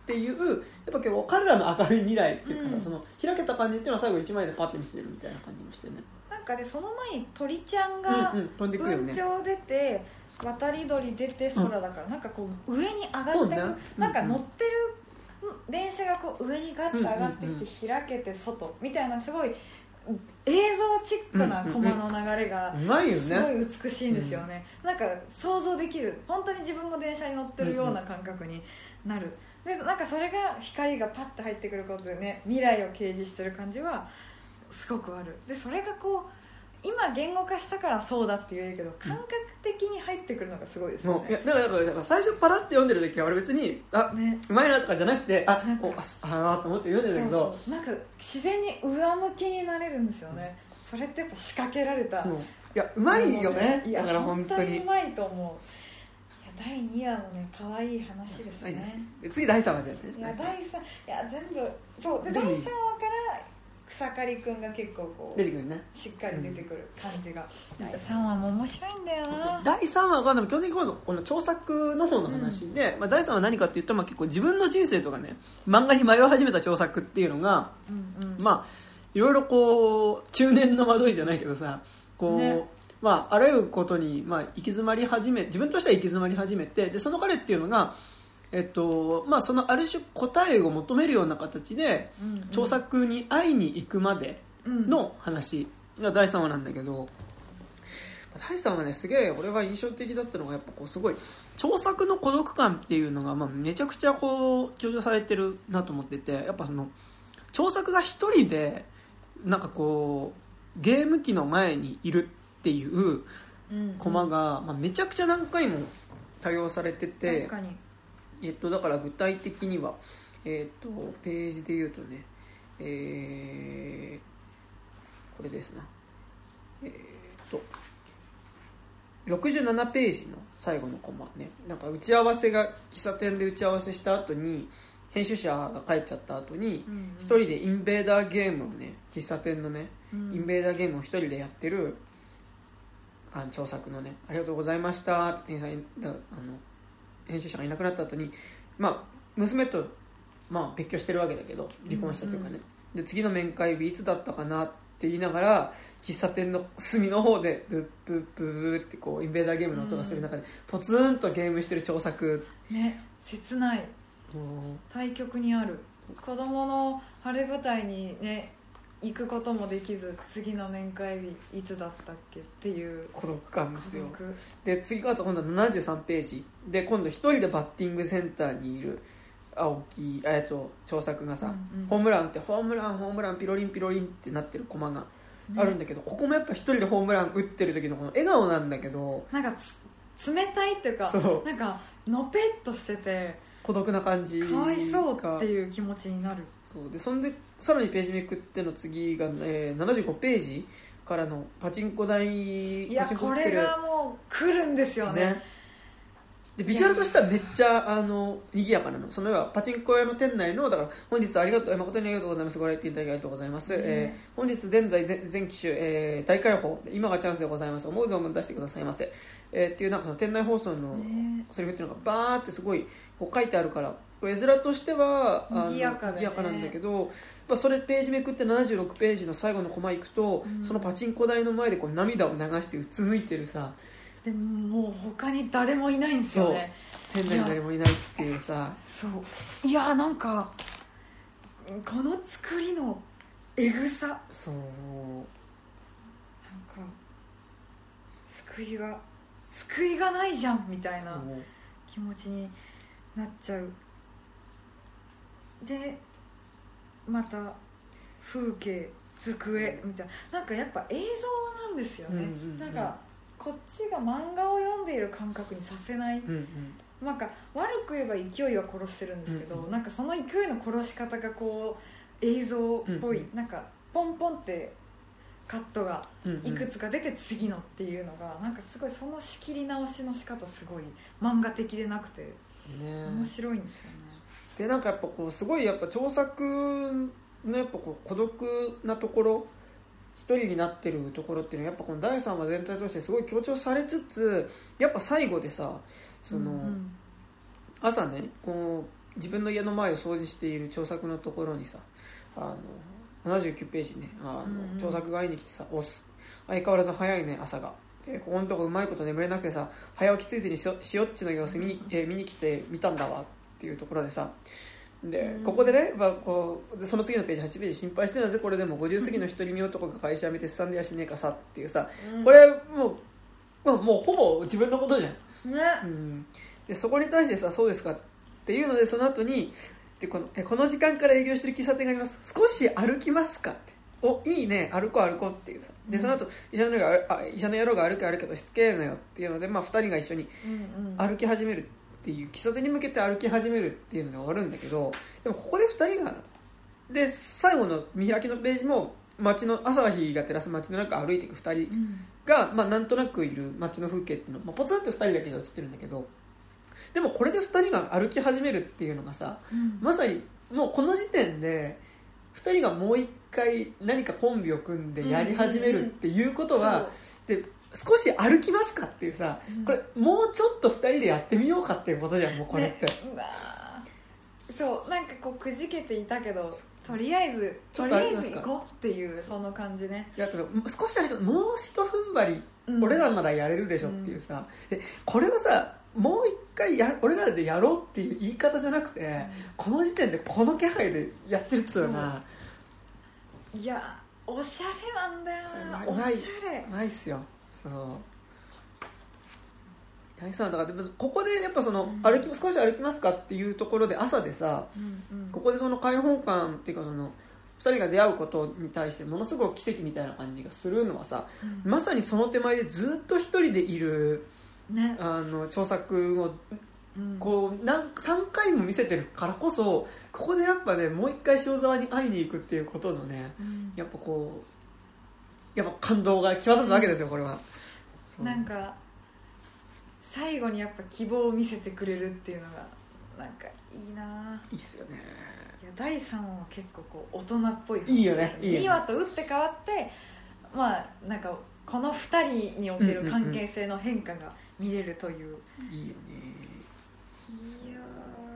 っていうやっぱ結構彼らの明るい未来っていうかさ、 うん、 その開けた感じっていうのは最後いちまいでパッて見せるみたいな感じもしてね。 なんかでその前に鳥ちゃんが文鳥出て渡り鳥出て空だから、うん、なんかこう上に上がってく、ね、なんか乗ってる電車がこう上にガッと上がってきて開けて外みたいなすごい映像チックなコマの流れがすごい美しいんですよね、うんうんうん、なんか想像できる本当に自分も電車に乗ってるような感覚になる。でなんかそれが光がパッと入ってくることでね未来を掲示してる感じはすごくある。でそれがこう今言語化したからそうだって言えるけど感覚的に入ってくるのがすごいですよね。 いやだからだからだから最初パラって読んでる時は俺別にあ、ね、うまいなとかじゃなくてあおああと思って読んでるんだけど、 そうそうなんか自然に上向きになれるんですよね、うん、それってやっぱ仕掛けられた、 うん、いやうまいよね。 いやだから本当に本当にうまいと思う。だいにわのね可愛い話ですね。 次だいさんわじゃね。 いやだいさんいや全部そうでだいさんわから草刈くんが結構こう出てくるね。 しっかり出てくる感じが、うん、だいさんわも面白いんだよな。 だいさんわがでも基本的にこの著作の方の話で、うんまあ、だいさんわは何かっていうと、まあ、結構自分の人生とかね漫画に迷い始めた著作っていうのが、うんうん、まあいろいろこう中年の惑いじゃないけどさこう、ねまあ、あらゆることに、まあ、行き詰まり始め自分としては行き詰まり始めてでその彼っていうのが、えっとまあ、そのある種答えを求めるような形で、うんうん、著作に会いに行くまでの話がだいさんわなんだけど、だいさんわねすげえ俺が印象的だったのがやっぱこうすごい著作の孤独感っていうのが、まあ、めちゃくちゃこう強調されてるなと思っててやっぱその著作が一人でなんかこうゲーム機の前にいるっていうコマが、まあ、めちゃくちゃ何回も多用されてて確かに、 えっと、だから具体的には、えっと、ページで言うとね、えー、これですな、えー、っとろくじゅうななページの最後のコマねなんか打ち合わせが喫茶店で打ち合わせした後に編集者が帰っちゃった後に一、うんうん、人でインベーダーゲームをね喫茶店のね、うん、インベーダーゲームを一人でやってるあの著作のねありがとうございましたって店員さんあの編集者がいなくなった後にまあ娘とまあ別居してるわけだけど離婚したというかね、うんうん、で次の面会日いつだったかなって言いながら喫茶店の隅の方でブッブッブーってこうインベーダーゲームの音がする中でポツンとゲームしてる著作ね切ない対極にある子供の晴れ舞台にね行くこともできず次の面会日いつだったっけっていう孤独感ですよ。で次から今度はななじゅうさんページで今度一人でバッティングセンターにいる青木えっと著作がさ、うんうん、ホームラン打ってホームランホームランピロリンピロリンってなってるコマがあるんだけど、ね、ここもやっぱ一人でホームラン打ってる時のこの笑顔なんだけどなんかつ冷たいっていうかなんかのぺっとしてて孤独な感じかわいそうっていう気持ちになる。 そうでそんでさらにページめくっての次が、えー、ななじゅうごページからのパチンコ台いやパチンコこれがもう来るんですよね。ねでビジュアルとしてはめっちゃあの賑やかなのその要はパチンコ屋の店内のだから本日ありがとう誠にありがとうございますご来店いただきありがとうございます、ねえー、本日現在全機種、えー、大開放今がチャンスでございます思う存分出してくださいませ、えー、っていうなんかその店内放送のセリフっていうのがバーってすごいこう書いてあるから絵面としては賑やかだね、 賑やかなんだけどまあ、それページめくってななじゅうろくページの最後のコマ行くと、うん、そのパチンコ台の前でこう涙を流してうつむいてるさでももう他に誰もいないんですよね。 店内に誰もいないっていうさそういやなんかこの作りのエグさそうなんか救いが救いがないじゃんみたいな気持ちになっちゃう。でまた風景机みたいななんかやっぱ映像なんですよね、うんうんうん、なんかこっちが漫画を読んでいる感覚にさせない、うんうん、なんか悪く言えば勢いは殺してるんですけど、うんうん、なんかその勢いの殺し方がこう映像っぽい、うんうん、なんかポンポンってカットがいくつか出て次のっていうのが、うんうん、なんかすごいその仕切り直しの仕方すごい漫画的でなくて、ね、面白いんですよね。 でなんかやっぱこうすごいやっぱ著作のやっぱこう孤独なところ一人になってるところっていうのはやっぱこのだいさんわ全体としてすごい強調されつつやっぱ最後でさその、うんうん、朝ねこう自分の家の前を掃除している調作のところにさあのななじゅうきゅうページねあの調作が会いに来てさ押す相変わらず早いね朝が、えー、ここのとこうまいこと眠れなくてさ早起きついでにしおっちの様子見に、えー、見に来てみたんだわっていうところでさでここでね、まあ、こうでその次のページはちページ心配してるんだぜこれでもごじゅう過ぎの独り身男が会社辞めてすさんでやしねえかさっていうさこれもう、まあ、もうほぼ自分のことじゃん、ねうん、でそこに対してさそうですかっていうのでその後にでこのえこの時間から営業してる喫茶店があります少し歩きますかっておいいね歩こう歩こうっていうさでその後医者の野郎があ医者の野郎が歩け歩けとしつけえのよっていうので、まあ、ふたりが一緒に歩き始めるっていう喫茶店に向けて歩き始めるっていうのが終わるんだけどでもここでふたりがで最後の見開きのページも街の朝日が照らす街の中歩いていくふたりが、うんまあ、なんとなくいる街の風景っていうの、まあ、ポツンってふたりだけが映ってるんだけどでもこれでふたりが歩き始めるっていうのがさ、うん、まさにもうこの時点でふたりがもう一回何かコンビを組んでやり始めるっていうことは、うんうんうん、で少し歩きますかっていうさ、うん、これもうちょっとふたりでやってみようかっていうことじゃんもうこれって、ね、うわそうなんかこうくじけていたけどとりあえずとりあえず行こうっていうその感じねいや少しあるけどもう一踏ん張り、うん、俺らならやれるでしょっていうさ、うん、でこれはさもう一回や俺らでやろうっていう言い方じゃなくて、うん、この時点でこの気配でやってるっつうのがいやおしゃれなんだよなおしゃれないっすよそう大さんだからここでやっぱその歩き少し歩きますかっていうところで朝でさ、うんうん、ここでその開放感っていうかそのふたりが出会うことに対してものすごく奇跡みたいな感じがするのはさ、うん、まさにその手前でずっと一人でいる、ね、あの調作をこう何さんかいも見せてるからこそここでやっぱねもう一回塩沢に会いに行くっていうことのね、うん、やっぱこうやっぱ感動が際立つわけですよ、うん、これはなんか最後にやっぱ希望を見せてくれるっていうのがなんかいいないいっすよねいやだいさんわは結構こう大人っぽい、 いいよねいいよねにわと打って変わってまあなんかこのふたりにおける関係性の変化が見れるという、うんうんうん、 いいよねいや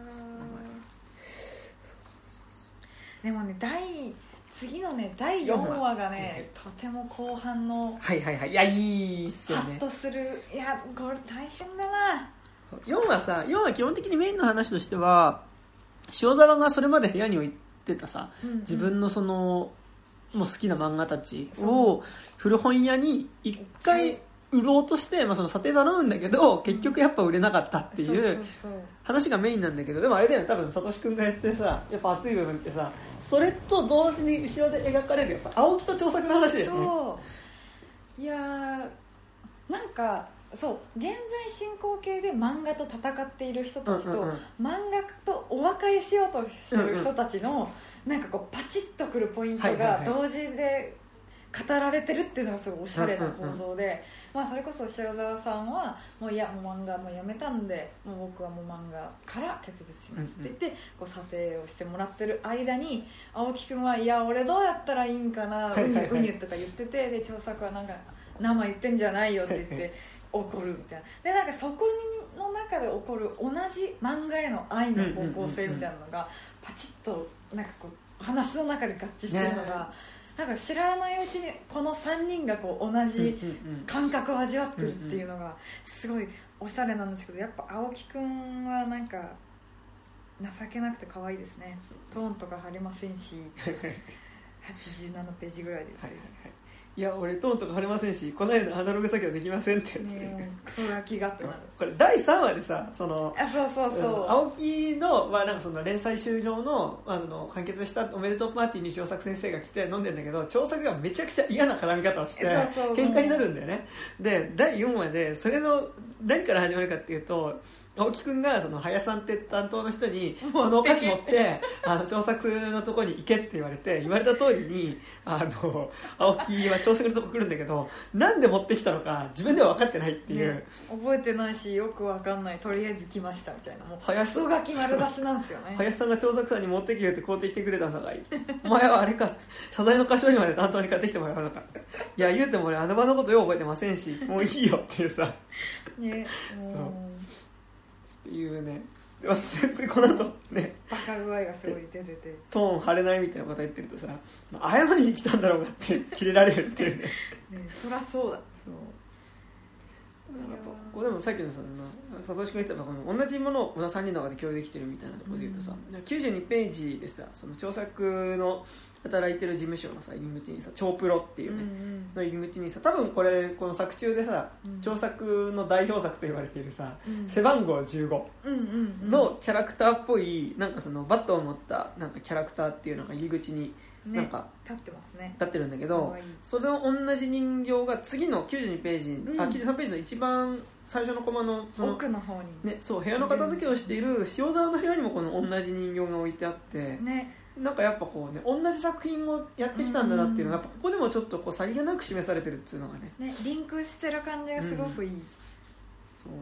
でもね第次のねだいよんわがねとても後半のはいはいはいいやいいっすよねハッとするいやこれ大変だなよんわさよんわ基本的にメインの話としては塩沢がそれまで部屋に置いてたさ、うんうん、自分のそのもう好きな漫画たちを古本屋に一回売ろうとして、まあ、その査定頼むんだけど結局やっぱ売れなかったっていう話がメインなんだけどでもあれだよね多分サトシ君がやってさやっぱ熱い部分ってさそれと同時に後ろで描かれるやっぱ青木と長作の話だよねそういやーなんかそう現在進行形で漫画と戦っている人たちと、うんうんうん、漫画とお別れしようとしてる人たちの、うんうん、なんかこうパチッとくるポイントが同時で語られてるっていうのがすごいおしゃれな構造で、うんうんうんまあ、それこそ塩沢さんはもういやもう漫画もうやめたんでもう僕はもう漫画から決別しますって言って、うんうん、こう査定をしてもらってる間に青木くんはいや俺どうやったらいいんかな、はいはいはい、うにゅうにゅとか言っててで調作はなんか生言ってんじゃないよって言って怒るみたいなでなんかそこの中で起こる同じ漫画への愛の方向性みたいなのがパチッとなんかこう話の中で合致してるのが、ねなんか知らないうちにこのさんにんがこう同じ感覚を味わってるっていうのがすごいおしゃれなんですけどやっぱ青木くんはなんか情けなくて可愛いですねトーンとか貼りませんしはちじゅうななページぐらいで言ってる、はいはいはいいや俺トーンとか貼れませんしこの間アナログ作業できませんってねクソガキがってなるこれだいさんわでさそのあそうそうそう、 うん、青木の、まあ、なんかその連載終了の、まあ、その完結したおめでとうパーティーに長作先生が来て飲んでんだけど長作がめちゃくちゃ嫌な絡み方をしてそうそうそう喧嘩になるんだよねでだいよんわでそれの何から始まるかっていうと青木くんがその林さんって担当の人にこのお菓子持ってあの調作のとこに行けって言われて言われた通りにあの青木は調作のとこ来るんだけどなんで持ってきたのか自分では分かってないっていう、ね、 覚えてないしよく分かんないとりあえず来ましたみたいなもう林クソガキ丸出しなんですよね林さんが調作さんに持ってきてって買うてきてくれたさがいいお前はあれか謝罪の柏にまで担当に買ってきてもらうのかいや言うても俺あの場のことよう覚えてませんしもういいよっていうさねもうっていうねで全然この後ねバカ具合がすごい出ててトーン張れないみたいなこと言ってるとさ、謝りに来たんだろうがってキレられるっていうねねそりゃそうだ。 そうなんかこれでもさっきのさ佐藤氏が言ってたこの同じものをこのさんにんの中で共有できてるみたいなところで言うとさ、うん、きゅうじゅうにページでさその著作の働いてる事務所のさ入り口にさ超プロっていうね、うんうん、の入り口にさ多分これこの作中でさ、うん、著作の代表作と言われているさ、うん、背番号じゅうごのキャラクターっぽいなんかそのバットを持ったなんかキャラクターっていうのが入り口になんか、 ね、立ってますね。 立ってるんだけど、いいそれの同じ人形が次のきゅうじゅうにページ、うん、あきゅうじゅうさんページの一番最初のコマのその奥の方に、 ね、そう部屋の片付けをしている塩沢の部屋にもこの同じ人形が置いてあって、ね、なんかやっぱこうね同じ作品をやってきたんだなっていうのがやっぱここでもちょっとこうさりげなく示されてるっていうのがね、 ねリンクしてる感じがすごくいい、うん、 そう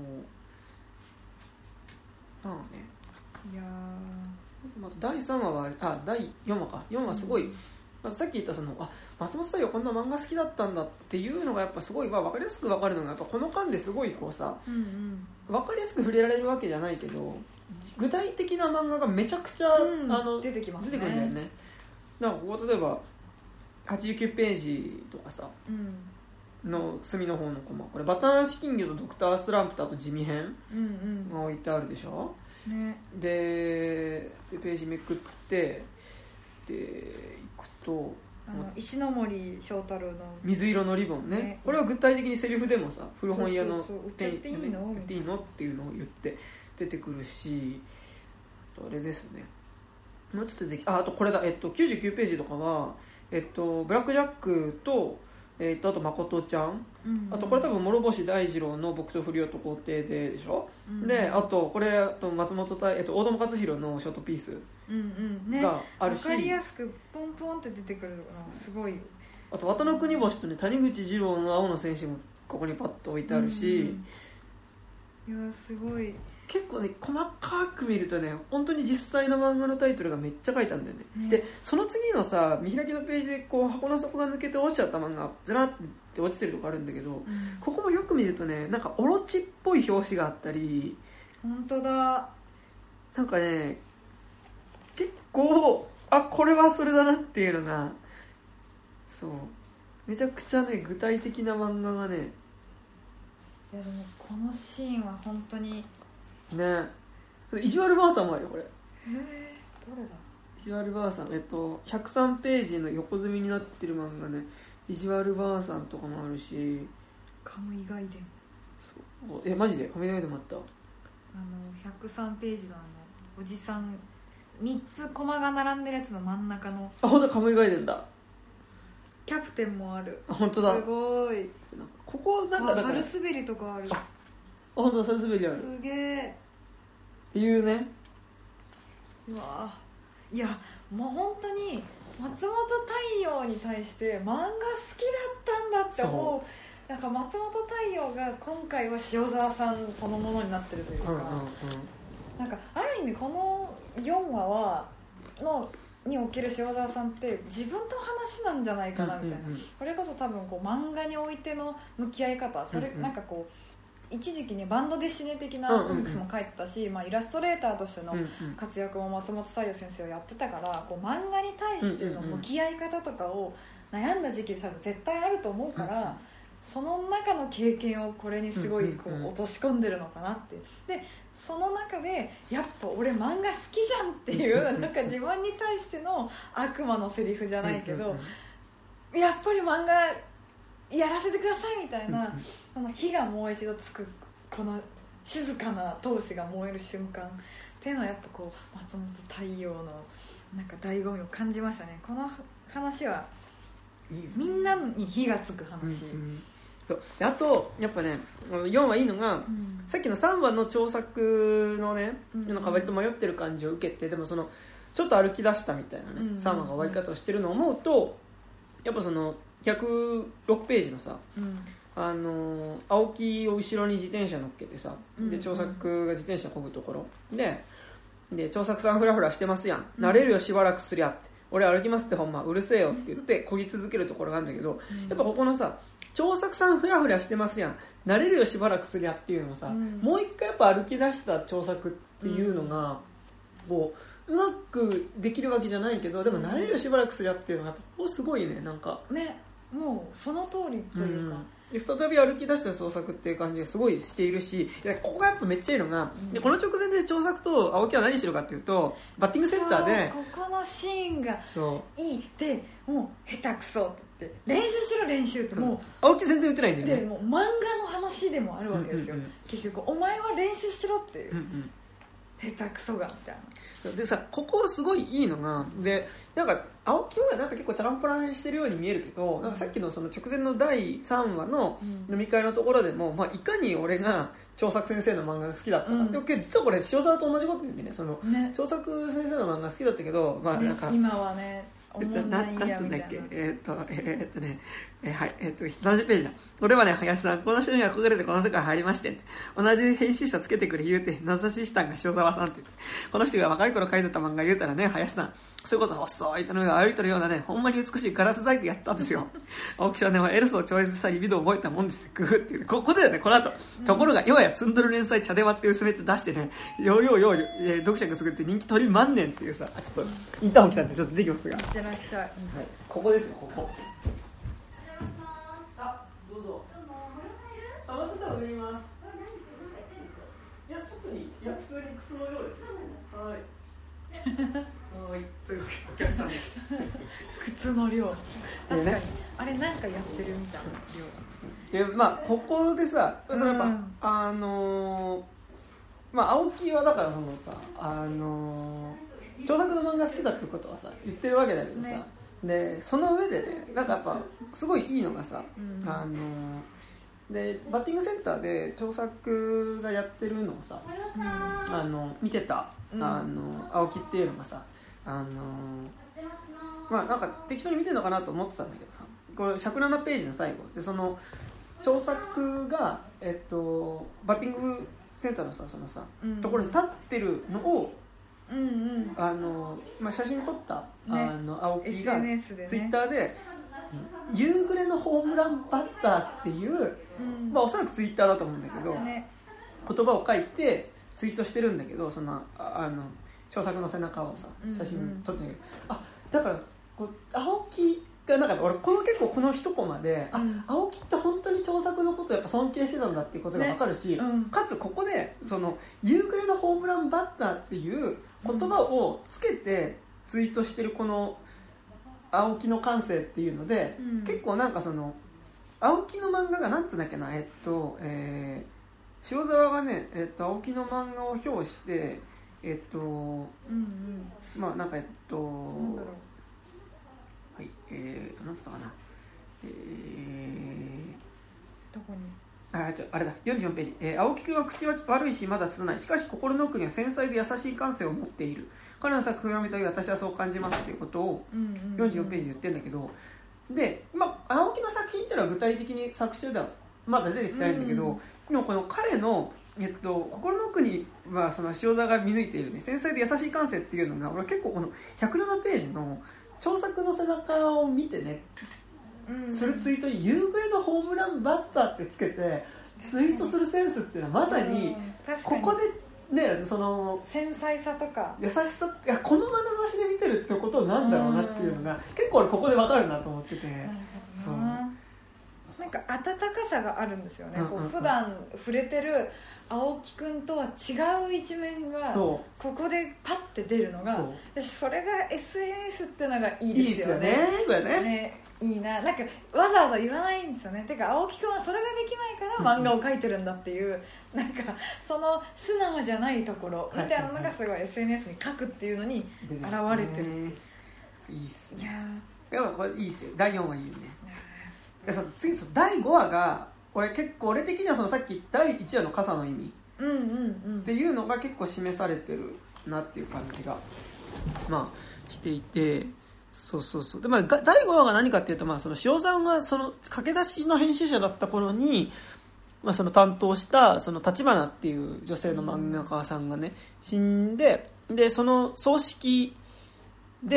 なのね。 いやまただいさんわはあだいよんわかよんわすごい、うんまあ、さっき言ったそのあ松本太陽こんな漫画好きだったんだっていうのがやっぱすごい、まあ、分かりやすく分かるのがやっぱこの間ですごいこうさ、うんうん、分かりやすく触れられるわけじゃないけど具体的な漫画がめちゃくちゃ、うん、あの出てきますね。 出てくるんだよね。なんかここ例えばはちじゅうきゅうページとかさ、うん、の隅の方のコマこれバターンシ金魚とドクタースランプとあと地味編が置いてあるでしょ、うんうんね、で, でページめくってでいくとあの石ノ森章太郎の水色のリボン ね, ねこれは具体的にセリフでもさ古本屋の売っていいの売っていいのっていうのを言って出てくるしあれですねもうちょっと出てきああとこれだ、えっと、きゅうじゅうきゅうページとかは、えっと、ブラックジャックとえー、とあと誠ちゃん、うんうん、あとこれ多分諸星大二郎の僕と不良と皇帝ででしょ、うんうん、であとこれあと松本太、えー、と大友克洋のショートピースがあるし、 うんうんね、分かりやすくポンポンって出てくるのがすごい。 あと綿の国星と、ね、谷口二郎の青の戦士もここにパッと置いてあるし、 うんうん、いやすごい結構ね細かく見るとね本当に実際の漫画のタイトルがめっちゃ書いてあるんだよね、ねでその次のさ見開きのページでこう箱の底が抜けて落ちちゃった漫画ずらって落ちてるとこあるんだけど、うん、ここもよく見るとねなんかオロチっぽい表紙があったり本当だなんかね結構あこれはそれだなっていうのがそうめちゃくちゃね具体的な漫画がねいやでもこのシーンは本当にね意地悪ばあさんもあるよこれ。へえどれだ意地悪ばあさんえっとひゃくさんページの横積みになってる漫画ね意地悪ばあさんとかもあるしカムイガイデンそうえマジでカムイガイデンもあったあのひゃくさんページのあのおじさんみっつコマが並んでるやつの真ん中のあ本当だカムイガイデンだキャプテンもあるあ本当だすごいここなんかだサルスベリとかあるあ本当だサルスベリあるすげえっていうねうわいやもう本当に松本太陽に対して漫画好きだったんだって思うなんか松本太陽が今回は塩沢さんそのものになってるというか、うんうんうん、なんかある意味このよんわはのにおける塩沢さんって自分の話なんじゃないかなみたいな、うんうんうん、これこそ多分こう漫画においての向き合い方それ、うんうん、なんかこう一時期にバンドデシネ的なコミックスも書いてたし、うんうんうんまあ、イラストレーターとしての活躍も松本太陽先生はやってたからこう漫画に対しての向き合い方とかを悩んだ時期で多分絶対あると思うから、うんうん、その中の経験をこれにすごいこう落とし込んでるのかなってでその中でやっぱ俺漫画好きじゃんっていうなんか自分に対しての悪魔のセリフじゃないけどやっぱり漫画やらせてくださいみたいなこの火がもう一度つくこの静かな闘志が燃える瞬間っていうのはやっぱこう松本太陽のなんか醍醐味を感じましたね。この話はみんなに火がつく話、うんうん、あとやっぱねよんはいいのが、うん、さっきのさんわの著作のね、うん、なんか割と迷ってる感じを受けてでもそのちょっと歩き出したみたいなね、うん、さんわが終わり方をしてるのを思うとやっぱそのひゃくろくページのさ、うん、あの青木を後ろに自転車乗っけてさ、うん、で著作が自転車こぐところでで著作さんフラフラしてますやん、うん、慣れるよしばらくすりゃって俺歩きますってほんまうるせえよって言って漕ぎ続けるところがあるんだけど、やっぱここのさ長作さんフラフラしてますやん、慣れるよしばらくすりゃっていうのをさ、うん、もう一回やっぱ歩き出した長作っていうのが、うん、こううまくできるわけじゃないけど、でも慣れるよしばらくすりゃっていうのがやっぱここすごいね、なんかね、もうその通りというか、 うん、再び歩き出した創作っていう感じがすごいしているし、いやここがやっぱめっちゃいいのが、うん、でこの直前で長作と青木は何してるかっていうとバッティングセンターでここのシーンがいいで、もう下手くそって練習しろ練習ってもう、うん、 青木全然打てないんだよね。 でもう漫画の話でもあるわけですよ、うんうんうん、結局お前は練習しろっていう、うんうん、下手くそがみたいな。 でさ、ここすごいいいのが、でなんか青木はなんか結構チャランポランしてるように見えるけど、なんかさっきのその直前のだいさんわの飲み会のところでも、うん、まあ、いかに俺が長作先生の漫画が好きだったか、うん、で実はこれ塩沢と同じこと言ってね、そのね、長作先生の漫画好きだったけど、まあなんか、 ね、今はね思んないやみたいな。 なんつうんだっけ、えー、っとえー、っとねえー、はい、えー、っとななじゅっページだ。俺はね、林さん、この人には焦げてこの世界入りまして同じ編集者つけてくれ言うて、名指ししたんが塩沢さんって言って、この人が若い頃書いてた漫画言うたらね、林さん、そういうこと細い糸の上を歩いてるようなね、ほんまに美しいガラス細工やったんですよ。青木少年はエルスを超越したリビドを覚えたもんですグーって言って、ここでね、この後、ところが、要やツンドル連載茶で割って薄めて出してね、ようようよう、えー、読者がすぐって人気取り万年っていうさ、あ、ちょっと、インターホン来たんで、ちょっと出てきますが。いってらっしゃい。はい、ここですよ、ここ。あ、どうぞ。合わせたら売ります。いや、ちょっとに、いや、普通に靴の量です。はい。はい、というお客さんでした靴の量、確かに、ね、あれなんかやってるみたいな量で、まあここでさ、そのやっぱ、うん、あのー、まあ青木はだからそのさ、あのー、長作の漫画好きだっていうことはさ言ってるわけだけどさ、ね、でその上でね、なんかやっぱすごいいいのがさ、うん、あのーでバッティングセンターで長作がやってるのをさ、うん、あの見てた、うん、あの青木っていうのがさ、あのまあなんか適当に見てるのかなと思ってたんだけどさ、これひゃくななページの最後でその長作が、えっと、バッティングセンターのさ、そのさ、うん、ところに立ってるのを、うんうん、あのまあ、写真撮った、ね、あの青木がエスエヌエス で、ね、 ツイッターで夕暮れのホームランバッターっていう、うんまあ、おそらくツイッターだと思うんだけど、ね、言葉を書いてツイートしてるんだけど、そのあの長作の背中をさ写真撮ってる、うんうん、あだからこう青木がなんか俺この結構この一コマで、うん、あ青木って本当に長作のことをやっぱ尊敬してたんだっていうことが分かるし、ねうん、かつここでその夕暮れのホームランバッターっていう言葉をつけてツイートしてるこの青木の感性っていうので、うん、結構なんかその青木の漫画がなんつうんだっけな、えっと、えー、塩沢がね、えっと、青木の漫画を表してえっと、うんうん、まあなんかえっとはいえーとなんつったかなえーどこにああれだよんじゅうよんページ、えー、青木くんは口は悪いしまだ拙い、しかし心の奥には繊細で優しい感性を持っている、彼の作品を見た時私はそう感じますということをよんじゅうよんページで言ってるんだけど、で、まあ、青木の作品っていうのは具体的に作中ではまだ出てきてないんだけど、うんうん、でもこの彼の、えっと、心の奥にはその塩沢が見抜いている、ね、繊細で優しい感性っていうのが俺は結構このひゃくななページの長作の背中を見てね、うんうん、するツイートに夕暮れのホームランバッターってつけてツイートするセンスっていうのはまさにここでね、その繊細さとか優しさ、いやこの眼差しで見てるってことなんだろうなっていうのが結構俺ここで分かるなと思ってて、そうなんか温かさがあるんですよね、うんうんうん、こう普段触れてる青木くんとは違う一面がここでパッて出るのが、そ, それが エスエヌエス ってのがいいですよね。いいですよね、これね。ね、いいな、なんかわざわざ言わないんですよね。てか青木くんはそれができないから漫画を描いてるんだっていう、うん、なんかその素直じゃないところみたいなのがすごい エスエヌエス に書くっていうのに現れてる。 いいっすね。いや、やっぱこれいいっすよ。だいよんわいいよね。いや次だいごわがこれ結構俺的にはそのさっきだいいちわの傘の意味っていうのが結構示されてるなっていう感じがまあしていて、そうそうそうで、まあ、だいごわが何かっていうと、まあ、その塩さんがその駆け出しの編集者だった頃に、まあ、その担当したその立花っていう女性の漫画家さんがね死んで、でその葬式で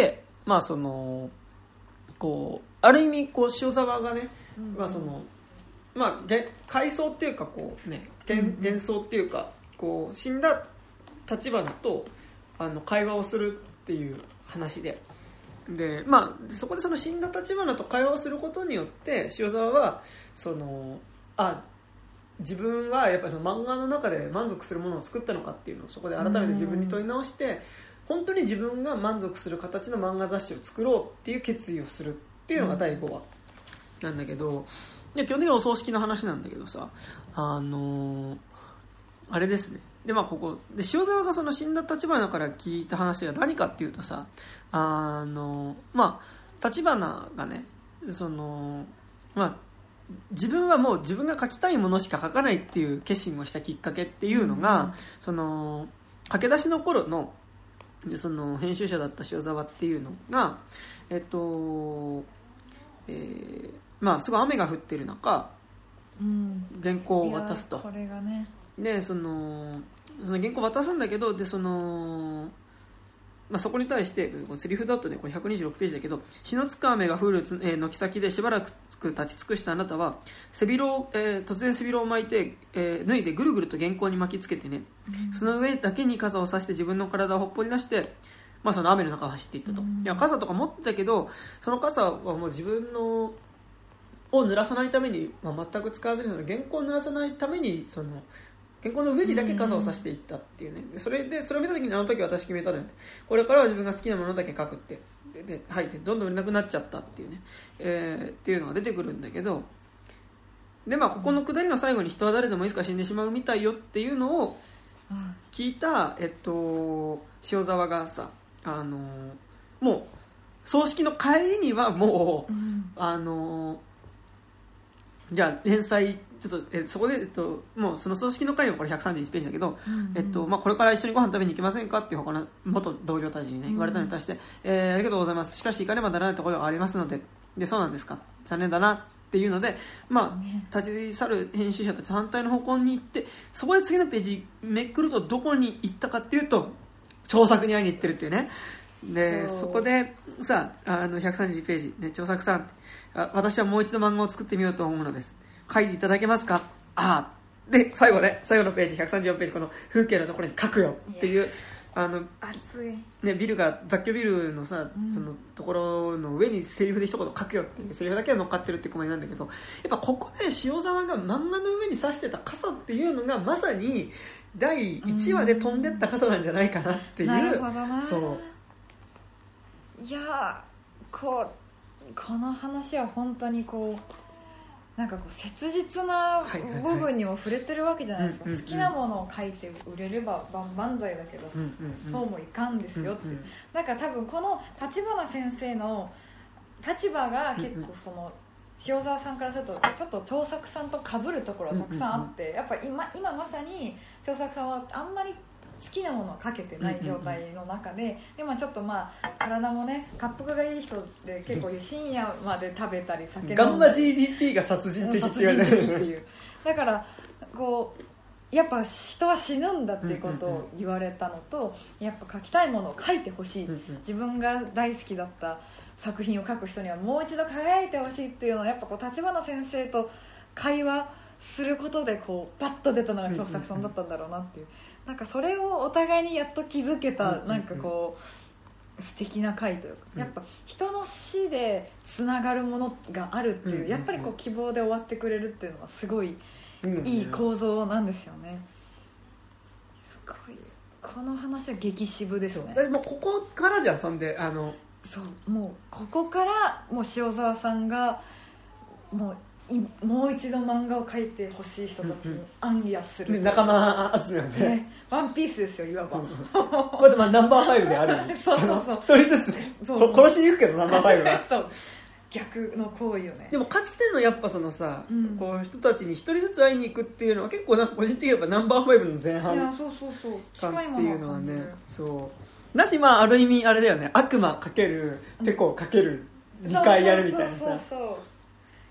まあそのこうある意味こう塩沢がね、うんうん、まあそのまあ回想っていうかこうね幻想っていうかこう死んだ橘とあの会話をするっていう話で、でまあそこでその死んだ橘と会話をすることによって塩沢はそのあ自分はやっぱりその漫画の中で満足するものを作ったのかっていうのをそこで改めて自分に問い直して、本当に自分が満足する形の漫画雑誌を作ろうっていう決意をするっていうのがだいごわなんだけど、いや基本的にお葬式の話なんだけどさ、あのー、あれですね。でまあここで塩沢がその死んだ橘から聞いた話が何かっていうとさ、あのまあ橘がねそのまあ自分はもう自分が書きたいものしか書かないっていう決心をしたきっかけっていうのが、うん、その駆け出しの頃のその編集者だった塩沢っていうのがえっと、えー、まあすごい雨が降ってる中、うん、原稿を渡すと。 これがねでそのその原稿を渡すんだけど、でそのまあ、そこに対してセリフだとねこれひゃくにじゅうろくページだけど、血のつく雨が降る、えー、軒先でしばらく立ち尽くしたあなたは背広を、えー、突然背広を巻いて、えー、脱いでぐるぐると原稿に巻きつけてね、うん、その上だけに傘を差して自分の体をほっぽり出して、まあ、その雨の中を走っていったと、うん、いや傘とか持ってたけどその傘はもう自分のを濡らさないために、まあ、全く使わずにその原稿を濡らさないためにその原稿の上にだけ傘を差していったっていうね。でそれでそれを見た時にあの時私決めたのよね。これからは自分が好きなものだけ書くってでで書いてどんどん売れなくなっちゃったっていうね、えー、っていうのが出てくるんだけど、でまあここのくだりの最後に人は誰でもいつか死んでしまうみたいよっていうのを聞いた、えっと、塩沢がさ、あのもう葬式の帰りにはもう、うん、あのじゃあ連載ちょっとえそこで、えっと、もうその葬式の回はこれひゃくさんじゅういちページだけど、うんうんえっとまあ、これから一緒にご飯食べに行きませんかっていう他の元同僚たちに、ね、言われたのに対して、うんえー、ありがとうございます、しかし行かねばならないところがありますので、でそうなんですか、残念だなっていうので、まあ、立ち去る編集者たち反対の方向に行って、そこで次のページめくるとどこに行ったかっていうと著作に会いに行ってるっていうね。でそこでさあのひゃくさんじゅういちページ、ね、著作さんあ私はもう一度漫画を作ってみようと思うのです、書いていただけますか。ああで最後ね最後のページひゃくさんじゅうよんページ、この風景のところに書くよっていうあの熱い、 ね、ビルが雑居ビルのさ、うん、そのところの上にセリフで一言書くよっていうセリフだけが乗っかってるっていうコマなんだけど、やっぱここで塩沢が漫画の上に刺してた傘っていうのがまさにだいいちわで飛んでった傘なんじゃないかなっていう、うん、なるほどな。 そういやこうこの話は本当にこうなんかこう切実な部分にも触れてるわけじゃないですか、はいはいはい、好きなものを書いて売れれば万歳だけど、うんうんうん、そうもいかんですよって、うんうん、なんか多分この橘先生の立場が結構その、うんうん、塩沢さんからするとちょっと長作さんと被るところはたくさんあって、うんうんうん、やっぱ 今, 今まさに長作さんはあんまり好きなものをかけてない状態の中で、でもちょっとまあ体もね滑腹がいい人で結構深夜まで食べたり酒飲んでガンマ ジーディーピー が殺人的って言われるっていうだからこうやっぱ人は死ぬんだっていうことを言われたのと、やっぱ書きたいものを書いてほしい、自分が大好きだった作品を書く人にはもう一度輝いてほしいっていうのをやっぱこう橘先生と会話することでこうバッと出たのが長作さんだったんだろうなっていう、なんかそれをお互いにやっと気づけたなんかこう素敵な回というか、やっぱ人の死でつながるものがあるっていう、やっぱりこう希望で終わってくれるっていうのはすごいいい構造なんですよね。すごいこの話は激渋ですね。 もうここからじゃん。そんであのそうもうここからもう塩沢さんがもうもう一度漫画を描いてほしい人たちに暗夜する、 うんうん、仲間集めは ね, ねワンピースですよいわば、うん、 まずまあナンバーファイブであるそうそうそう一人ずつそう殺しに行くけどナンバーファイブはそう逆の行為よね。 でもかつてのやっぱそのさ、うん、こう人たちに一人ずつ会いに行くっていうのは結構なんか個人的にやっぱナンバーファイブの前半感っていうのはね、そうだしまあある意味あれだよね、悪魔かけるテコかけるにかいやるみたいなさ、 そうそうそうそう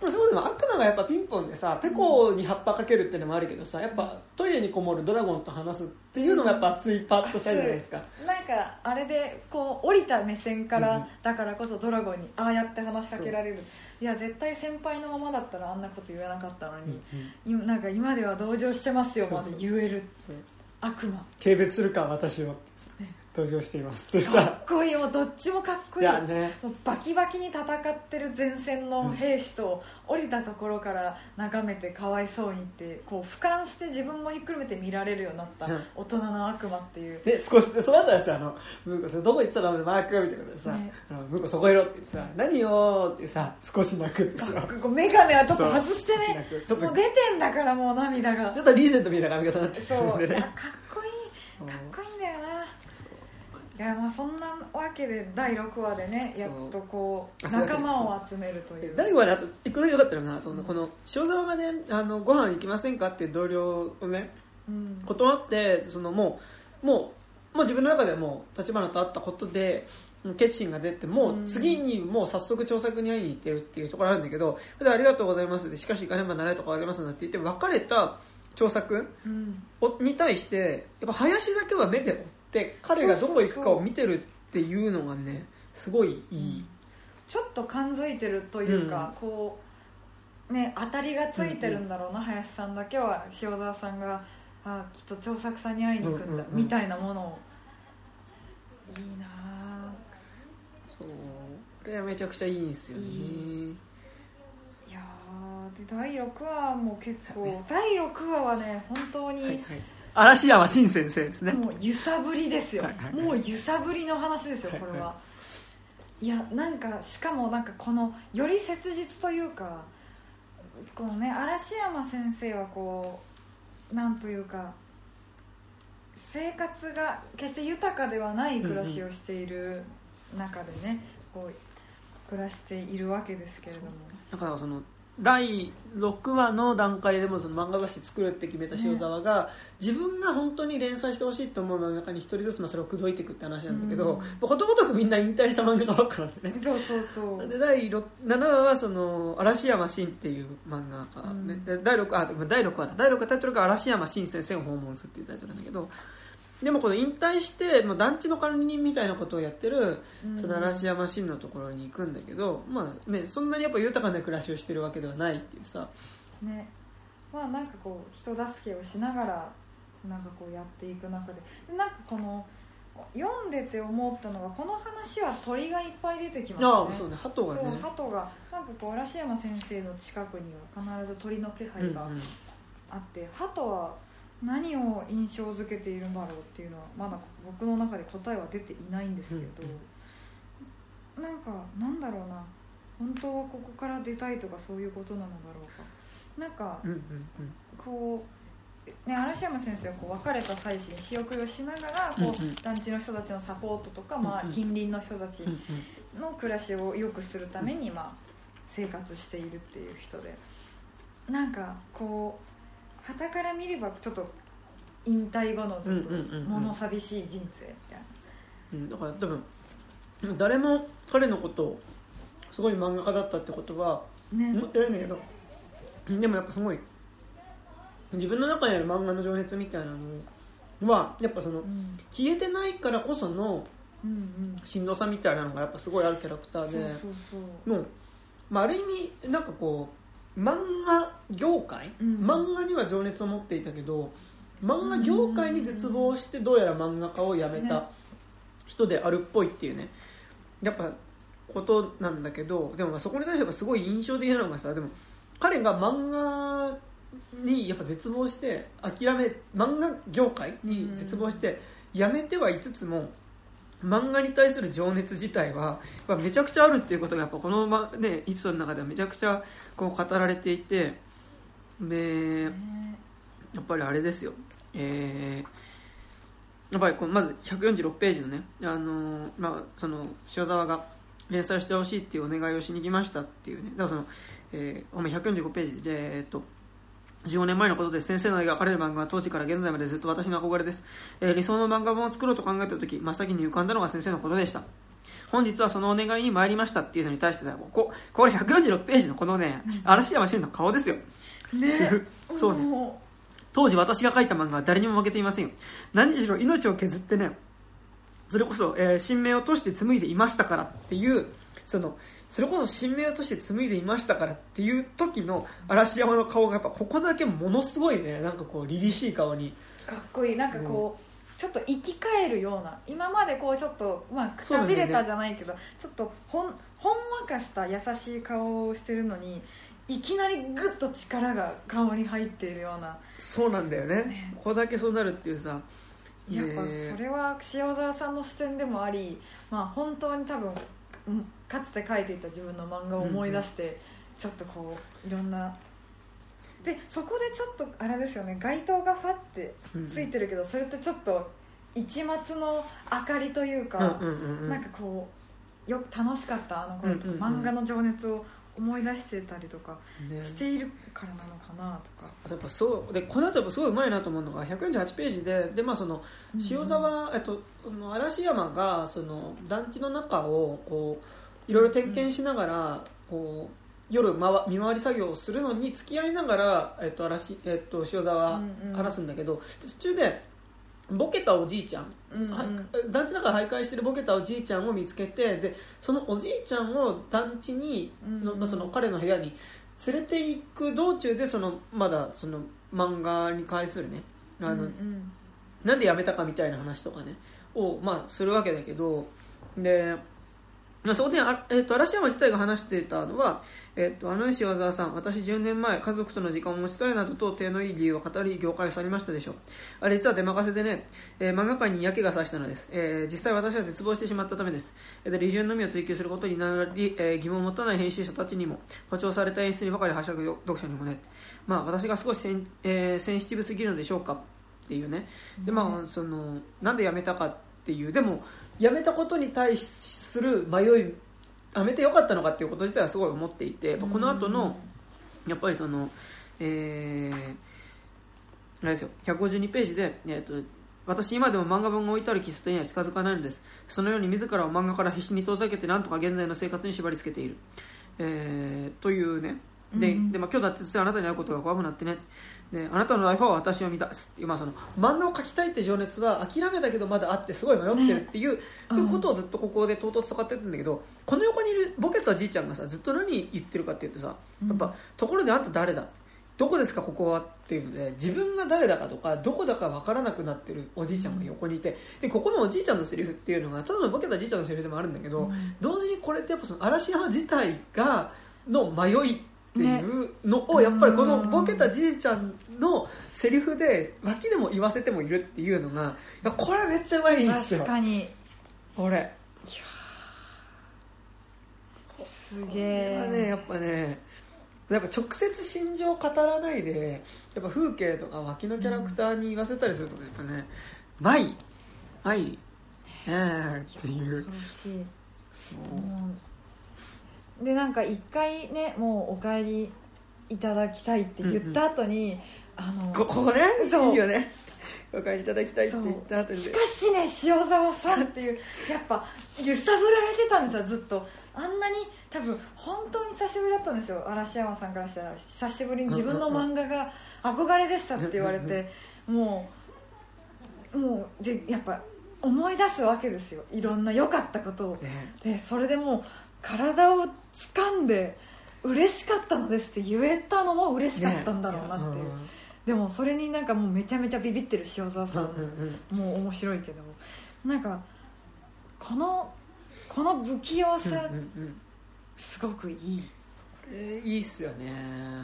そうでも悪魔がやっぱピンポンでさペコに葉っぱかけるっていうのもあるけどさ、やっぱトイレにこもるドラゴンと話すっていうのがやっぱ熱いパッとしたじゃないですか。 なんかあれでこう降りた目線から、うん、だからこそドラゴンにああやって話しかけられる。いや絶対先輩のままだったらあんなこと言わなかったのに、うんうん、なんか今では同情してますよまで言える。そうそう悪魔軽蔑するか私をって登場していますってさ、かっこいい。もうどっちもかっこいい。 いや、ね、 もうバキバキに戦ってる前線の兵士と、うん、降りたところから眺めてかわいそうにってこう俯瞰して自分もひっくるめて見られるようになった大人の悪魔っていう、 で少しでその後はさ、あの向こうどこ行ってたらマークみたいなことでさ、ね、あの向こうそこいろって言ってさ、何よってさ少し泣くんですよ。 メガネはちょっと外してね、ちょっともう出てんだからもう涙がちょっとリーゼントみたいな髪型になってるんでね。 そうかっこいいかっこいいんだよな。いやまあそんなわけでだいろくわでねやっとこう仲間を集めるという。 だいごわであと一個だけよかったのが、そのこの塩沢がねあのご飯行きませんかって同僚をね、うん、断ってそのもうもうもう自分の中でもう立花と会ったことで決心が出て、もう次にもう早速調作に会いに行ってるっていうところあるんだけど、でありがとうございますでしかし行かねばならないとこありますんだって言って別れた調作に対してやっぱ林だけは目で追って彼がどこ行くかを見てるっていうのがねすごいいい、うん、 ちょっと感づいてるというか、うん、こうね当たりがついてるんだろうな、うんうん、林さんだけは塩沢さんがあきっと調作さんに会いに行くんだ、うんうんうん、みたいなものをいいなそうこれはめちゃくちゃいいんですよね。いいいやでだいろくわも結構、ね、だいろくわはね本当に、はいはい、 嵐山新先生ですね。 もう揺さぶりですよ、はいはいはい、もう揺さぶりの話ですよこれは、はいはい、いやなんかしかもなんかこのより切実というかこのね嵐山先生はこうなんというか生活が決して豊かではない暮らしをしている中でね、うんうん、こう暮らしているわけですけれども、 だからそのだいろくわの段階でもその漫画雑誌作るって決めた塩沢が、ね、自分が本当に連載してほしいと思うの中に一人ずつそれを口説いていくって話なんだけど、うん、ことごとくみんな引退した漫画家ばっかなんでね。 そうそうそうでだいななわはその嵐山新っていう漫画家、ね、うん、だいろくあだいろくわだだいろくわタイトルが嵐山新先生を訪問するっていうタイトルなんだけど、でもこの引退してもう団地の管理人みたいなことをやってるその嵐山新のところに行くんだけど、まあね、そんなにやっぱ豊かな暮らしをしてるわけではないっていうさ、 ね、まあなんかこう人助けをしながらなんかこうやっていく中でなんかこの読んでて思ったのがこの話は鳥がいっぱい出てきますね。 ああそうね、鳩がね、 そう鳩がなんかこう嵐山先生の近くには必ず鳥の気配があって、うんうん、鳩は何を印象づけているんだろうっていうのはまだ僕の中で答えは出ていないんですけど、うんうん、なんかなんだろうな本当はここから出たいとかそういうことなのだろうか、なんか、うんうんうん、こう、ね、嵐山先生はこう別れた妻子に仕送りをしながらこう、うんうん、団地の人たちのサポートとか、まあ、近隣の人たちの暮らしを良くするために、まあ、生活しているっていう人で、なんかこう傍から見ればちょっと引退後のちょっと物寂しい人生みたいな、 うんうんうん、だから多分誰も彼のことをすごい漫画家だったってことは思ってないんだけど、ね、でもやっぱすごい自分の中にある漫画の情熱みたいなのはやっぱその、うん、消えてないからこそのしんどさみたいなのがやっぱすごいあるキャラクターで、そうそうそう、もう、まあ、ある意味なんかこう漫画業界、うん、漫画には情熱を持っていたけど漫画業界に絶望してどうやら漫画家を辞めた人であるっぽいっていうねやっぱことなんだけど、でもそこに対してはすごい印象的なのがさ、でも彼が漫画にやっぱ絶望して諦め漫画業界に絶望して辞めてはいつつも漫画に対する情熱自体はめちゃくちゃあるっていうことがやっぱこの、ね、エピソードの中ではめちゃくちゃこう語られていて、でやっぱりあれですよ、えー、やっぱりこのまずひゃくよんじゅうろくページのね、あのーまあ、その塩沢が連載してほしいっていうお願いをしに来ましたっていうね、だからその、えー、ひゃくよんじゅうごページで、えー、っとじゅうごねんまえのことです。先生の描かれる漫画は当時から現在までずっと私の憧れです。えー、理想の漫画本を作ろうと考えたとき、真っ先に浮かんだのが先生のことでした。 本日はそのお願いに参りましたっていうのに対してこここれひゃくよんじゅうろくページのこのね、うん、嵐山俊の顔ですよねそうね当時私が書いた漫画は誰にも負けていませんよ。何しろ命を削ってねそれこそ、えー、神明をとして紡いでいましたからっていうそのそれこそ神明をとして紡いでいましたからっていう時の嵐山の顔がやっぱここだけものすごいねなんかこう凛々しい顔にかっこいいなんかこう、うん、ちょっと生き返るような今までこうちょっとまあくたびれたじゃないけど、ね、ちょっとほんほんわかした優しい顔をしてるのにいきなりグッと力が顔に入っているようなそうなんだよ ね, ねここだけそうなるっていうさやっぱそれは塩沢さんの視点でもあり、まあ、本当に多分かつて描いていた自分の漫画を思い出して、うんうん、ちょっとこういろんなでそこでちょっとあれですよね街灯がファってついてるけど、うん、それってちょっと一抹の明かりというか、うんうんうんうん、なんかこうよく楽しかったあの頃とか、うんうんうん、漫画の情熱を思い出してたりとかしているからなのかなとか、 ね、やっぱそうでこの後やっぱすごいうまいなと思うのがひゃくよんじゅうはちページで、で、まあ、その塩沢、うんえっと、嵐山がその団地の中をこういろいろ点検しながらこう夜見回り作業をするのに付き合いながら、えっと嵐えっと、塩沢は話すんだけど、うんうん、途中でボケたおじいちゃん、うんうん、団地の中で徘徊してるボケたおじいちゃんを見つけて、でそのおじいちゃんを団地にの、うんうん、その彼の部屋に連れて行く道中でそのまだその漫画に関するねあの、うんうん、なんでやめたかみたいな話とかねを、まあ、するわけだけど、でそこで、あえー、と嵐山自体が話していたのは、えー、とあの塩沢さん、私じゅうねんまえ家族との時間を持ちたいなどと手のいい理由を語り業界を去りましたでしょう。あれ実は出任せでね、えー、漫画界に嫌気がさしたのです、えー、実際私は絶望してしまったためです。えー、利潤のみを追求することになり、えー、疑問を持たない編集者たちにも誇張された演出にばかりはしゃぐ読者にもね、まあ、私が少しセン、えー、センシティブすぎるのでしょうかっていうね。で、まあ、そのなんでやめたかっていう、でもやめたことに対する迷い、やめてよかったのかっていうこと自体はすごい思っていて、この後のやっぱりその、えー、あれですよひゃくごじゅうにページで、えーと私今でも漫画本が置いてある喫茶店には近づかないのです。そのように自らを漫画から必死に遠ざけてなんとか現在の生活に縛り付けている、えー、というね。で、でまあ、今日だってあなたに会うことが怖くなってね、であなたのライフは私を見たすっていう、まあ、その漫画を描きたいって情熱は諦めたけどまだあってすごい迷ってるっていう、ねうん、ことをずっとここで唐突と語ってるんだけど、この横にいるボケたじいちゃんがさずっと何言ってるかって言ってさ、やっぱところであんた誰だ、どこですかここはっていうので、自分が誰だかとかどこだか分からなくなってるおじいちゃんが横にいて、でここのおじいちゃんのセリフっていうのがただのボケたじいちゃんのセリフでもあるんだけど、うん、同時にこれってやっぱその嵐山自体がの迷いっていうのをやっぱりこのボケたじいちゃんのセリフで脇でも言わせてもいるっていうのが、いやこれめっちゃうまいんですよ。 確かにこれいやすげえ、 これはねやっぱねやっぱ直接心情を語らないでやっぱ風景とか脇のキャラクターに言わせたりするとやっぱねマイマイえーっていうでなんか一回ねもうお帰りいただきたいって言った後に、うんうん、あのここねいいよねお帰りいただきたいって言った後に、 しかしね塩沢さんっていうやっぱ揺さぶられてたんですよずっと。あんなに多分本当に久しぶりだったんですよ。嵐山さんからしたら久しぶりに自分の漫画が憧れでしたって言われてもうもうでやっぱ思い出すわけですよ、いろんな良かったことを、ね、でそれでもう体を掴んで嬉しかったのですって言えたのも嬉しかったんだろうなっていう、ね、でもそれになんかもうめちゃめちゃビビってる塩沢さん、うんうん、もう面白いけどなんかこのこの不器用さ、うんうんうん、すごくいい。 それいいっすよね。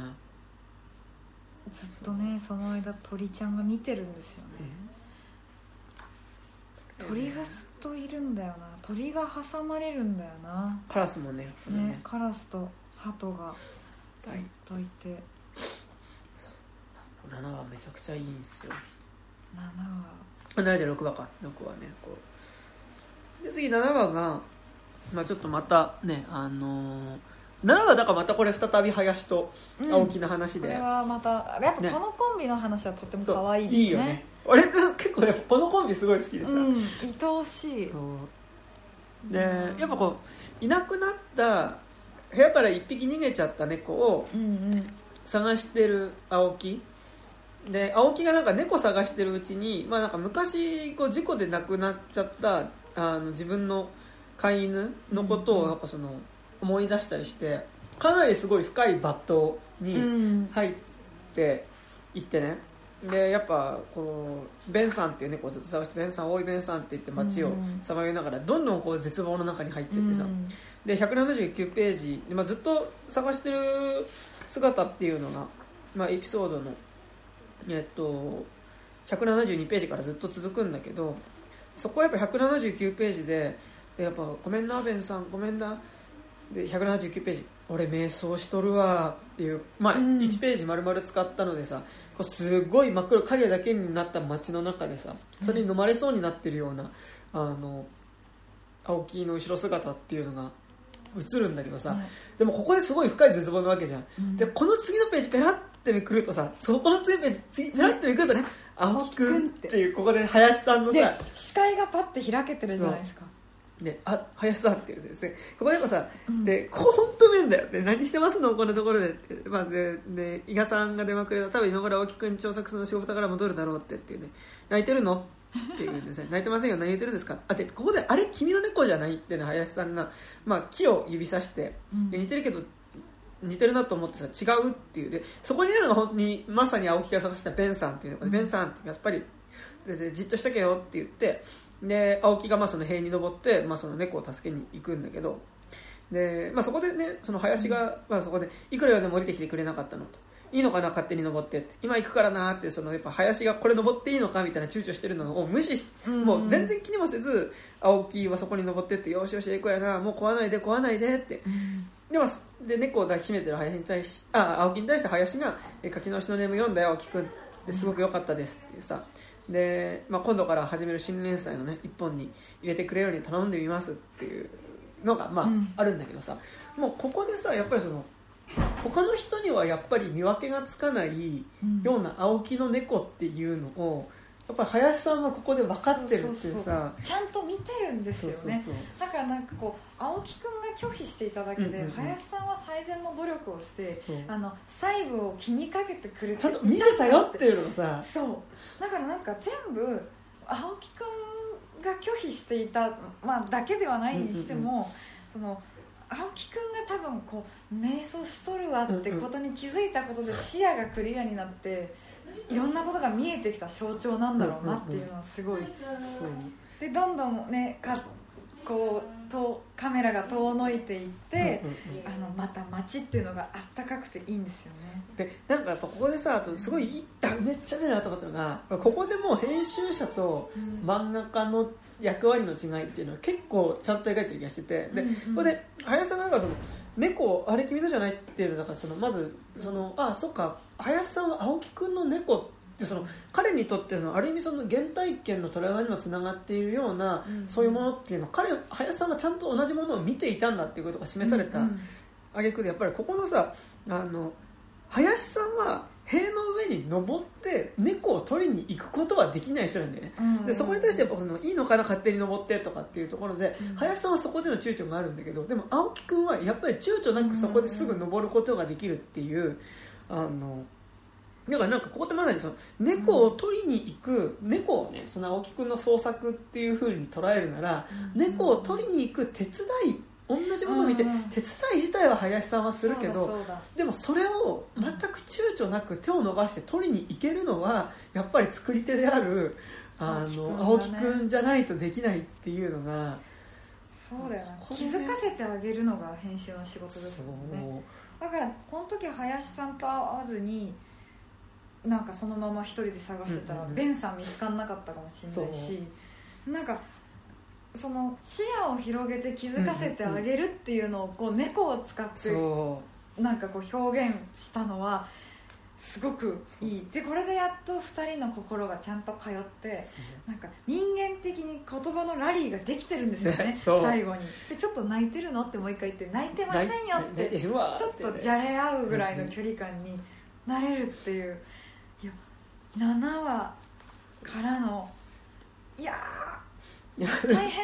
ずっとねその間鳥ちゃんが見てるんですよね、えー、鳥がずっといるんだよな。鳥が挟まれるんだよな。 カラスも ね, ね, ねカラスと鳩がずっといて、 ななわめちゃくちゃいいんですよ。 ななわななじゃろくわかろくわねこうで次ななわがまあ、ちょっとまたねあのー、ななわだからまたこれ再び林と青木の話で、 うん、これはまたやっぱこのコンビの話はとっても可愛いですね。いいよね。 俺結構やっぱこのコンビすごい好きでさ、 うん、愛おしい。 でやっぱこういなくなった部屋からいっぴき逃げちゃった猫を探してる青木で、青木がなんか猫探してるうちに、まあ、なんか昔こう事故で亡くなっちゃったあの自分の飼い犬のことをやっぱその思い出したりしてかなりすごい深い抜刀に入っていってね、でやっぱこのベンさんっていう猫をずっと探してベンさんおいベンさんって言って街をさまよいながらどんどんこう絶望の中に入っていってさ、でひゃくななじゅうきゅうページで、まあ、ずっと探してる姿っていうのが、まあ、エピソードのえっとひゃくななじゅうにページからずっと続くんだけど、そこはやっぱひゃくななじゅうきゅうページで、でやっぱごめんなベンさんごめんなでひゃくななじゅうきゅうページ俺瞑想しとるわっていう、まあ、いちページ丸々使ったのでさ、こうすごい真っ黒影だけになった街の中でさそれに飲まれそうになってるようなあの青木の後ろ姿っていうのが映るんだけどさ、うん、でもここですごい深い絶望なわけじゃん、うん、でこの次のページペラッてめくるとさそこの次のページ次ペラッてめくるとね青木くんっていうここで林さんのさ視界がパッて開けてるじゃないですか。 であ林さんっていうですね、ここでもさ、うん、でここ本当面だよで何してますのこんなところでって、まあ、でで伊賀さんが電話くれた多分今頃青木くん調作の仕事から戻るだろうってっていうね泣いてるのっていうんですね泣いてませんよ何言ってるんですかあでここであれ君の猫じゃないってね林さんが、まあ、木を指さしてで似てるけど似てるなと思ってさ違うっていうでそこにいるのが本当にまさに青木が探したベンさんっていうのが、うん、ベンさんってやっぱりででじっとしとけよって言ってで青木がまあその塀に登って、まあ、その猫を助けに行くんだけどで、まあ、そこでねその林が、まあ、そこでいくらでも降りてきてくれなかったのといいのかな勝手に登ってって今行くからなってそのやっぱ林がこれ登っていいのかみたいな躊躇してるのを無視し、うん、もう全然気にもせず青木はそこに登ってってよしよし行くやなもう壊ないで壊ないでって、うん、で, まあ、で猫を抱きしめてる林に対しあ青木に対して林がえ書き直しのネーム読んだよ青木くんですごく良かったですっていうさで、まあ、今度から始める新連載のね一本に入れてくれるように頼んでみますっていうのが、まあうん、あるんだけどさもうここでさやっぱりその他の人にはやっぱり見分けがつかないような青木の猫っていうのをやっぱり林さんはここで分かってるっていうさそうそうそうちゃんと見てるんですよね。そうそうそうだからなんかこう青木くんが拒否していただけで、うんうんうん、林さんは最善の努力をしてあの細部を気にかけてくれてちゃんと見てたよっていうのをさそうだからなんか全部青木くんが拒否していた、まあ、だけではないにしても、うんうんうん、その青木くんが多分こう瞑想しとるわってことに気づいたことで視野がクリアになっていろんなことが見えてきた象徴なんだろうなっていうのはすごい、うんうんうん、でどんどんねかこうとカメラが遠のいていって、うんうんうん、あのまた街っていうのがあったかくていいんですよね。 でなんかやっぱここでさあとすごいいっためっちゃ目のなとかったのがここでもう編集者と漫画家の役割の違いっていうのは結構ちゃんと描いてる気がしててで、うんうん、ここで林さんがなんかその猫あれ君のじゃないっていうのだからそのまずそのあそっか林さんは青木くんの猫ってその彼にとってのある意味その原体験のトラウマにもつながっているような、うんうん、そういうものっていうのを彼林さんはちゃんと同じものを見ていたんだっていうことが示された挙句でやっぱりここのさあの林さんは塀の上に登って猫を取りに行くことはできない人なんだよね、うんうんうん、でそこに対してやっぱそのいいのかな勝手に登ってとかっていうところで、うん、林さんはそこでの躊躇があるんだけどでも青木くんはやっぱり躊躇なくそこですぐ登ることができるっていう、うんうん、あのだからなんかここってまさにその猫を取りに行く、うん、猫をねその青木くんの創作っていう風に捉えるなら、うん、猫を取りに行く手伝い同じものを見て、うんうん、手伝い自体は林さんはするけどでもそれを全く躊躇なく手を伸ばして取りに行けるのはやっぱり作り手であるあの青木くんじゃないとできないっていうのがそうだよね気づかせてあげるのが編集の仕事ですもんね。だからこの時林さんと会わずになんかそのまま一人で探してたら、うんうんうん、ベンさん見つからなかったかもしれないしなんかその視野を広げて気づかせてあげるっていうのをこう猫を使ってなんかこう表現したのはすごくいいでこれでやっとふたりの心がちゃんと通ってなんか人間的に言葉のラリーができてるんですよね最後にでちょっと泣いてるのってもう一回言って泣いてませんよってちょっとじゃれ合うぐらいの距離感になれるっていういやななわからのいや大変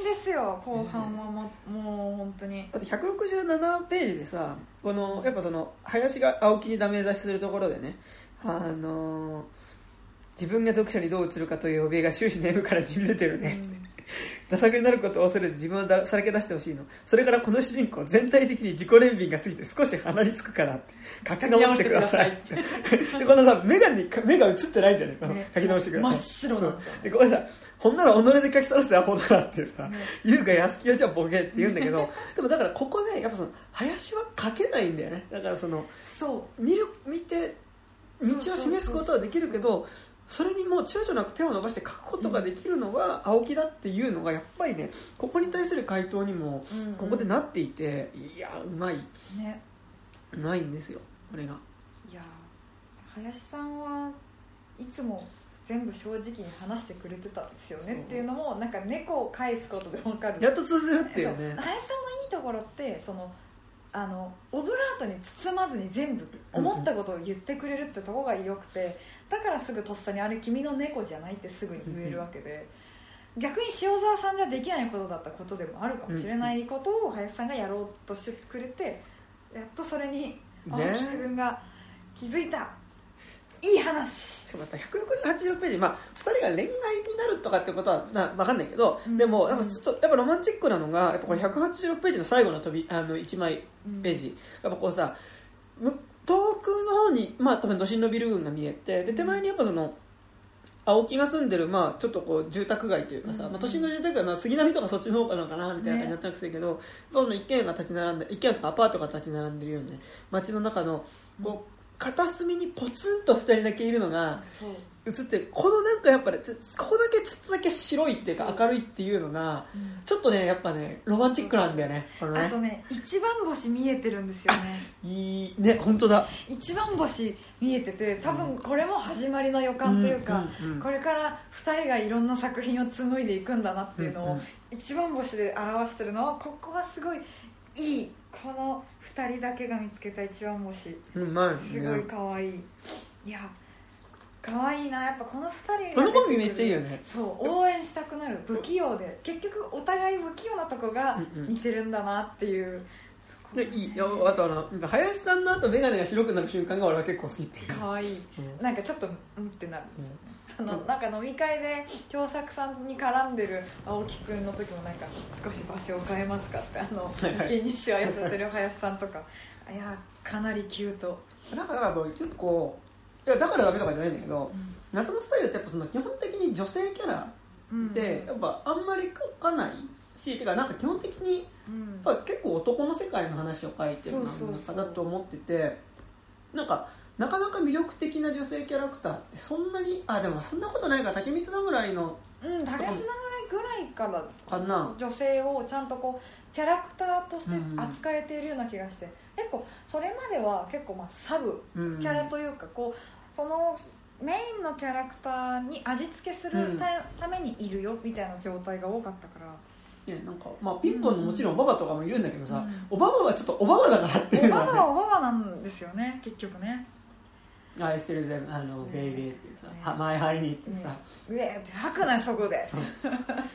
ですよ後半はもう、もう本当にだってひゃくろくじゅうななページでさこのやっぱその林が青木にダメ出しするところでねあのー、自分が読者にどう映るかという怯えが終始眠からにじみ出てるね、うんダサくになることを恐れず自分をださらけ出してほしいのそれからこの主人公全体的に自己憐憫が過ぎて少し鼻につくからって書き直してくださいってでこのさ目がに目が映ってないんだよねこの書き直してください、ね、 真っ白なんだよでこれさほんなら己で書きさらせアホだなってさ、ね、優が安木はじゃあボケって言うんだけどでもだからここでやっぱその林は書けないんだよねだからそのそう見る見て道を示すことはできるけどそれにもう躊躇なく手を伸ばして書くことができるのが青木だっていうのがやっぱりねここに対する回答にもここでなっていて、うんうん、いやうまい、 ね、 うまいんですよこれがいや林さんはいつも全部正直に話してくれてたんですよねっていうのもなんか猫を返すことで分かるやっと通じるっていうね林さんのいいところってそのあのオブラートに包まずに全部思ったことを言ってくれるってところが良くてだからすぐとっさにあれ君の猫じゃないってすぐに言えるわけで逆に塩沢さんじゃできないことだったことでもあるかもしれないことを林さんがやろうとしてくれてやっとそれに青木君が気づいたいい話しかもひゃくはちじゅうろくページ、まあ、ふたりが恋愛になるとかってことはな分かんないけど、うん、でもやっぱちょっとやっぱロマンチックなのがやっぱこれひゃくはちじゅうろくページの最後の飛びあのいちまいページ、うん、やっぱこうさ遠くの方に、まあ、多分都心のビル群が見えてで手前にやっぱその青木が住んでる、まあ、ちょっとこう住宅街というかさ、うんまあ、都心の住宅街は杉並とかそっちの方かなのかなみたいな感じになってなくてるけど、ね、この一軒家が立ち並んで一軒家とかアパートが立ち並んでるような、ね、街の中のこう、うん片隅にポツンとふたりだけいるのが映ってるこのなんかやっぱり、ね、ここだけちょっとだけ白いっていうか明るいっていうのが、うん、ちょっとねやっぱねロマンチックなんだよねこのねあとね一番星見えてるんですよねいいね本当だ一番星見えてて多分これも始まりの予感というか、うんうんうん、これからふたりがいろんな作品を紡いでいくんだなっていうのを、うんうん、一番星で表してるのはここがすごいいいこのふたりだけが見つけた一番星、 うんまあね、 すごい可愛いいや可愛いなやっぱこのふたりこのコンビめっちゃいいよねそう応援したくなる不器用で結局お互い不器用なとこが似てるんだなっていう、 うんうん、でいいよあとあの林さんの後眼鏡が白くなる瞬間が俺は結構好きっていう可愛い、うん、なんかちょっとうんってなるんですよね、うんあのなんか飲み会で長作さんに絡んでる青木くんの時もなんか少し場所を変えますかってあの眉間にしわ寄せてる林さんとかいやかなりキュートなんかだから結構いやだからダメとかじゃないんだけど、うん、夏のスタイルってやっぱその基本的に女性キャラでやっぱあんまり書かないし、てかなんか基本的にやっぱ結構男の世界の話を書いてる中だと思っててなんかなかなか魅力的な女性キャラクターってそんなにあでもそんなことないから竹光侍のうん竹光侍ぐらいからかな女性をちゃんとこうキャラクターとして扱えているような気がして、うん、結構それまでは結構まあサブキャラというかこうそのメインのキャラクターに味付けするためにいるよみたいな状態が多かったからね、なんかまあ、ピンポンのもちろんおばばとかもいるんだけどさ、うん、おばばはちょっとおばばだからっていうのは、ね、 おばばはおばばなんですよね結局ね愛してるぜあの、ね、ベイベーっていうさ、ね、マイハリニーっていうさ、 ね、うえって吐くなそこでかわいい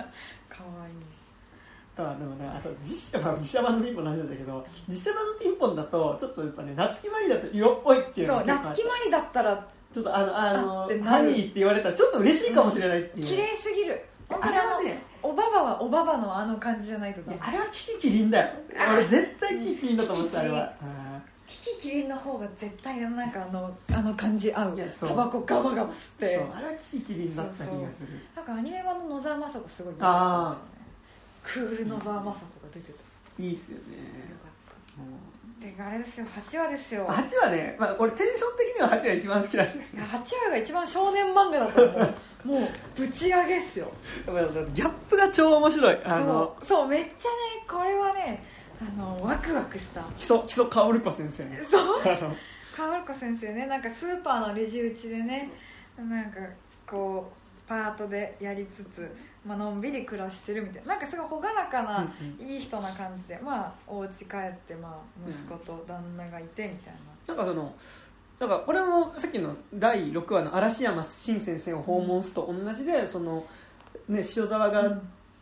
だからでもねあと実写版実写版のピンポンの話だけど実写版のピンポンだとちょっとやっぱね夏木マリだと色っぽいっていうのがそう夏木マリだったらちょっとあのあのハニーって言われたらちょっと嬉しいかもしれないっていう、 うん、綺麗すぎる本当にあのねおばばはおばばのあの感じじゃないとあれはキキキリンだよ俺絶対キキキリンだと思ってたあれはキキキリンの方が絶対なんかあのあの感じ合うタバコガバガバ吸ってそうあれはキキキリンだった気がするそうそうなんかアニメ版の野沢雅子すごい似てたんですよねクール野沢雅子が出てたいいっすよねよかったであれですよはちわですよはちわね、まあ、俺テンション的にははちわ一番好きなんだよねはちわが一番少年漫画だと思うもうぶち上げっすよギャップが超面白いあのそうそうめっちゃねこれはねあのワクワクした基礎基礎薫子先生ねそう薫子先生ねなんかスーパーのレジ打ちでねなんかこうパートでやりつつ、まあのんびり暮らしてるみたいななんかすごい朗らかな、うんうん、いい人な感じでまあお家帰って、まあ、息子と旦那がいてみたいな、 うん、なんかそのなんかこれもさっきのだいろくわの嵐山新先生を訪問すと同じでその、ね、塩沢が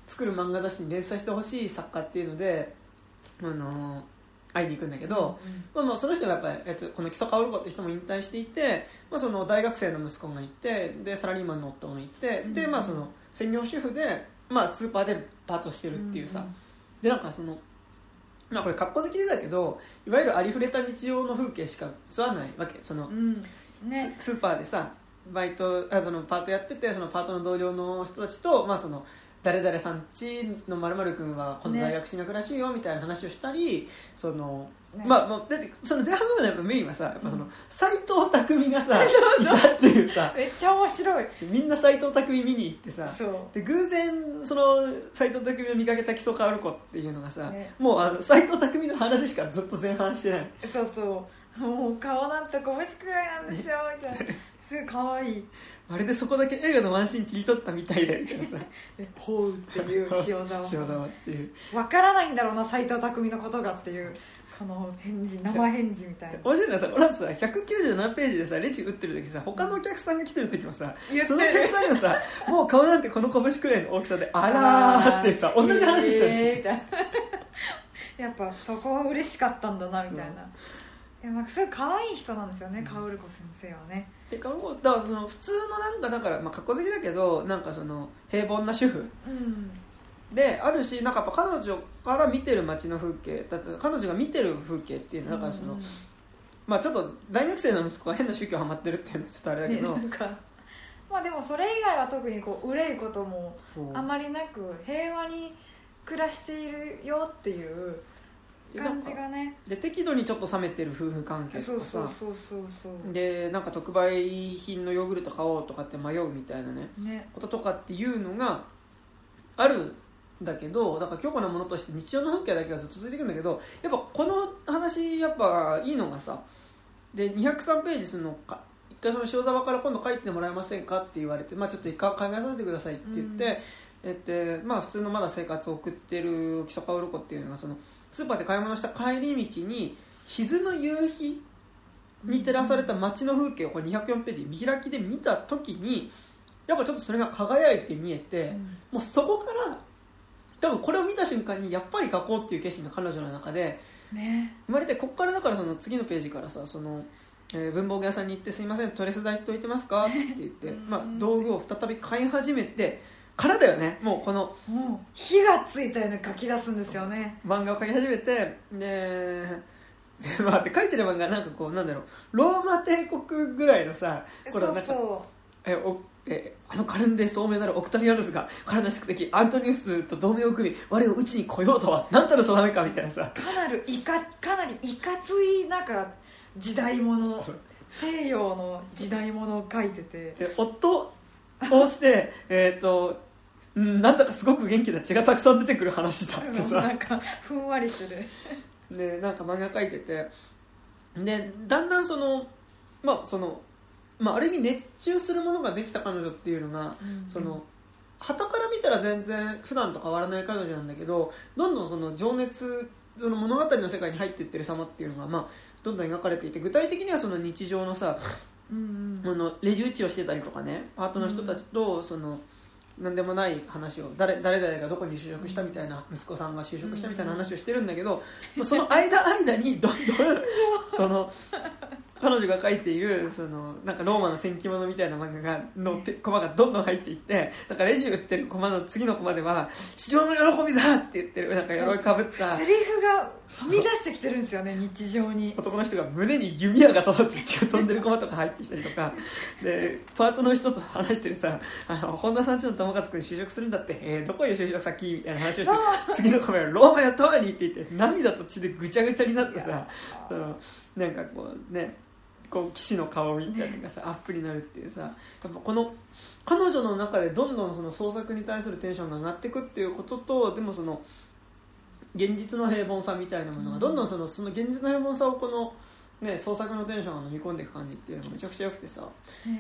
作る漫画雑誌に連載してほしい作家っていうので、あの会いに行くんだけど、うんうんまあ、まあその人がやっぱり、えっと、この木曽薫子って人も引退していて、まあ、その大学生の息子がいてでサラリーマンの夫がいて、うんうん、で、まあ、その専業主婦で、まあ、スーパーでパートしてるっていうさ、うんうん、でなんかそのまあ、これ格好好きでだけどいわゆるありふれた日常の風景しか映らないわけその、うんね、ス, スーパーでさバイトあそのパートやっててそのパートの同僚の人たちと、まあ、その誰々さんちの〇〇君は今度大学進学らしいよみたいな話をしたり、ねそのねまあ、だってその前半部分のやっぱメインはさやっぱその斎藤工がさいたっていうさめっちゃ面白いみんな斎藤工見に行ってさで偶然その斎藤工を見かけた木曽薫子っていうのがさ、ね、もうあの斎藤工の話しかずっと前半してないそうそうもう顔なんて拳くらいなんですよみたいなすごい可愛いあれでそこだけ映画のワンシーン切り取ったみたいでみたいなさほうっていう塩沢さん塩沢っていう分からないんだろうな斎藤工のことがっていうこの返事生返事みたいな面白いのはさこの後さひゃくきゅうじゅうななページでさレジ打ってる時さ他のお客さんが来てる時もさそのお客さんがさもう顔なんてこの拳くらいの大きさであらーってさ同じ話してる、えー、みたいなやっぱそこは嬉しかったんだなみたいななんかすごい可愛い人なんですよね、薫子先生はね。 でだからその普通のなんかだからまあかっこ好きだけどなんかその平凡な主婦、うん、であるしなんかやっぱ彼女から見てる街の風景だって彼女が見てる風景っていうのはだからその、うん、まあちょっと大学生の息子が変な宗教ハマってるっていうのはちょっとあれだけど、ね、なんかまあでもそれ以外は特にこう憂いこともあまりなく平和に暮らしているよっていう感じがねで適度にちょっと冷めてる夫婦関係とかさそうそうそうそうでなんか特売品のヨーグルト買おうとかって迷うみたいな ね, ねこととかっていうのがあるんだけどだから強固なものとして日常の風景だけがずっと続いていくんだけどやっぱこの話やっぱいいのがさでにひゃくさんページするのか一回その塩沢から今度書いてもらえませんかって言われて、まあ、ちょっと一回考えさせてくださいって言って、うんえっとまあ、普通のまだ生活を送ってる木曽薫子っていうのがそのスーパーで買い物した帰り道に沈む夕日に照らされた街の風景をこれにひゃくよんページ見開きで見た時にやっぱちょっとそれが輝いて見えて、うん、もうそこから多分これを見た瞬間にやっぱり描こうっていう決心が彼女の中で生まれて、ここからだからその次のページからさその、えー、文房具屋さんに行ってすいませんトレス台って置いてますかって言って、まあ、道具を再び買い始めてからだよねもうこのもう火がついたように書き出すんですよね漫画を描き始めてで全部あって書いてる漫画なんかこうなんだろうローマ帝国ぐらいのさこれなんかそうそうえおえあのカレンで聡明なるオクタビアヌスが彼の宿敵アントニウスと同盟を組み我を討ちに来ようとは何たる定めかみたいなさかなりいかかなりいかついなんか時代物西洋の時代物を書いててで夫をしてえっとなんだかすごく元気な血がたくさん出てくる話だってさなんかふんわりするでなんか漫画描いててでだんだんそのまあそのまあ、ある意味熱中するものができた彼女っていうのが、うんうん、その傍から見たら全然普段と変わらない彼女なんだけどどんどんその情熱の物語の世界に入っていってる様っていうのが、まあ、どんどん描かれていて具体的にはその日常のさ、うんうん、あのレジ打ちをしてたりとかねパートの人たちとその何でもない話を 誰, 誰々がどこに就職したみたいな息子さんが就職したみたいな話をしてるんだけど、うん、その間間にどんどんその彼女が書いているそのなんかローマの戦記物みたいな漫画がのコマがどんどん入っていってだからレジ売ってるコマの次のコマでは市場の喜びだって言ってるなんか鎧かぶったセリフがはみ出してきてるんですよね日常に男の人が胸に弓矢が刺さって血が飛んでるコマとか入ってきたりとかでパートの人と話してるさあの本田さんちの友勝君就職するんだって、えー、どこいう就職先みたいな話をして次のコマはローマやトガにって言って涙と血でぐちゃぐちゃになってさそのなんかこうねこう騎士の顔みたいなのがさ、ね、アップになるっていうさやっぱこの彼女の中でどんどんその創作に対するテンションが上がっていくっていうこととでもその現実の平凡さみたいなものがどんどんその、その現実の平凡さをこの、ね、創作のテンションが飲み込んでいく感じっていうのがめちゃくちゃ良くてさ、 ね、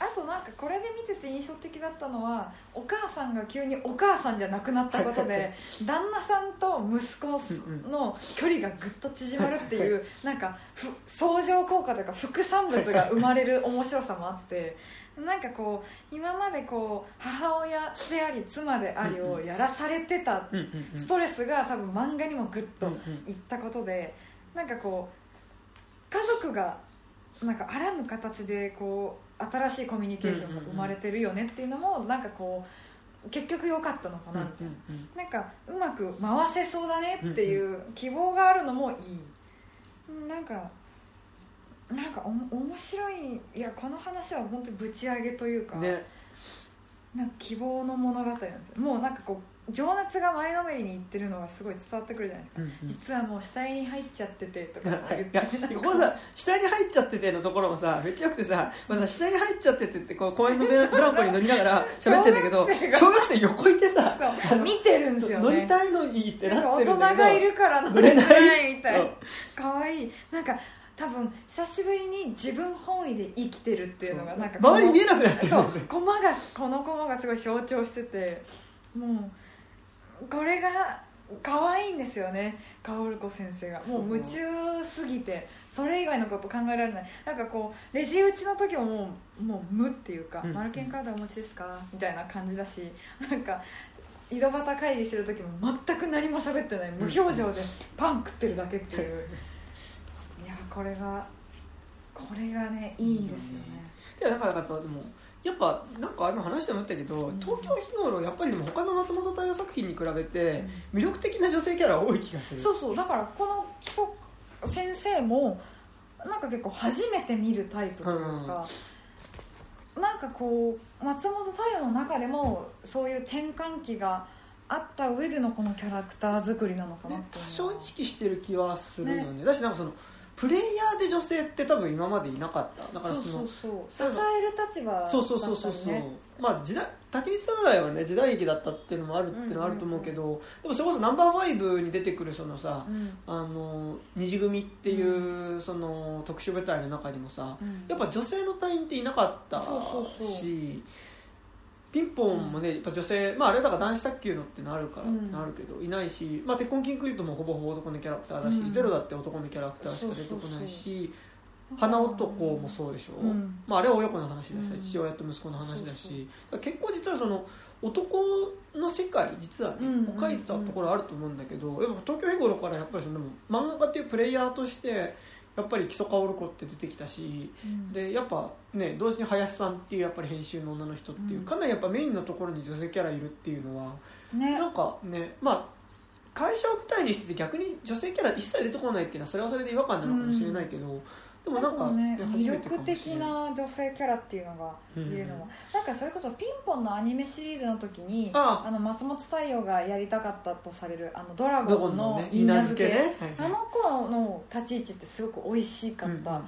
あとなんかこれで見てて印象的だったのはお母さんが急にお母さんじゃなくなったことで旦那さんと息子の距離がぐっと縮まるっていうなんか相乗効果というか副産物が生まれる面白さもあってなんかこう今までこう母親であり妻でありをやらされてたストレスが多分漫画にもぐっといったことでなんかこう家族がなんかあらぬ形でこう新しいコミュニケーションが生まれてるよねっていうのもなんかこう結局良かったのかなみたいな、なんかうまく回せそうだねっていう希望があるのもいい。なんかなんかお面白い。いやこの話は本当にぶち上げというか、ね、なんか希望の物語なんですよ。もうなんかこう情熱が前のめりにいってるのがすごい伝わってくるじゃないですか、うんうん、実はもう死体に入っちゃっててとか言っていやここさ死体に入っちゃっててのところもさめっちゃよくてさ、まあ、さ死体に入っちゃっててってこう公園のブランコに乗りながら喋ってんだけど小学生横いてさ見てるんですよね。 乗りたいのにってなってるんだけど大人がいるから乗れないみたいなかわいい。なんか多分久しぶりに自分本位で生きてるっていうのがなんか周り見えなくなってる、ね、 そうコマがこのコマがすごい象徴しててもうこれが可愛いんですよね。薫子先生がもう夢中すぎてそれ以外のこと考えられない。なんかこうレジ打ちの時ももう、もう無っていうか、うん、マルケンカードお持ちですかみたいな感じだし、なんか井戸端会議してる時も全く何も喋ってない無表情でパン食ってるだけっていういやこれがこれがねいいんですよね。 いやだからでもやっぱなんかあの話でもあったけど、うん、東京日頃やっぱりでも他の松本太陽作品に比べて魅力的な女性キャラ多い気がする、うん、 そうそうだからこの木曽先生もなんか結構初めて見るタイプというか、うん、なんかこう松本太陽の中でもそういう転換期があった上でのこのキャラクター作りなのかなって、 ね、多少意識してる気はするよね。だしなんかそのプレイヤーで女性って多分今までいなかった。だからそのそうそうそう支える立場だったりね。 そうそうそうそうそう。まあ時代焚き火侍はね時代劇だったっていうのもあるっていうのはあると思うけど、うんうんうん、でもそれこそナンバーファイブに出てくるそのさ、うん、あの虹組っていうその特殊部隊の中にもさ、うん、やっぱ女性の隊員っていなかったし。そうそうそうピンポンもねやっぱ女性、まあ、あれだから男子卓球のってのあるからってのあるけど、うん、いないし、まあ、鉄痕キンクリートもほぼほぼ男のキャラクターだし、うん、ゼロだって男のキャラクターしか出てこないし、花男もそうでしょ、うんまあ、あれは親子の話だし、うん、父親と息子の話だし、だ結構実はその男の世界実はね、うん、を書いてたところあると思うんだけど、やっぱ東京日頃からやっぱりその漫画家っていうプレイヤーとしてやっぱり木曽薫子って出てきたし、うん、でやっぱね同時に林さんっていうやっぱり編集の女の人っていう、うん、かなりやっぱメインのところに女性キャラいるっていうのは、ね、なんかねまあ会社を舞台にしてて逆に女性キャラ一切出てこないっていうのはそれはそれで違和感なのかもしれないけど、うん、でもなんか、ね、 魅力的な女性キャラっていうのが見れるのは、うん、なんかそれこそピンポンのアニメシリーズの時にああの松本太陽がやりたかったとされるあのドラゴンの稲漬け、ねはいはい、あの子の立ち位置ってすごく美味しかったから、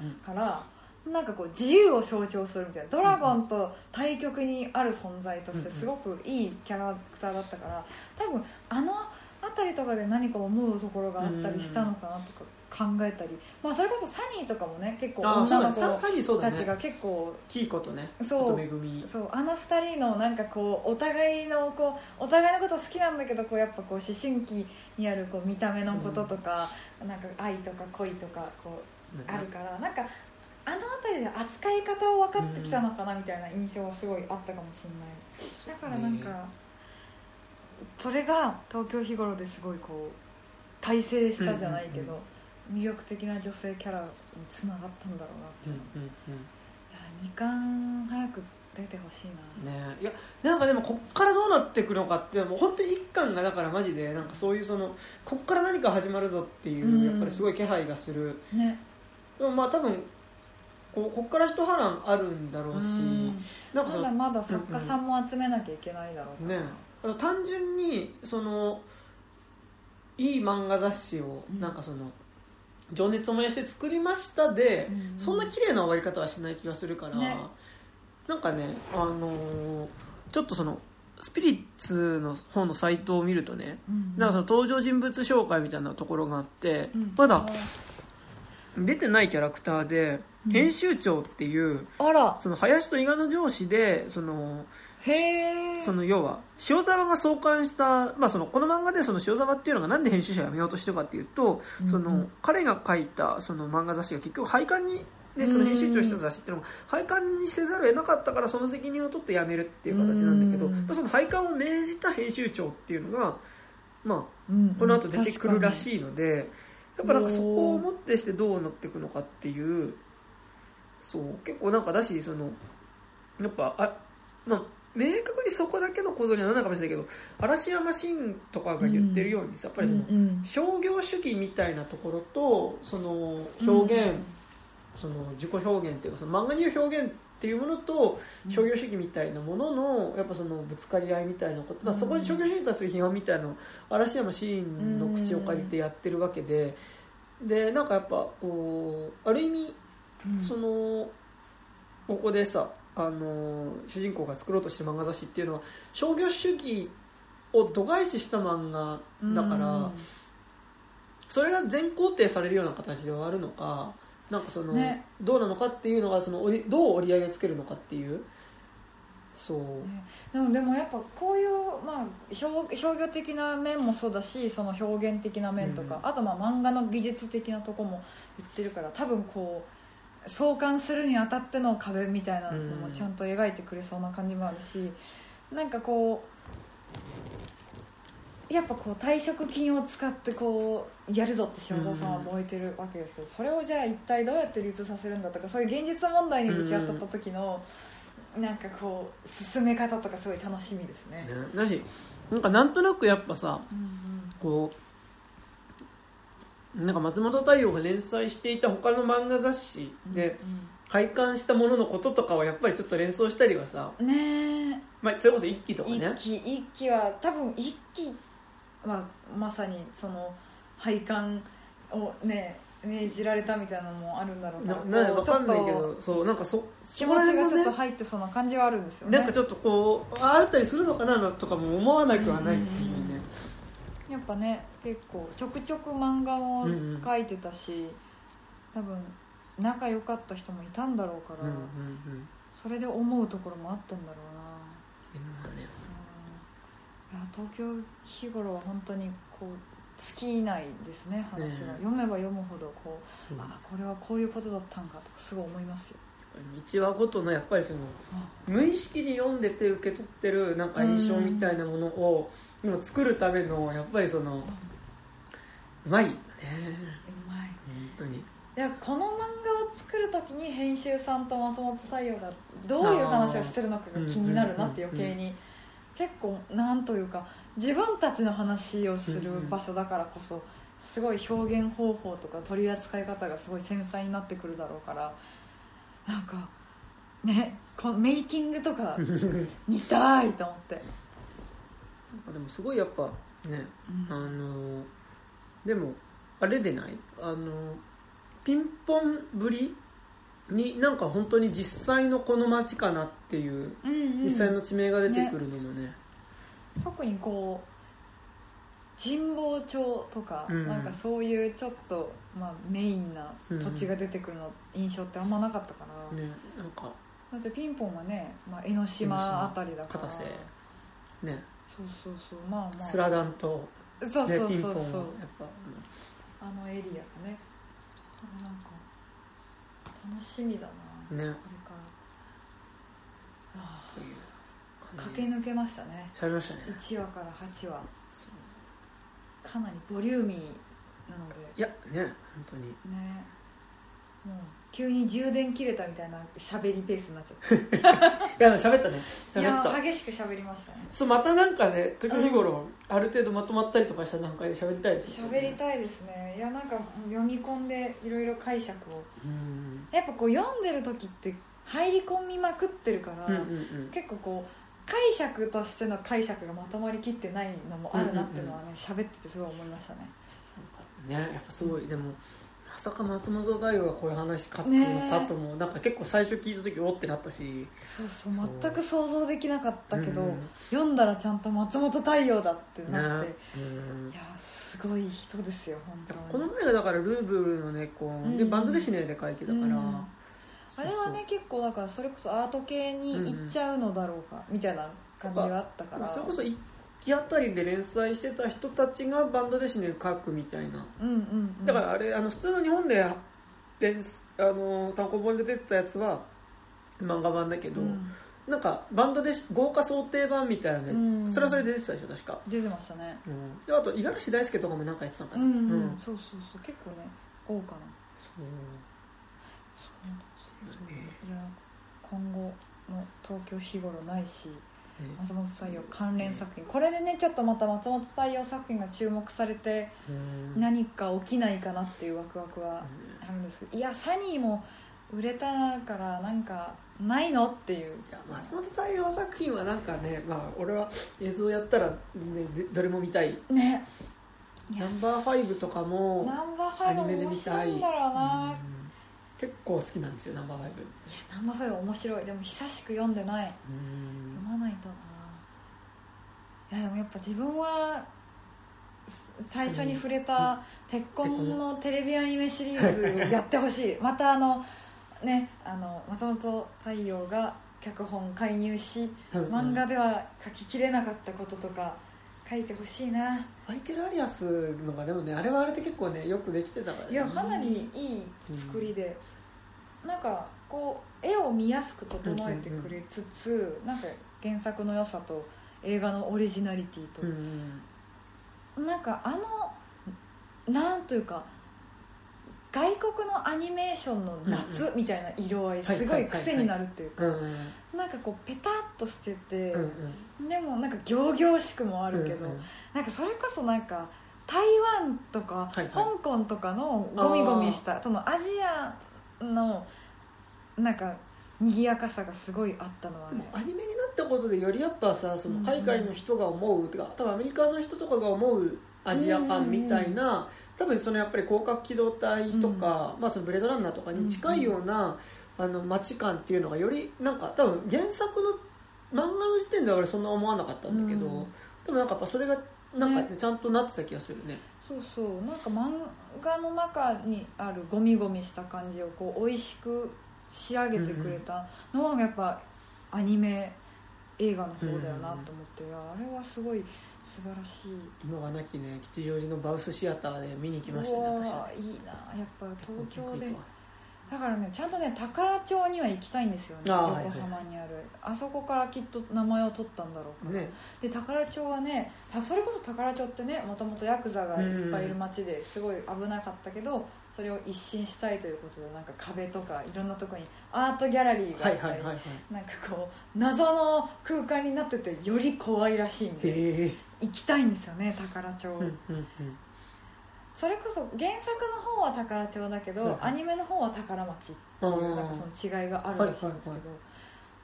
うんうん、なんかこう自由を象徴するみたいなドラゴンと対極にある存在としてすごくいいキャラクターだったから多分あのあたりとかで何か思うところがあったりしたのかなとか考えたり、まあ、それこそサニーとかもね結構女の子たちが結構キイコとねそうめぐみそうあの二人のなんかこうお互いのこうお互いのこと好きなんだけどこうやっぱこう思春期にあるこう見た目のこととか、うん、なんか愛とか恋とかこうあるからなんかあの辺りで扱い方を分かってきたのかなみたいな印象はすごいあったかもしれない、だからなんかそれが東京日頃ですごいこう大成したじゃないけど、うんうんうん、魅力的な女性キャラにつながったんだろうなっていうの、うんうんうん、いやにかん早く出てほしいな、 ね、いやなんかでもこっからどうなっていくのかってもう本当にいっかんがだからマジでなんかそういうそのこっから何か始まるぞっていう、うん、やっぱりすごい気配がする、ね、でもまあ多分こ, こっから一波乱あるんだろうし、うん、 なんかそのまだまだ作家さんも集めなきゃいけないだろうから、 ね、あと単純にそのいい漫画雑誌をなんかその情熱を燃やして作りましたで、うん、そんな綺麗な終わり方はしない気がするから、ね、なんかね、あのー、ちょっとそのスピリッツの方のサイトを見るとね、うん、なんかその登場人物紹介みたいなところがあって、うん、まだ出てないキャラクターで編集長っていう、うん、 あらその林と伊賀の上司でそのへその要は塩沢が創刊した、まあ、そのこの漫画でその塩沢っていうのがなんで編集者を辞めようとしてるかっていうと、うんうん、その彼が書いたその漫画雑誌が結局廃刊にでその編集長した雑誌っていうのも廃刊にせざるを得なかったからその責任を取って辞めるっていう形なんだけど、まあ、その廃刊を命じた編集長っていうのが、まあ、この後出てくるらしいのでやっぱなんかそこをもってしてどうなっていくのかっていうそう結構なんかだしそのやっぱあ、まあ、明確にそこだけの構造にはならないかもしれないけど嵐山新とかが言ってるようにさ、うん、やっぱりその、うんうん、商業主義みたいなところとその表現、うんその自己表現っていうかその漫画にいう表現っていうものと商業主義みたいなもののやっぱそのぶつかり合いみたいなこと、まあ、そこに商業主義に対する批判みたいなのを嵐山シーンの口を借りてやってるわけででなんかやっぱこうある意味そのここでさあの主人公が作ろうとしてる漫画雑誌っていうのは商業主義を度外視した漫画だからそれが全肯定されるような形ではあるのかなんかその、ね、どうなのかっていうのがそのどう折り合いをつけるのかっていうそう、 ね、でもでもやっぱこういう、まあ、商, 商業的な面もそうだしその表現的な面とか、うん、あとまあ漫画の技術的なとこも言ってるから多分こう創刊するにあたっての壁みたいなのもちゃんと描いてくれそうな感じもあるし、うん、なんかこうやっぱこう退職金を使ってこうやるぞって塩沢さんは燃えてるわけですけど、それをじゃあ一体どうやって流通させるんだとかそういう現実問題にぶち当たった時のなんかこう進め方とかすごい楽しみですね。 ねだしなんかなんとなくやっぱさ、うんうん、こうなんか松本太陽が連載していた他の漫画雑誌で廃刊したもののこととかはやっぱりちょっと連想したりはさ、 ねまあ、それこそ一期とかね一期一期は多分一期まあ、まさにその廃刊をね命じられたみたいなのもあるんだろうなな分かんないけどそうなんかそ気持ちがちょっと入ってそうな感じはあるんですよね。 なんかちょっとこうあったりするのかなとかも思わなくはないっていうね、 うん、やっぱね結構ちょくちょく漫画も描いてたし、うんうん、多分仲良かった人もいたんだろうから、うんうんうん、それで思うところもあったんだろうな。 うんね東京日頃は本当にこう尽きないですね話が、ね、読めば読むほどこう、うん、あこれはこういうことだったんかとかすごい思いますよ。 いちわごとのやっぱりその無意識に読んでて受け取ってるなんか印象みたいなものを今作るためのやっぱりそのうまいよね。 うまい本当に。いやこの漫画を作るときに編集さんと松本太陽がどういう話をしてるのかが気になるなって余計に結構なんというか自分たちの話をする場所だからこそすごい表現方法とか取り扱い方がすごい繊細になってくるだろうからなんかねこのメイキングとか見たいと思ってでもすごいやっぱね、うん、あのでもあれでないあのピンポンぶりになんか本当に実際のこの街かなっていう、うんうん、実際の地名が出てくるのも ね, ね特にこう神保町とか、うん、なんかそういうちょっと、まあ、メインな土地が出てくるの、うん、印象ってあんまなかったから、 ね、なんかだってピンポンはね、まあ、江ノ島あたりだから片瀬ねそうそうそうまあまあスラダンと、 ね、そうそうそうそう、 ピンポンはやっぱ、うん、 あのエリアがねなんか楽しみだな、ね、これからあという駆け抜けましたね。 しゃべりましたね。 いちわからはちわかなりボリューミーなのでいやね本当にねもう急に充電切れたみたいな喋りペースになっちゃったいや喋ったねいや激しく喋りましたね。 そうまたなんかね時日頃、うん、ある程度まとまったりとかした段階で喋りたいですね。喋りたいですね。いやなんか読み込んでいろいろ解釈をうんやっぱこう読んでる時って入り込みまくってるから、うんうんうん、結構こう解釈としての解釈がまとまりきってないのもあるなっていうのはね喋、うんうんうん、っててすごい思いましたね。 ねやっぱすごい、うん、でもまさか松本太陽がこういう話書くのかとも、なんか結構最初聞いた時おってなったしそうそう全く想像できなかったけど、うん、読んだらちゃんと松本太陽だってなって、ねうん、いやすごい人ですよ本当に。 この前がだからルーブルの猫で、うん、バンドでシネで書いてたから、うん、 あれはね結構だからそれこそアート系に行っちゃうのだろうか、うん、みたいな感じがあったから、 それこそ一期あたりで連載してた人たちがバンドでシネ書くみたいな、 うんうんうん、 だからあれあの普通の日本で連あの単行本で出てたやつは漫画版だけど、うん、なんかバンドで豪華想定版みたいなね、うん、それはそれで出てたでしょ確か。 出てましたね、 うん、であと五十嵐大輔とかもなんかやってたのかな、 うんうんうん、そうそうそう結構ね豪華なそうそうね、いや今後の東京日頃ないし、ね、松本太陽関連作品、これでねちょっとまた松本太陽作品が注目されて何か起きないかなっていうワクワクはあるんですけど、いやサニーも売れたからなんかないのっていう。いや松本太陽作品はなんかね、まあ俺は映像やったら、ね、どれも見たいね。 ナンバーファイブとかもアニメで見たい。 ナンバーファイブ面白いんだろうな、 うん、結構好きなんですよナンバーファイブ。いやナンバーファイブ面白い。でも久しく読んでない。うん読まないとな。いやでもやっぱ自分は最初に触れた鉄痕のテレビアニメシリーズやってほしい。またあのね、あの松本太陽が脚本介入し、うんうん、漫画では書ききれなかったこととか書いてほしいな。 マイケル・アリアスのがでもねあれはあれで結構ねよくできてたからね。 いやかなりいい作りで、うん、なんかこう絵を見やすく整えてくれつつ、うんうんうん、なんか原作の良さと映画のオリジナリティと、うんうん、なんかあのなんというか外国のアニメーションの夏みたいな色合いすごい癖になるっていうか、なんかこうペタッとしてて、うんうん、でもなんか仰々しくもあるけど、うんうん、なんかそれこそなんか台湾とか香港とかのゴミゴミしたそのアジアのなんか賑やかさがすごいあったのはね。 でもアニメになったことでよりやっぱさその海外の人が思う、うんうん、てか多分アメリカの人とかが思うアジア感みたいな、うんうん、多分そのやっぱり広角機動隊とか、うんまあ、そのブレードランナーとかに近いような、うんうん、あの街感っていうのがよりなんか多分原作の漫画の時点では俺そんな思わなかったんだけど、うん、でもなんかやっぱそれがなんか、ねね、ちゃんとなってた気がするね。 そうそうなんか漫画の中にあるゴミゴミした感じをこう美味しく仕上げてくれたのはやっぱアニメ映画の方だよなと思って、うんうん、あれはすごい素晴らしい。 今はなきね吉祥寺のバウスシアターで見に行きましたね。私はいいなやっぱ東京でだからねちゃんとね宝町には行きたいんですよね。横浜にある、はいはい、あそこからきっと名前を取ったんだろうから、ね、で宝町はねそれこそ宝町ってねもともとヤクザがいっぱいいる街ですごい危なかったけど、それを一新したいということでなんか壁とかいろんなところにアートギャラリーがあったり、はいはいはいはい、なんかこう謎の空間になっててより怖いらしいんで行きたいんですよね宝町、うんうんうん、それこそ原作の方は宝町だけど、はいはい、アニメの方は宝町っていうなんかその違いがあるらしいんですけど、はいはいはい、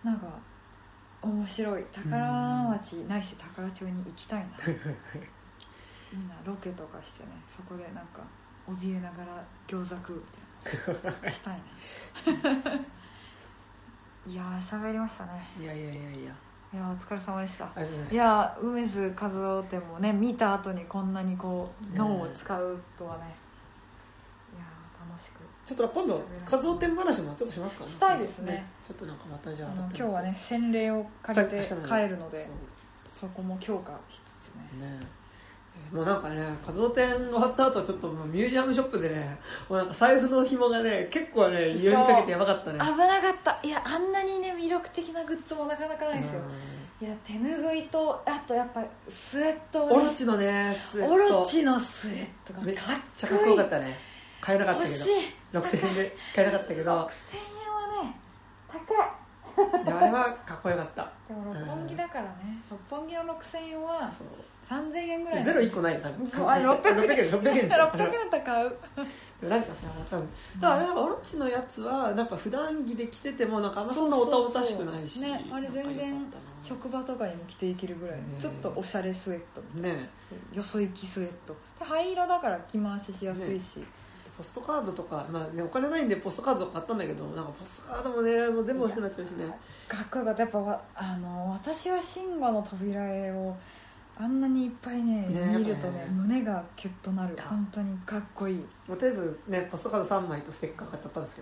なんか面白い宝町ないし宝町に行きたいなみんなロケとかしてねそこでなんか怯えながら餃子食うみたいなしたいねいやー喋りましたね。 いやいやいやいやいやお疲れ様でした。いや梅津和夫展もね見た後にこんなにこう脳を使うとはね、いや楽しくちょっと今度和夫展話もちょっとしますかね。 したいですね。 ちょっとなんかまたじゃあ今日はね洗礼を借りて帰るので そ, そこも強化しつつねねもうなんかね和夫展終わった後ちょっともうミュージアムショップでねもうなんか財布の紐がね結構ね寄りかけてやばかったね。 危なかった。いやあんなにね魅力的なグッズもなかなかないですよ。いや手ぬぐいとあとやっぱスウェット、ね、 オロチのねスウェットオロチのスウェットがめっちゃかっこよかったね。買えなかったけど欲しいろくせんえんで買えなかったけどろくせんえんはね高いでもあれはかっこよかった。 でも六本木だからね、うん、六本木のろくせんえんはさんぜんえんぐらいゼロいっこないよ多分。 そうあれろっぴゃくえんろっぴゃくえんろっぴゃくえんですよ。 ろっぴゃくえんだったら買うなんかさ多分だからあれなんかオロチのやつはなんか普段着で着ててもなんかあんまそんなおたおたしくないし、 そうそうそう、ね、あれ全然職場とかにも着ていけるぐらい、ね、ちょっとおしゃれスウェットみたいな、ね、よそ行きスウェットで灰色だから着回ししやすいし、ね、 ポストカードとか、まあね、お金ないんでポストカードとか買ったんだけどなんかポストカードもねもう全部欲しくなっちゃうしね。 かっこよかった。やっぱあの私は慎吾の扉絵をあんなにいっぱい ね, ね見ると ね, ね胸がキュッとなる。本当にかっこいい。 もうとりあえずねポストカードさんまいとステッカー買っちゃったんですけど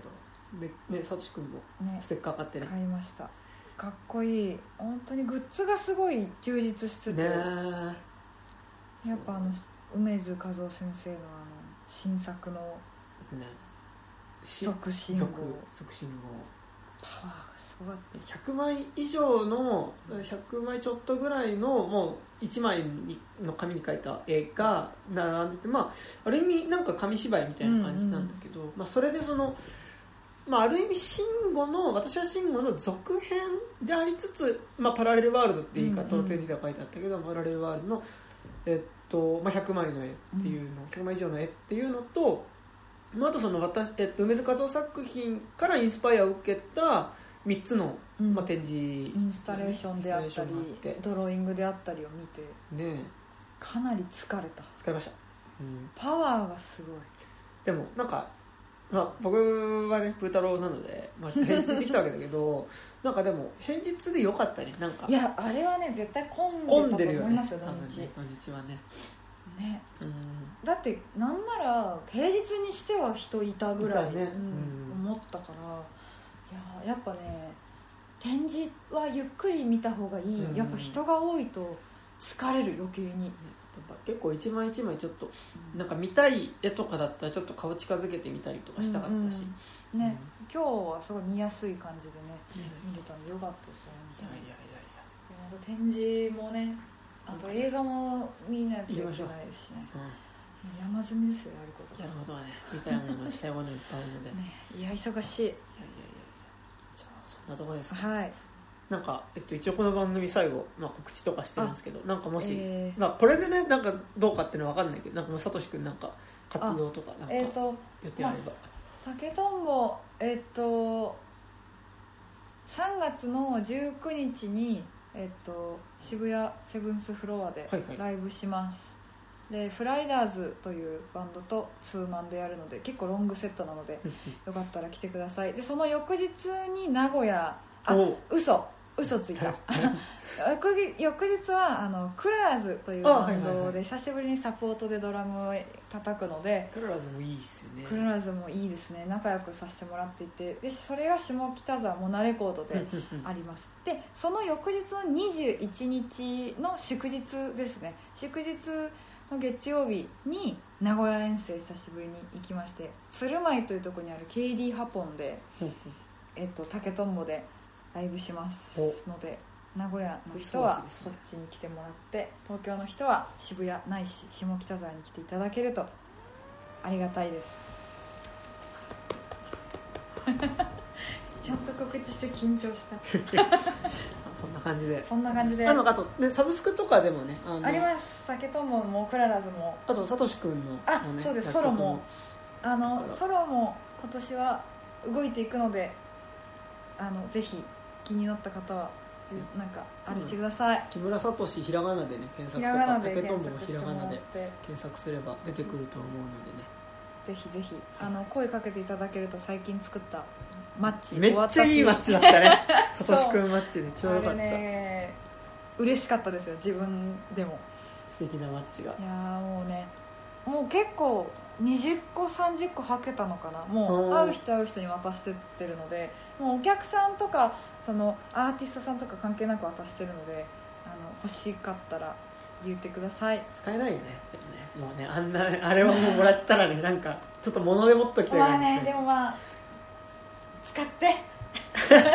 でね、さとしくんもステッカー買ってね、 買いました。かっこいい。本当にグッズがすごい充実してて、ね、やっぱあの梅津和夫先生のあの新作の続進号、 続進号パワーがすごかった。 ひゃくまい以上のひゃくまいちょっとぐらいのもういちまいの紙に描いた絵が並んでて、まあ、ある意味なんか紙芝居みたいな感じなんだけど、うんうん、まあ、それでその、まあ、ある意味慎吾の私は慎吾の続編でありつつ、まあ、パラレルワールドって言い方の展示では書いてあったけど、うんうん、パラレルワールドの、えっとまあ、ひゃくまいの絵っていうの、うん、ひゃくまい以上の絵っていうのと、あとその私、えっと、梅津和夫作品からインスパイアを受けたみっつの、うんまあ、展示、インスタレーションであったりドローイングであったりを見て、ね、かなり疲れた。 疲れました、うん、 パワーがすごい。 でもなんか、まあ、僕はねプー太郎なので、まあ、平日行ってきたわけだけどなんかでも平日でよかったね。なんかいやあれはね絶対混んでたと思いますよ、土日、 ね、土日はねね、うん、だってなんなら平日にしては人いたぐらい、ねうん、思ったから、いややっぱね展示はゆっくり見た方がいい、うん、やっぱ人が多いと疲れる余計に、ね、 結構一枚一枚ちょっと、うん、なんか見たい絵とかだったらちょっと顔近づけてみたりとかしたかったし、 うんうんねうん、今日はすごい見やすい感じでね、うん、見れたんでよかったですよね。いやいやいやいや展示もねあと映画も見ないといけないしね、うん、山積みですよやることやることはね見たいものがしたいものいっぱいあるので、 ね、いや忙しい。いやいやいやじゃあそんなところですか。 はいなんか、えっと、一応この番組最後、まあ、告知とかしてるんですけどなんかもし、えーまあ、これでねなんかどうかっていうのは分かんないけどなんかもうさとしくんなんか活動とかなんか予定あれば、 竹とんぼえっとさんがつのじゅうくにちにえっと、渋谷セブンスフロアでライブします、はいはい、でフライダーズというバンドとツーマンでやるので結構ロングセットなのでよかったら来てください。でその翌日に名古屋あ嘘嘘ついた翌, 翌日はあのクララズというバンドで久しぶりにサポートでドラムを叩くので、 クララズもいいですよね。 クララズもいいですね。仲良くさせてもらっていて、でそれが下北沢モナレコードでありますでその翌日のにじゅういちにちの祝日ですね。祝日の月曜日に名古屋遠征久しぶりに行きまして、鶴舞というところにある ケーディー ハポンでえっと竹とんぼでライブしますので、名古屋の人はそっちに来てもらって、東京の人は渋谷ないし下北沢に来ていただけるとありがたいですちゃんと告知して緊張したそんな感じでそんな感じであのあと、ね、サブスクとかでもね あ, あります。酒とももクララズもあとさとしくんの、ね、 あそうですソロもあのソロも今年は動いていくのであのぜひ気になった方はなんかあれしてください。 木村聡ひらがなでね検索とか竹とんぼもひらがなで検索すれば出てくると思うのでね、 ぜひぜひあの声かけていただけると最近作ったマッチめっちゃいいマッチだったねさとしくんマッチで超良かった。あれね嬉しかったですよ自分でも。 素敵なマッチが。 いやもうねもう結構にじゅっこさんじゅっこはけたのかな。もう会う人会う人に渡してってるので、もうお客さんとかそのアーティストさんとか関係なく渡してるので、あの欲しかったら言ってください。 使えないよねでもね。もうねあんなあれはもうもらったらねなんかちょっと物で持っときたい感じですね。 まあねでもまあ使って使って、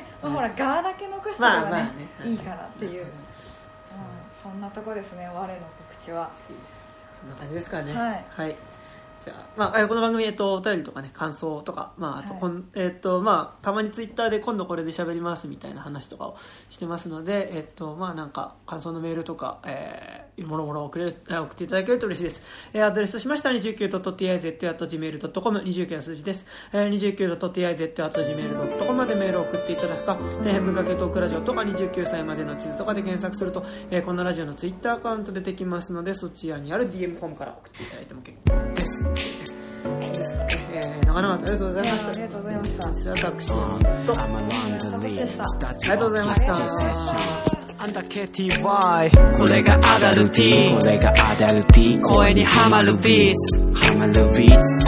まあ、ほら側だけ残してればね、まあまあねいいからっていう、うん、そんなとこですね。我の告知はそんな感じですかね。 はい、 はい、じゃあ、まあ、この番組、えっと、お便りとかね感想とか、まああとこん、はいえっとまあ、たまにツイッターで今度これで喋りますみたいな話とかをしてますので、えっとまあ、なんか感想のメールとか、えー、もろもろ送れ送っていただけると嬉しいです。えー、アドレスとしましては にじゅうきゅうドットティーアイゼットアットジーメールドットコム にじゅうきゅうは数字です。えー、にじゅうきゅうドットティーアイゼットアットジーメールドットコム までメールを送っていただくか、大変文化系トークラジオとかにじゅうきゅうさいまでの地図とかで検索すると、えー、このラジオのツイッターアカウント出てきますので、そちらにある ディーエム フォームから送っていただいても結構です。えー、長々とありがとうございました。 ありがとうございました。 私とありがとうございました。 アンダーケーティーワイ これがアダルティーこれがアダルティー声にハマるビーツハマるビーツ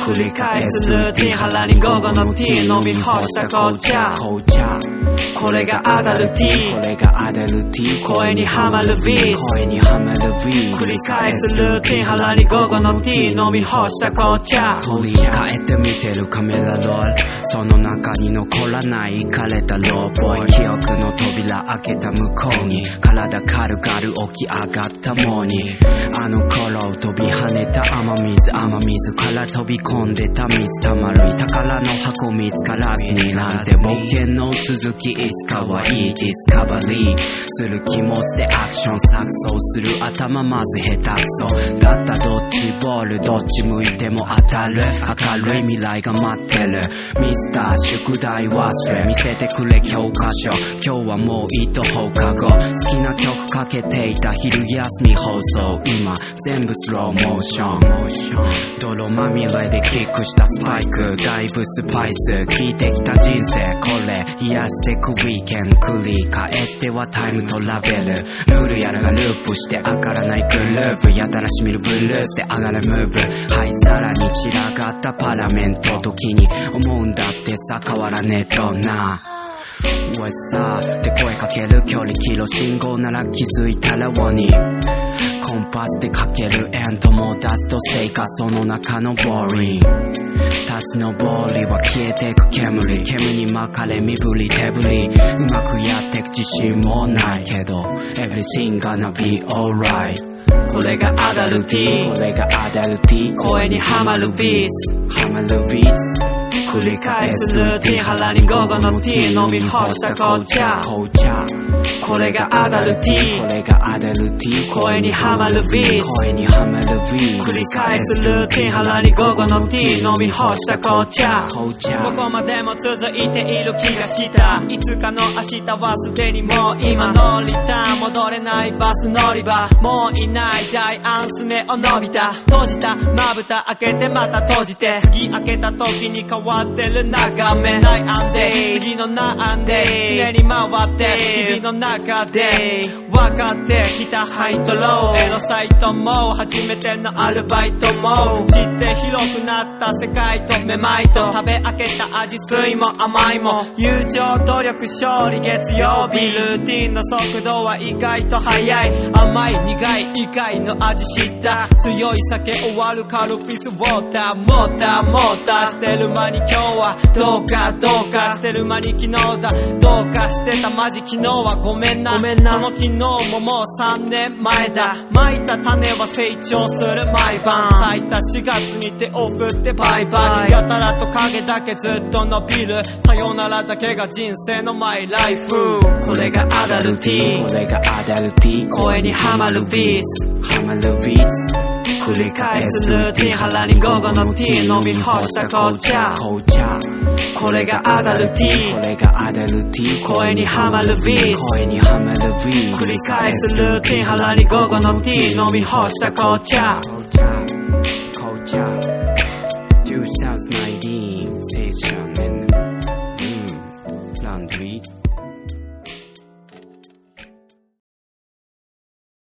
繰り返すルーティン腹に午後のティー飲み干した紅茶これがアダルティーこれがアダルティー声にハマるビーツ声にハマるビーツ繰り返すルーティン腹に午後のティー飲み干した紅茶振り返って見てるカメラロールその中に残らないイカれたローボーイ記憶の扉開けた向こうに体軽々起き上がったモーニーあの頃飛び跳ねた雨水雨水から飛び込んでた水たまるい宝の箱見つからずになんて冒険の続きいつかはいいディスカバリーする気持ちでアクション錯綜する頭まず下手くそだったドッジボールどっち向いても当たる明るい未来が待ってるミスター宿題忘れ見せてくれ教科書今日はもう一放課後好きな曲かけていた昼休み放送今全部スローモーション泥まみれでキックしたスパイクだいぶスパイス聞いてきた人生これ癒してくウィーケン繰り返してはタイムトラベルルールやらがループして上がらないグループやたらしみるブルースで上がるムーブ灰皿に散らがったパラメント時に思うんだってさ変わらねえとなおいさって声かける距離キロ信号なら気づいたらワニコンパスでかけるエンドも出すと成果その中のボーリン立ち上りは消えてく煙煙に巻かれ身振り手振りうまくやってく自信もないけど Everything gonna be alrightこれがアダルティこれがアダルティ声にハマるビーツハマるビーツ繰り返すルーティン腹に午後のティー飲み干した紅茶これがアダルティこれがアダルティ声にハマるビーツ声にハマるビーツ繰り返すルーティン腹に午後のティー飲み干した紅茶どこまでも続いている気がしたいつかの明日はすでにもう今のリターン戻れないバス乗り場もういないジャイアンスネを伸びた閉じたまぶた開けてまた閉じて次開けた時に変わってる眺め悩んで次の悩んで常に回って日々の中で分かってきたハイとローエロサイトも初めてのアルバイトも知って広くなった世界とめまいと食べ飽けた味水も甘いも友情努力勝利月曜日ルーティンの速度は意外と速い甘い苦い以外の味知った強い酒終わるカルピスウォーターモーターモーターしてる間に今日はどうかどうかしてる間に昨日だどうかしてたマジ昨日はごめんなごめんなその昨日ももうさんねんまえだ蒔いた種は成長する毎晩咲いたしがつに手を振ってバイバイやたらと影だけずっと伸びるさよならだけが人生のマイライフこれがアダルティこれがアダルティ声にハマるビーツハマるビーツ繰り返すルーティン腹に午後のティー飲み干した紅茶これがアダルティこれがアダルティ声にハマるビーツ声にハマるビーツ繰り返すルーティン腹に午後のティー飲み干した紅茶